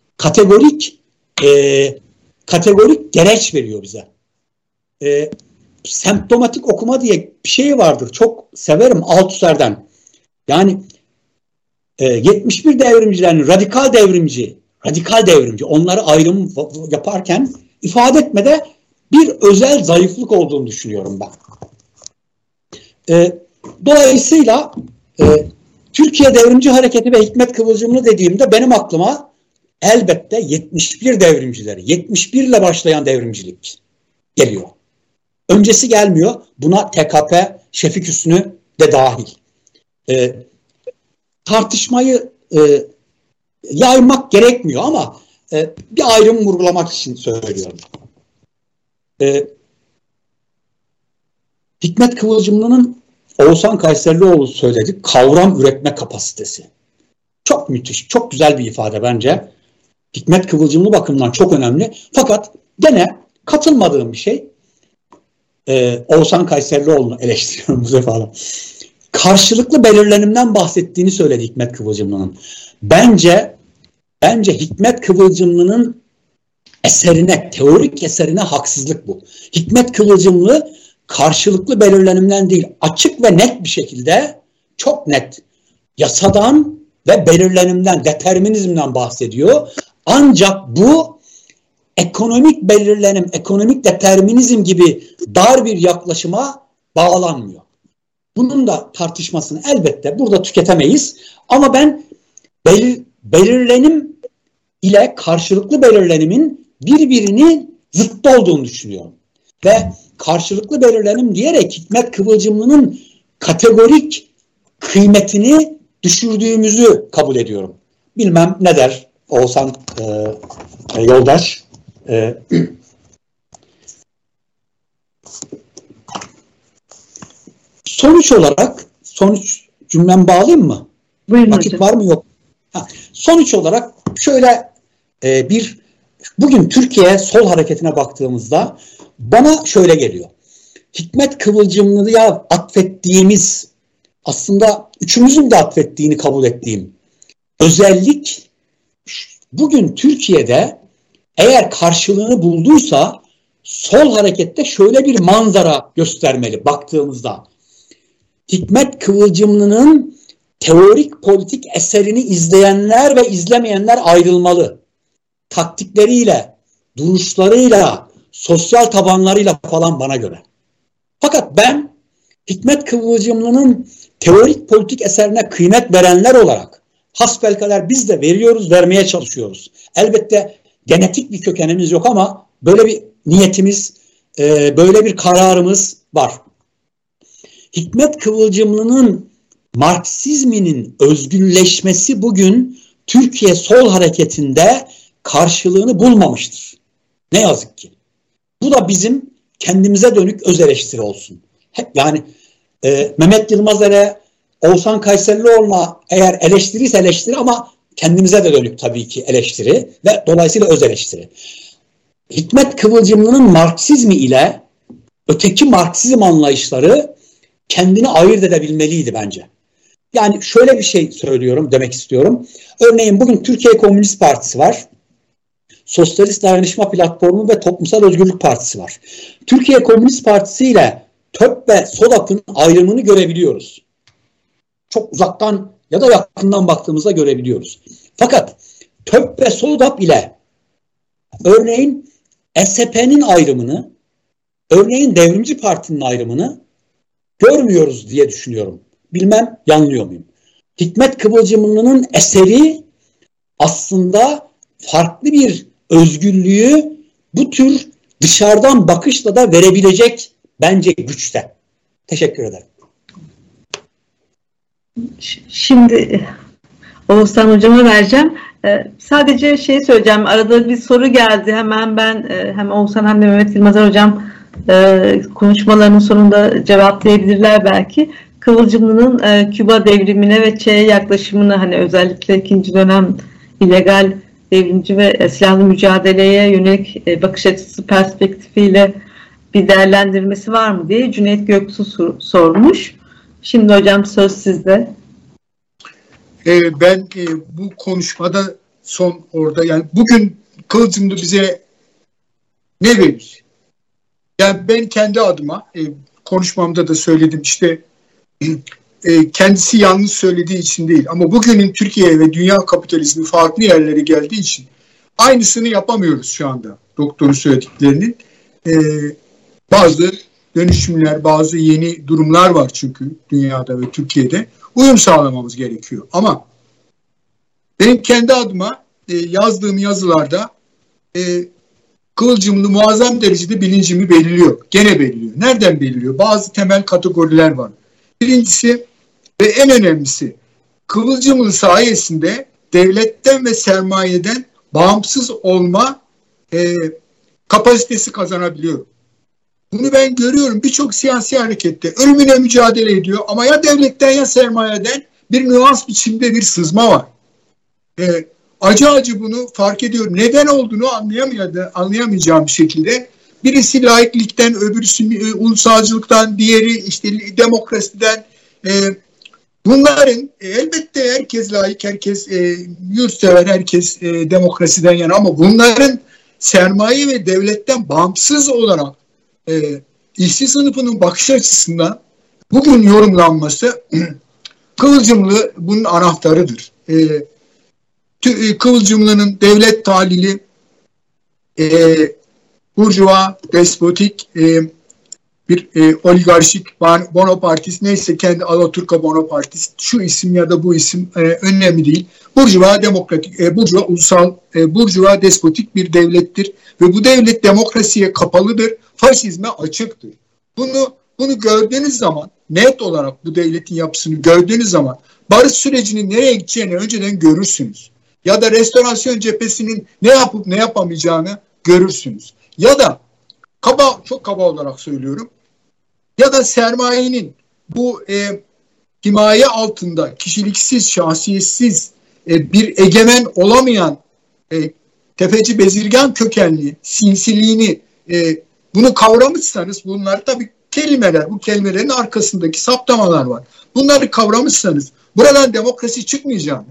kategorik gereç veriyor bize. Semptomatik okuma diye bir şey vardır. Çok severim Althusser'den. Yani 71 devrimcilerin radikal devrimci onları ayrım yaparken ifade etmede bir özel zayıflık olduğunu düşünüyorum ben. Dolayısıyla Türkiye Devrimci Hareketi ve Hikmet Kıvılcımlı dediğimde benim aklıma elbette 71 devrimcileri, 71 ile başlayan devrimcilik geliyor. Öncesi gelmiyor. Buna TKP, Şefik Hüsnü de dahil. Tartışmayı yaymak gerekmiyor ama bir ayrım vurgulamak için söylüyorum. Hikmet Kıvılcımlı'nın Oğuzhan Kayserlioğlu söyledi. Kavram üretme kapasitesi. Çok müthiş, çok güzel bir ifade bence. Hikmet Kıvılcımlı bakımından çok önemli. Fakat gene katılmadığım bir şey. Oğuzhan Kayserlioğlu'nu eleştiriyorum bu sefer. Karşılıklı belirlenimden bahsettiğini söyledi Hikmet Kıvılcımlı'nın. Bence Hikmet Kıvılcımlı'nın eserine, teorik eserine haksızlık bu. Hikmet Kıvılcımlı karşılıklı belirlenimden değil, açık ve net bir şekilde, çok net, yasadan ve belirlenimden, determinizmden bahsediyor. Ancak bu ekonomik belirlenim, ekonomik determinizm gibi dar bir yaklaşıma bağlanmıyor. Bunun da tartışmasını elbette burada tüketemeyiz. Ama ben belirlenim ile karşılıklı belirlenimin birbirinin zıttı olduğunu düşünüyorum. Ve karşılıklı belirlenim diyerek Hikmet Kıvılcımlı'nın kategorik kıymetini düşürdüğümüzü kabul ediyorum. Bilmem ne der Oğuzhan yoldaş. Sonuç cümlem bağlayayım mı? Buyurun Vakit hocam. var mı yok? Sonuç olarak şöyle bugün Türkiye sol hareketine baktığımızda bana şöyle geliyor. Hikmet Kıvılcımlı'ya atfettiğimiz, aslında üçümüzün de atfettiğini kabul ettiğim özellik bugün Türkiye'de eğer karşılığını bulduysa sol harekette şöyle bir manzara göstermeli baktığımızda. Hikmet Kıvılcımlı'nın teorik politik eserini izleyenler ve izlemeyenler ayrılmalı. Taktikleriyle, duruşlarıyla, sosyal tabanlarıyla falan bana göre. Fakat ben Hikmet Kıvılcımlı'nın teorik politik eserine kıymet verenler olarak hasbelkader biz de veriyoruz, vermeye çalışıyoruz. Elbette genetik bir kökenimiz yok ama böyle bir niyetimiz, böyle bir kararımız var. Hikmet Kıvılcımlı'nın Marksizminin özgünleşmesi bugün Türkiye sol hareketinde karşılığını bulmamıştır. Ne yazık ki. Bu da bizim kendimize dönük öz eleştiri olsun. Yani Mehmet Yılmazer'e, Oğuzhan Kayserlioğlu'na eğer eleştirirse eleştiri ama kendimize de dönük tabii ki eleştiri ve dolayısıyla öz eleştiri. Hikmet Kıvılcımlı'nın Marksizmi ile öteki Marksizm anlayışları kendini ayırt edebilmeliydi bence. Yani şöyle bir şey söylüyorum, demek istiyorum. Örneğin bugün Türkiye Komünist Partisi var. Sosyalist Dayanışma Platformu ve Toplumsal Özgürlük Partisi var. Türkiye Komünist Partisi ile TÖP ve SODAP'ın ayrımını görebiliyoruz. Çok uzaktan ya da yakından baktığımızda görebiliyoruz. Fakat TÖP ve SODAP ile örneğin SHP'nin ayrımını, örneğin Devrimci Parti'nin ayrımını görmüyoruz diye düşünüyorum. Bilmem yanılıyor muyum? Hikmet Kıvılcımlı'nın eseri aslında farklı bir özgürlüğü bu tür dışarıdan bakışla da verebilecek bence güçte. Teşekkür ederim. Şimdi Oğuzhan hocama vereceğim. Sadece şey söyleyeceğim. Arada bir soru geldi. Hemen ben hem Oğuzhan hem de Mehmet Yılmazer hocam konuşmalarının sonunda cevaplayabilirler belki. Kıvılcımlı'nın Küba devrimine ve Çe'ye yaklaşımını, hani özellikle ikinci dönem illegal devrimci ve silahlı mücadeleye yönelik bakış açısı perspektifiyle bir değerlendirmesi var mı diye Cüneyt Göksu sormuş. Şimdi hocam söz sizde. Ben bu konuşmada son orada, yani bugün Kıvılcımlı bize ne verir? Yani ben kendi adıma konuşmamda da söyledim, işte kendisi yalnız söylediği için değil ama bugünün Türkiye ve dünya kapitalizmi farklı yerlere geldiği için aynısını yapamıyoruz şu anda doktorun söylediklerinin. Bazı dönüşümler, bazı yeni durumlar var çünkü dünyada ve Türkiye'de uyum sağlamamız gerekiyor. Ama benim kendi adıma yazdığım yazılarda Kıvılcımlı muazzam derecede bilincimi belirliyor. Gene belirliyor. Nereden belirliyor? Bazı temel kategoriler var. Birincisi ve en önemlisi, Kıvılcımlı sayesinde devletten ve sermayeden bağımsız olma kapasitesi kazanabiliyor. Bunu ben görüyorum. Birçok siyasi harekette ölümüne mücadele ediyor ama ya devletten ya sermayeden bir nüans biçimde bir sızma var. Acı bunu fark ediyorum. Neden olduğunu anlayamayacağım bir şekilde. Birisi laiklikten, öbürüsü ulusalcılıktan, diğeri işte demokrasiden. Bunların elbette herkes laik, herkes yurtsever, herkes demokrasiden yana ama bunların sermaye ve devletten bağımsız olarak işçi sınıfının bakış açısından bugün yorumlanması Kıvılcımlı bunun anahtarıdır. Kıvılcımlı'nın devlet talili, burjuva, despotik, bir oligarşik, bonopartist, neyse kendi Alaturka bonopartist, şu isim ya da bu isim önemli değil. Burjuva demokratik, burjuva ulusal, burjuva despotik bir devlettir ve bu devlet demokrasiye kapalıdır, faşizme açıktır. Bunu gördüğünüz zaman, net olarak bu devletin yapısını gördüğünüz zaman barış sürecinin nereye gideceğini önceden görürsünüz. Ya da restorasyon cephesinin ne yapıp ne yapamayacağını görürsünüz. Ya da çok kaba olarak söylüyorum, ya da sermayenin bu himaye altında kişiliksiz, şahsiyetsiz bir egemen olamayan tefeci bezirgan kökenli sinsiliğini bunu kavramışsanız, bunlar tabii kelimeler, bu kelimelerin arkasındaki saptamalar var. Bunları kavramışsanız buradan demokrasi çıkmayacağını,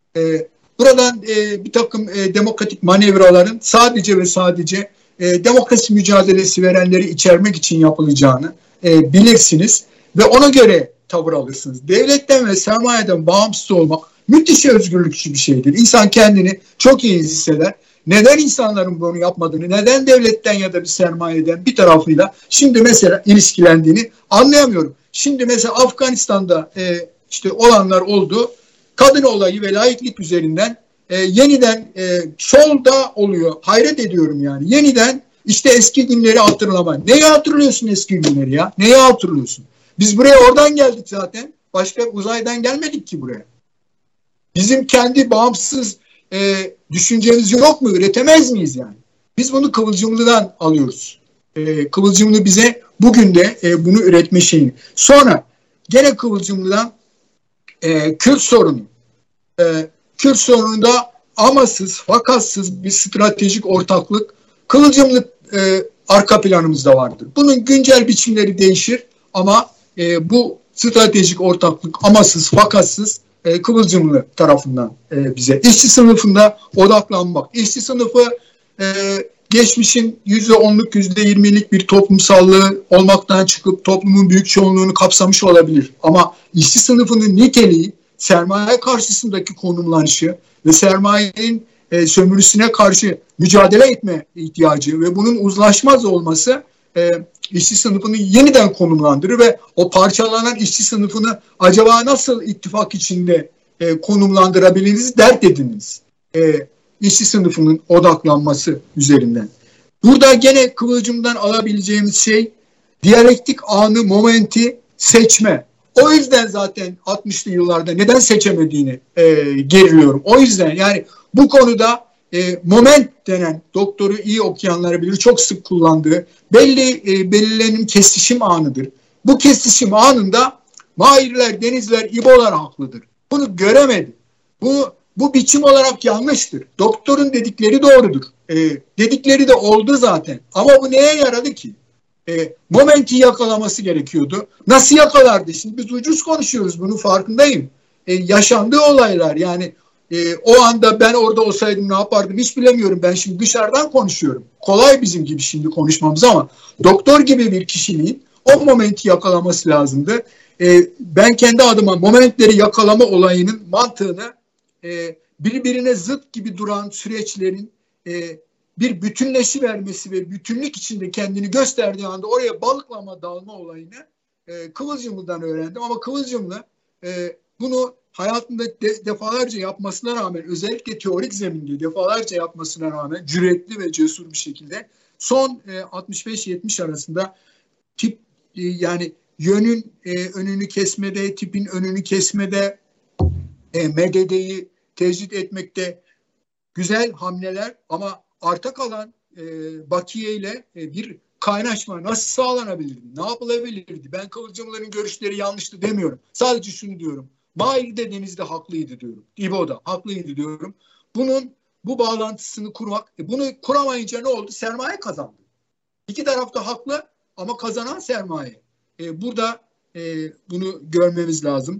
buradan bir takım demokratik manevraların sadece ve sadece demokrasi mücadelesi verenleri içermek için yapılacağını bilirsiniz ve ona göre tavır alırsınız. Devletten ve sermayeden bağımsız olmak müthiş özgürlükçü bir şeydir. İnsan kendini çok iyi hisseder. Neden insanların bunu yapmadığını, neden devletten ya da bir sermayeden bir tarafıyla şimdi mesela ilişkilendiğini anlayamıyorum. Şimdi mesela Afganistan'da işte olanlar oldu. Kadın olayı ve laiklik üzerinden yeniden solda oluyor. Hayret ediyorum yani. Yeniden işte eski günleri hatırlama. Neyi hatırlıyorsun eski günleri ya? Neyi hatırlıyorsun? Biz buraya oradan geldik zaten. Başka uzaydan gelmedik ki buraya. Bizim kendi bağımsız düşüncemiz yok mu? Üretemez miyiz yani? Biz bunu Kıvılcımlı'dan alıyoruz. Kıvılcımlı bize bugün de bunu üretme şeyini. Sonra gene Kıvılcımlı'dan Kürt sorunu. Kürt sorununda amasız, fakatsız bir stratejik ortaklık Kıvılcımlı arka planımızda vardır. Bunun güncel biçimleri değişir ama bu stratejik ortaklık amasız, fakatsız Kıvılcımlı tarafından bize. İşçi sınıfında odaklanmak. İşçi sınıfı geçmişin %10'luk, %20'lik bir toplumsallığı olmaktan çıkıp toplumun büyük çoğunluğunu kapsamış olabilir. Ama işçi sınıfının niteliği, sermaye karşısındaki konumlanışı ve sermayenin sömürüsüne karşı mücadele etme ihtiyacı ve bunun uzlaşmaz olması işçi sınıfını yeniden konumlandırır ve o parçalanan işçi sınıfını acaba nasıl ittifak içinde konumlandırabiliriz dert ediniz. İşçi sınıfının odaklanması üzerinden. Burada gene Kıvılcım'dan alabileceğimiz şey diyalektik anı, momenti seçme. O yüzden zaten 60'lı yıllarda neden seçemediğini geriliyorum. O yüzden yani bu konuda moment denen, doktoru iyi okuyanlar bilir, çok sık kullandığı belirlenim kesişim anıdır. Bu kesişim anında Mahirler, Denizler, İbolar haklıdır. Bunu göremedi. Bu biçim olarak yanlıştır. Doktorun dedikleri doğrudur. Dedikleri de oldu zaten. Ama bu neye yaradı ki? Momenti yakalaması gerekiyordu. Nasıl yakalardı? Şimdi biz ucuz konuşuyoruz, bunun farkındayım. Yaşandığı olaylar yani o anda ben orada olsaydım ne yapardım hiç bilemiyorum. Ben şimdi dışarıdan konuşuyorum. Kolay bizim gibi şimdi konuşmamız ama doktor gibi bir kişiliğin o momenti yakalaması lazımdı. Ben kendi adıma momentleri yakalama olayının mantığını birbirine zıt gibi duran süreçlerin bir bütünleşivermesi ve bütünlük içinde kendini gösterdiği anda oraya balıklama dalma olayını Kıvılcımlı'dan öğrendim. Ama Kıvılcımlı bunu hayatında defalarca yapmasına rağmen, özellikle teorik zeminde defalarca yapmasına rağmen cüretli ve cesur bir şekilde son 65-70 arasında tip yani yönün önünü kesmede, tipin önünü kesmede, MDD'yi tecrit etmekte güzel hamleler, ama arta kalan bakiye ile bir kaynaşma nasıl sağlanabilirdi? Ne yapılabilirdi? Ben Kıvılcımların görüşleri yanlıştı demiyorum. Sadece şunu diyorum. Mahir de Deniz'de haklıydı diyorum. İbo da haklıydı diyorum. Bu bağlantısını kurmak, bunu kuramayınca ne oldu? Sermaye kazandı. İki taraf da haklı ama kazanan sermaye. Burada bunu görmemiz lazım.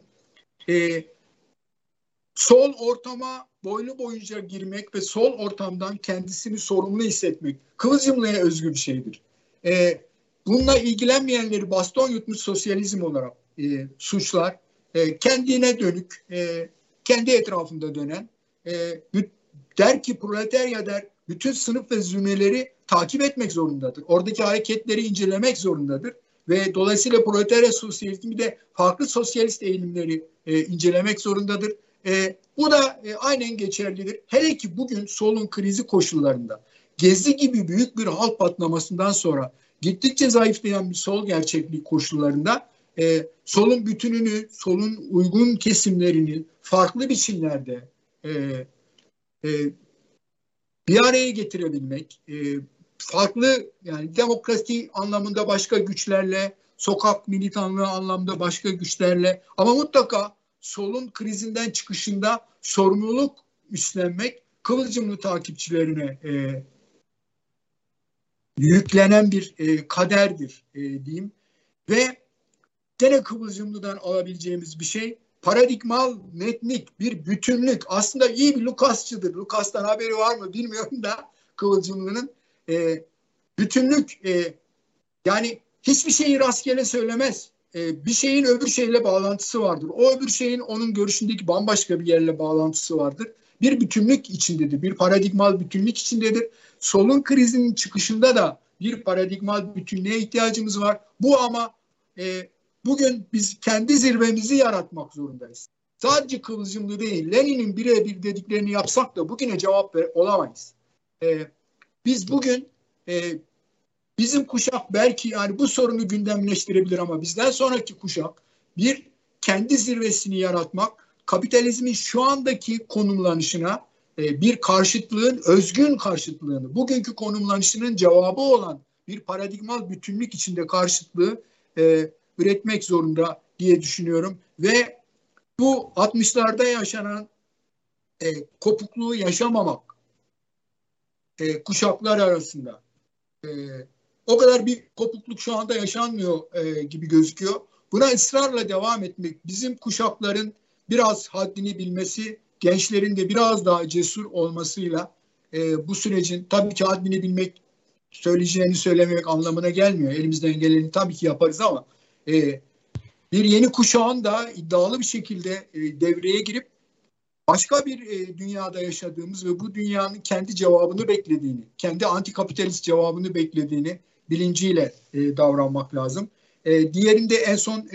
Sol ortama boylu boyunca girmek ve sol ortamdan kendisini sorumlu hissetmek Kıvılcımlı'ya özgü bir şeydir. Bununla ilgilenmeyenleri baston yutmuş sosyalizm olarak suçlar. Kendine dönük, kendi etrafında dönen, der ki proletarya der, bütün sınıf ve zümreleri takip etmek zorundadır. Oradaki hareketleri incelemek zorundadır. Ve dolayısıyla proletarya sosyalizmi de farklı sosyalist eğilimleri incelemek zorundadır. Bu da aynen geçerlidir. Hele ki bugün solun krizi koşullarında, Gezi gibi büyük bir halk patlamasından sonra gittikçe zayıflayan bir sol gerçekliği koşullarında solun bütününü, solun uygun kesimlerini farklı biçimlerde bir araya getirebilmek, farklı yani demokrasi anlamında başka güçlerle, sokak militanlığı anlamda başka güçlerle, ama mutlaka solun krizinden çıkışında sorumluluk üstlenmek Kıvılcımlı takipçilerine yüklenen bir kaderdir diyeyim. Ve gene Kıvılcımlı'dan alabileceğimiz bir şey paradigmal, netlik, bir bütünlük. Aslında iyi bir Lukasçıdır. Lukas'tan haberi var mı bilmiyorum da Kıvılcımlı'nın bütünlük, yani hiçbir şeyi rastgele söylemez. Bir şeyin öbür şeyle bağlantısı vardır. O öbür şeyin onun görüşündeki bambaşka bir yerle bağlantısı vardır. Bir bütünlük içindedir. Bir paradigmal bütünlük içindedir. Solun krizinin çıkışında da bir paradigmal bütünlüğe ihtiyacımız var. Bu ama bugün biz kendi zirvemizi yaratmak zorundayız. Sadece Kıvılcımlı değil, Lenin'in birebir dediklerini yapsak da bugüne cevap olamayız. Biz bugün bizim kuşak belki yani bu sorunu gündemleştirebilir, ama bizden sonraki kuşak bir kendi zirvesini yaratmak, kapitalizmin şu andaki konumlanışına bir karşıtlığın, özgün karşıtlığını, bugünkü konumlanışının cevabı olan bir paradigmal bütünlük içinde karşıtlığı üretmek zorunda diye düşünüyorum. Ve bu 60'larda yaşanan kopukluğu yaşamamak kuşaklar arasında o kadar bir kopukluk şu anda yaşanmıyor gibi gözüküyor. Buna ısrarla devam etmek, bizim kuşakların biraz haddini bilmesi, gençlerin de biraz daha cesur olmasıyla bu sürecin, tabii ki haddini bilmek söyleyeceğini söylemek anlamına gelmiyor. Elimizden geleni tabii ki yaparız, ama bir yeni kuşağın da iddialı bir şekilde devreye girip başka bir dünyada yaşadığımız ve bu dünyanın kendi cevabını beklediğini, kendi antikapitalist cevabını beklediğini bilinciyle davranmak lazım. Diğerinde en son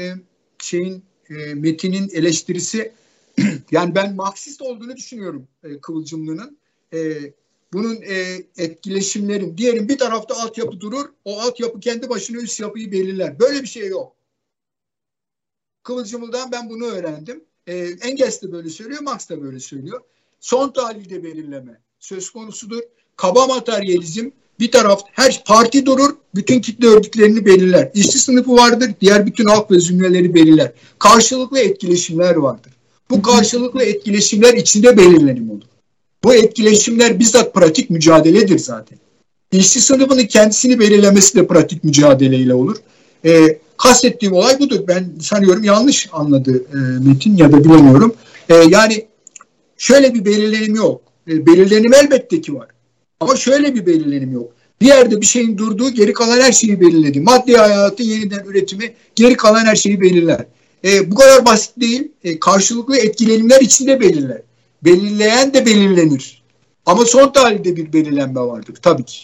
Metin'in eleştirisi, yani ben Marksist olduğunu düşünüyorum Kıvılcımlı'nın. Bunun etkileşimlerin, diyelim bir tarafta altyapı durur, o altyapı kendi başına üst yapıyı belirler. Böyle bir şey yok. Kıvılcımlı'dan ben bunu öğrendim. Engels de böyle söylüyor, Marx da böyle söylüyor. Son tahlilde belirleme söz konusudur. Kaba materyalizm, bir taraf her parti durur, bütün kitle örgütlerini belirler. İşçi sınıfı vardır, diğer bütün halk ve zümreleri belirler. Karşılıklı etkileşimler vardır. Bu karşılıklı etkileşimler içinde belirlenim olur. Bu etkileşimler bizzat pratik mücadeledir zaten. İşçi sınıfının kendisini belirlemesi de pratik mücadeleyle olur. Kastettiğim olay budur. Ben sanıyorum yanlış anladı Metin, ya da bilemiyorum. Yani şöyle bir belirlenim yok. Belirlenim elbette ki var. Ama şöyle bir belirlenim yok. Bir yerde bir şeyin durduğu, geri kalan her şeyi belirledi. Maddi hayatı, yeniden üretimi, geri kalan her şeyi belirler. Bu kadar basit değil. Karşılıklı etkilenimler içinde belirler. Belirleyen de belirlenir. Ama son tahlilde bir belirlenme vardır tabii ki,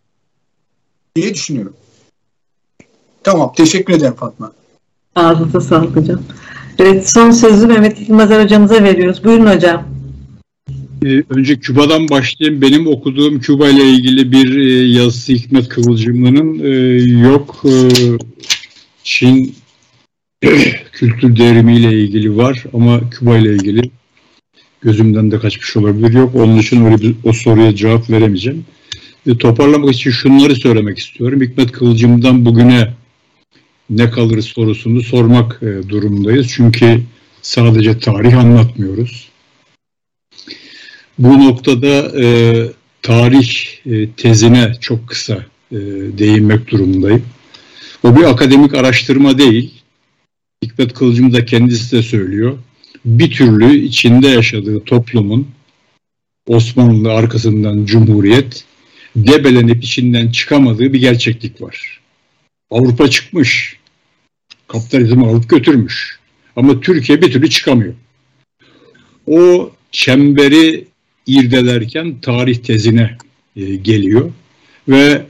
diye düşünüyorum. Tamam, teşekkür ederim Fatma. Ağzınıza sağlık hocam. Evet, son sözü Mehmet Yılmazer hocamıza veriyoruz. Buyurun hocam. Önce Küba'dan başlayayım. Benim okuduğum Küba ile ilgili bir yazısı Hikmet Kıvılcımlı'nın yok. Çin kültür devrimiyle ilgili var ama Küba ile ilgili gözümden de kaçmış olabilir, yok. Onun için o soruya cevap veremeyeceğim. Toparlamak için şunları söylemek istiyorum. Hikmet Kıvılcım'dan bugüne ne kalır sorusunu sormak durumundayız. Çünkü sadece tarih anlatmıyoruz. Bu noktada tarih tezine çok kısa değinmek durumundayım. O bir akademik araştırma değil. Hikmet Kıvılcım da kendisi de söylüyor. Bir türlü içinde yaşadığı toplumun, Osmanlı arkasından Cumhuriyet, debelenip içinden çıkamadığı bir gerçeklik var. Avrupa çıkmış. Kapitalizmi alıp götürmüş. Ama Türkiye bir türlü çıkamıyor. O çemberi irdelerken tarih tezine geliyor. Ve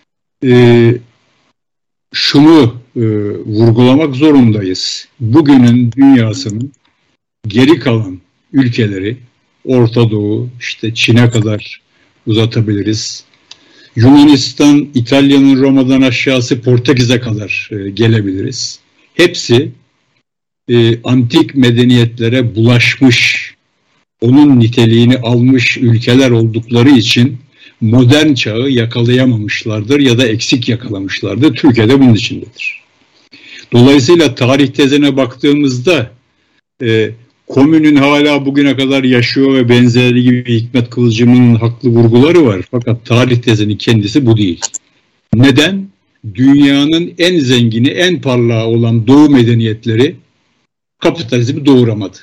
şunu vurgulamak zorundayız. Bugünün dünyasının geri kalan ülkeleri, Orta Doğu, işte Çin'e kadar uzatabiliriz. Yunanistan, İtalya'nın Roma'dan aşağısı Portekiz'e kadar gelebiliriz. Hepsi antik medeniyetlere bulaşmış, onun niteliğini almış ülkeler oldukları için modern çağı yakalayamamışlardır ya da eksik yakalamışlardır. Türkiye'de bunun içindedir. Dolayısıyla tarih tezine baktığımızda komünün hala bugüne kadar yaşıyor ve benzeri gibi Hikmet Kıvılcım'ın haklı vurguları var. Fakat tarih tezinin kendisi bu değil. Neden? Dünyanın en zengini, en parlağı olan Doğu medeniyetleri kapitalizmi doğuramadı.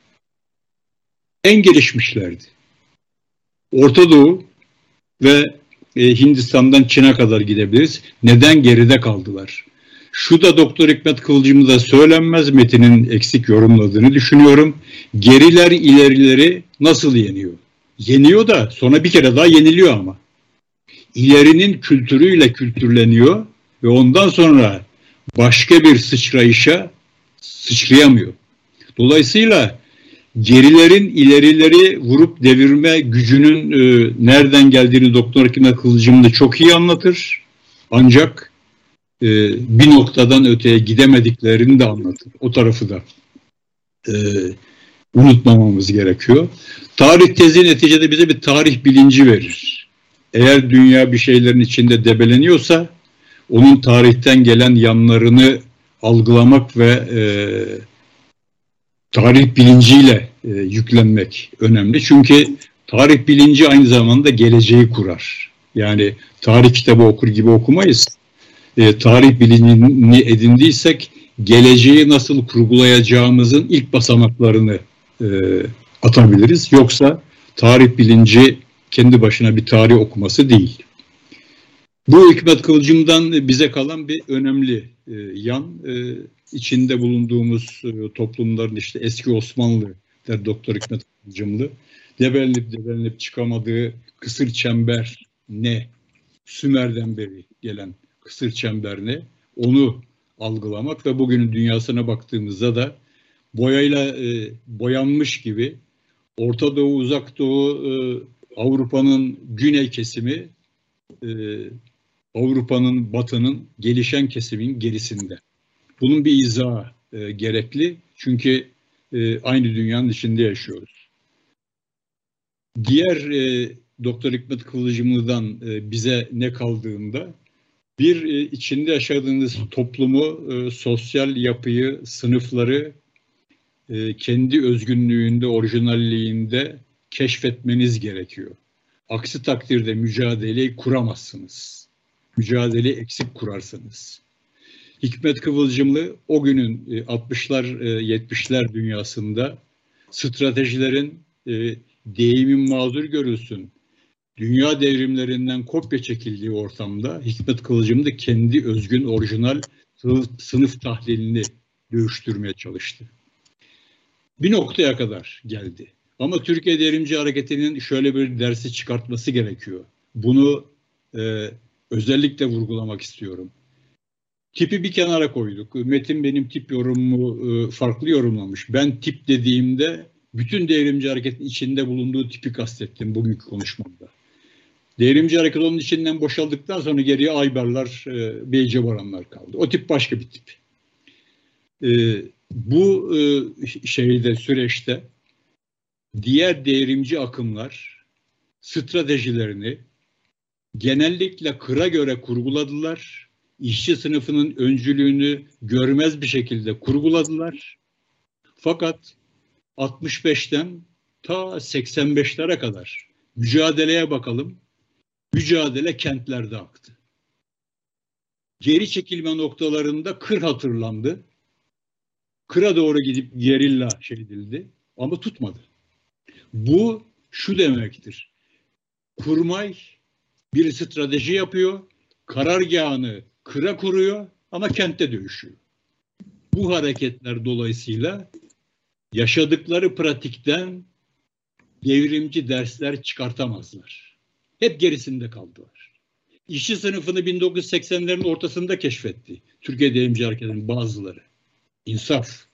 En gelişmişlerdi. Orta Doğu ve Hindistan'dan Çin'e kadar gidebiliriz. Neden geride kaldılar? Şu da Doktor Hikmet Kıvılcım'ı da söylenmez, metinin eksik yorumladığını düşünüyorum. Geriler ilerileri nasıl yeniyor? Yeniyor da sonra bir kere daha yeniliyor ama. İlerinin kültürüyle kültürleniyor ve ondan sonra başka bir sıçrayışa sıçrayamıyor. Dolayısıyla gerilerin ilerileri vurup devirme gücünün nereden geldiğini Doktor Hikmet Kıvılcım da çok iyi anlatır. Ancak bir noktadan öteye gidemediklerini de anlatır. O tarafı da unutmamamız gerekiyor. Tarih tezi neticede bize bir tarih bilinci verir. Eğer dünya bir şeylerin içinde debeleniyorsa onun tarihten gelen yanlarını algılamak ve tarih bilinciyle yüklenmek önemli. Çünkü tarih bilinci aynı zamanda geleceği kurar. Yani tarih kitabı okur gibi okumayız. Tarih bilincini edindiysek geleceği nasıl kurgulayacağımızın ilk basamaklarını atabiliriz. Yoksa tarih bilinci kendi başına bir tarih okuması değil. Bu Hikmet Kıvılcım'dan bize kalan bir önemli yan. İçinde bulunduğumuz toplumların işte eski Osmanlı der Doktor Hikmet Kıvılcımlı. Debelenip çıkamadığı kısır çember ne? Sümer'den beri gelen kısır çember ne? Onu algılamak ve bugünün dünyasına baktığımızda da boyayla boyanmış gibi Orta Doğu, Uzak Doğu, Avrupa'nın güney kesimi, Avrupa'nın batının gelişen kesimin gerisinde. Bunun bir izahı gerekli. Çünkü aynı dünyanın içinde yaşıyoruz. Diğer Doktor Hikmet Kıvılcımlı'dan bize ne kaldığında bir içinde yaşadığınız toplumu, sosyal yapıyı, sınıfları kendi özgünlüğünde, orijinalliğinde keşfetmeniz gerekiyor. Aksi takdirde mücadeleyi kuramazsınız. Mücadeleyi eksik kurarsınız. Hikmet Kıvılcımlı o günün 60'lar 70'ler dünyasında stratejilerin deyimin mazur görülsün, dünya devrimlerinden kopya çekildiği ortamda Hikmet Kıvılcım da kendi özgün orijinal sınıf tahlilini dövüştürmeye çalıştı. Bir noktaya kadar geldi. Ama Türkiye Devrimci Hareketi'nin şöyle bir dersi çıkartması gerekiyor. Bunu özellikle vurgulamak istiyorum. Tipi bir kenara koyduk. Metin benim tip yorumumu farklı yorumlamış. Ben tip dediğimde bütün devrimci hareketin içinde bulunduğu tipi kastettim bugünkü konuşmamda. Devrimci hareket onun içinden boşaldıktan sonra geriye Ayberler, Beycebaranlar kaldı. O tip başka bir tip. Bu süreçte diğer devrimci akımlar stratejilerini genellikle kıra göre kurguladılar. İşçi sınıfının öncülüğünü görmez bir şekilde kurguladılar. Fakat 65'ten ta 85'lere kadar mücadeleye bakalım. Mücadele kentlerde aktı. Geri çekilme noktalarında kır hatırlandı. Kıra doğru gidip gerilla edildi ama tutmadı. Bu şu demektir. Kurmay bir strateji yapıyor, karargahını kıra kuruyor ama kentte dövüşüyor. Bu hareketler dolayısıyla yaşadıkları pratikten devrimci dersler çıkartamazlar. Hep gerisinde kaldılar. İşçi sınıfını 1980'lerin ortasında keşfetti Türkiye Devrimci Hareketi'nin bazıları. İnsaf.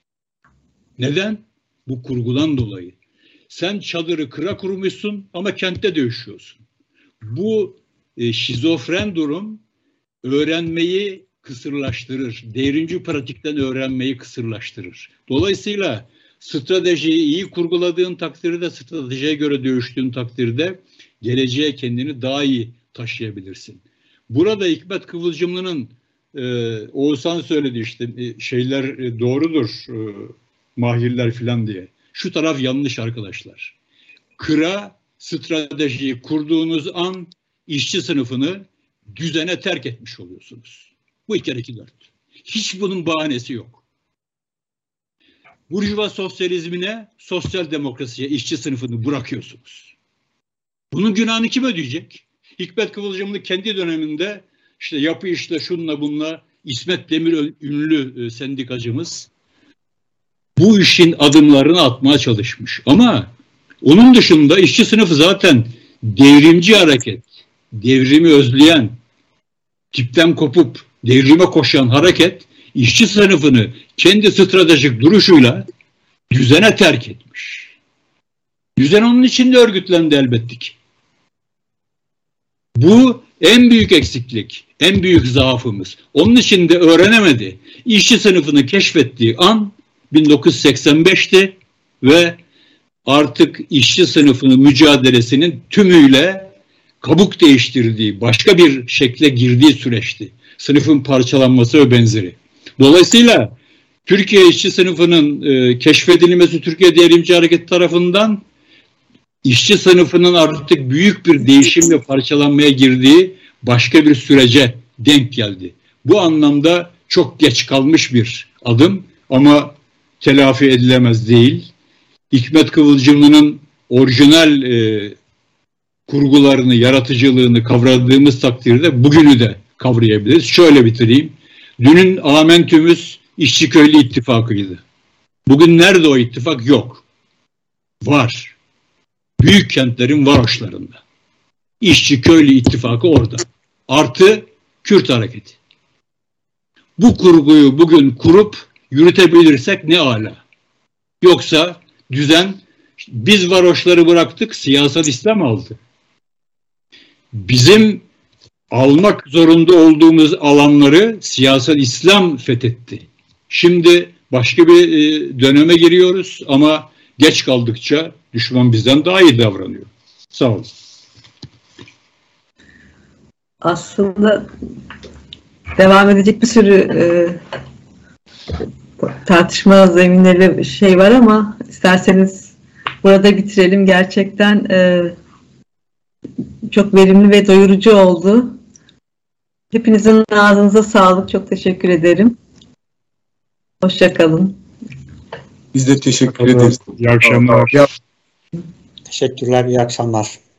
Neden? Bu kurgudan dolayı. Sen çadırı kıra kurmuşsun ama kentte dövüşüyorsun. Bu şizofren durum öğrenmeyi kısırlaştırır. Devrimci pratikten öğrenmeyi kısırlaştırır. Dolayısıyla stratejiyi iyi kurguladığın takdirde, stratejiye göre dövüştüğün takdirde geleceğe kendini daha iyi taşıyabilirsin. Burada Hikmet Kıvılcımlı'nın Oğuzhan söyledi işte şeyler doğrudur, mahirler filan diye. Şu taraf yanlış arkadaşlar. Kıra stratejiyi kurduğunuz an işçi sınıfını düzene terk etmiş oluyorsunuz. Bu 2 kere 2 4. Hiç bunun bahanesi yok. Burjuva sosyalizmine, sosyal demokrasiye işçi sınıfını bırakıyorsunuz. Bunun günahını kim ödeyecek? Hikmet Kıvılcımlı kendi döneminde işte yapı işle şunla bunla İsmet Demir ünlü sendikacımız bu işin adımlarını atmaya çalışmış. Ama onun dışında işçi sınıfı zaten devrimci hareket, devrimi özleyen, tipten kopup devrime koşan hareket işçi sınıfını kendi stratejik duruşuyla düzene terk etmiş. Düzen onun için de örgütlendi elbette ki. Bu en büyük eksiklik, en büyük zaafımız. Onun için de öğrenemedi. İşçi sınıfını keşfettiği an 1985'ti ve artık işçi sınıfının mücadelesinin tümüyle kabuk değiştirdiği, başka bir şekle girdiği süreçti. Sınıfın parçalanması ve benzeri. Dolayısıyla Türkiye işçi sınıfının keşfedilmesi Türkiye Devrimci Hareket tarafından işçi sınıfının artık büyük bir değişim ve parçalanmaya girdiği başka bir sürece denk geldi. Bu anlamda çok geç kalmış bir adım ama telafi edilemez değil. Hikmet Kıvılcımlı'nın orijinal kurgularını, yaratıcılığını kavradığımız takdirde bugünü de kavrayabiliriz. Şöyle bitireyim. Dünün Amentümüz İşçi Köylü İttifakı'ydı. Bugün nerede o ittifak? Yok. Var. Büyük kentlerin varoşlarında. İşçi Köylü İttifakı orada. Artı Kürt hareketi. Bu kurguyu bugün kurup yürütebilirsek ne âlâ. Yoksa düzen, biz varoşları bıraktık, siyasal İslam aldı. Bizim almak zorunda olduğumuz alanları siyasal İslam fethetti. Şimdi başka bir döneme giriyoruz ama geç kaldıkça düşman bizden daha iyi davranıyor. Sağ olun. Aslında devam edecek bir sürü tartışma zeminleri var ama isterseniz burada bitirelim. Gerçekten çok verimli ve doyurucu oldu. Hepinizin ağzınıza sağlık. Çok teşekkür ederim. Hoşça kalın. Biz de teşekkür ederiz. İyi akşamlar. Teşekkürler, iyi akşamlar.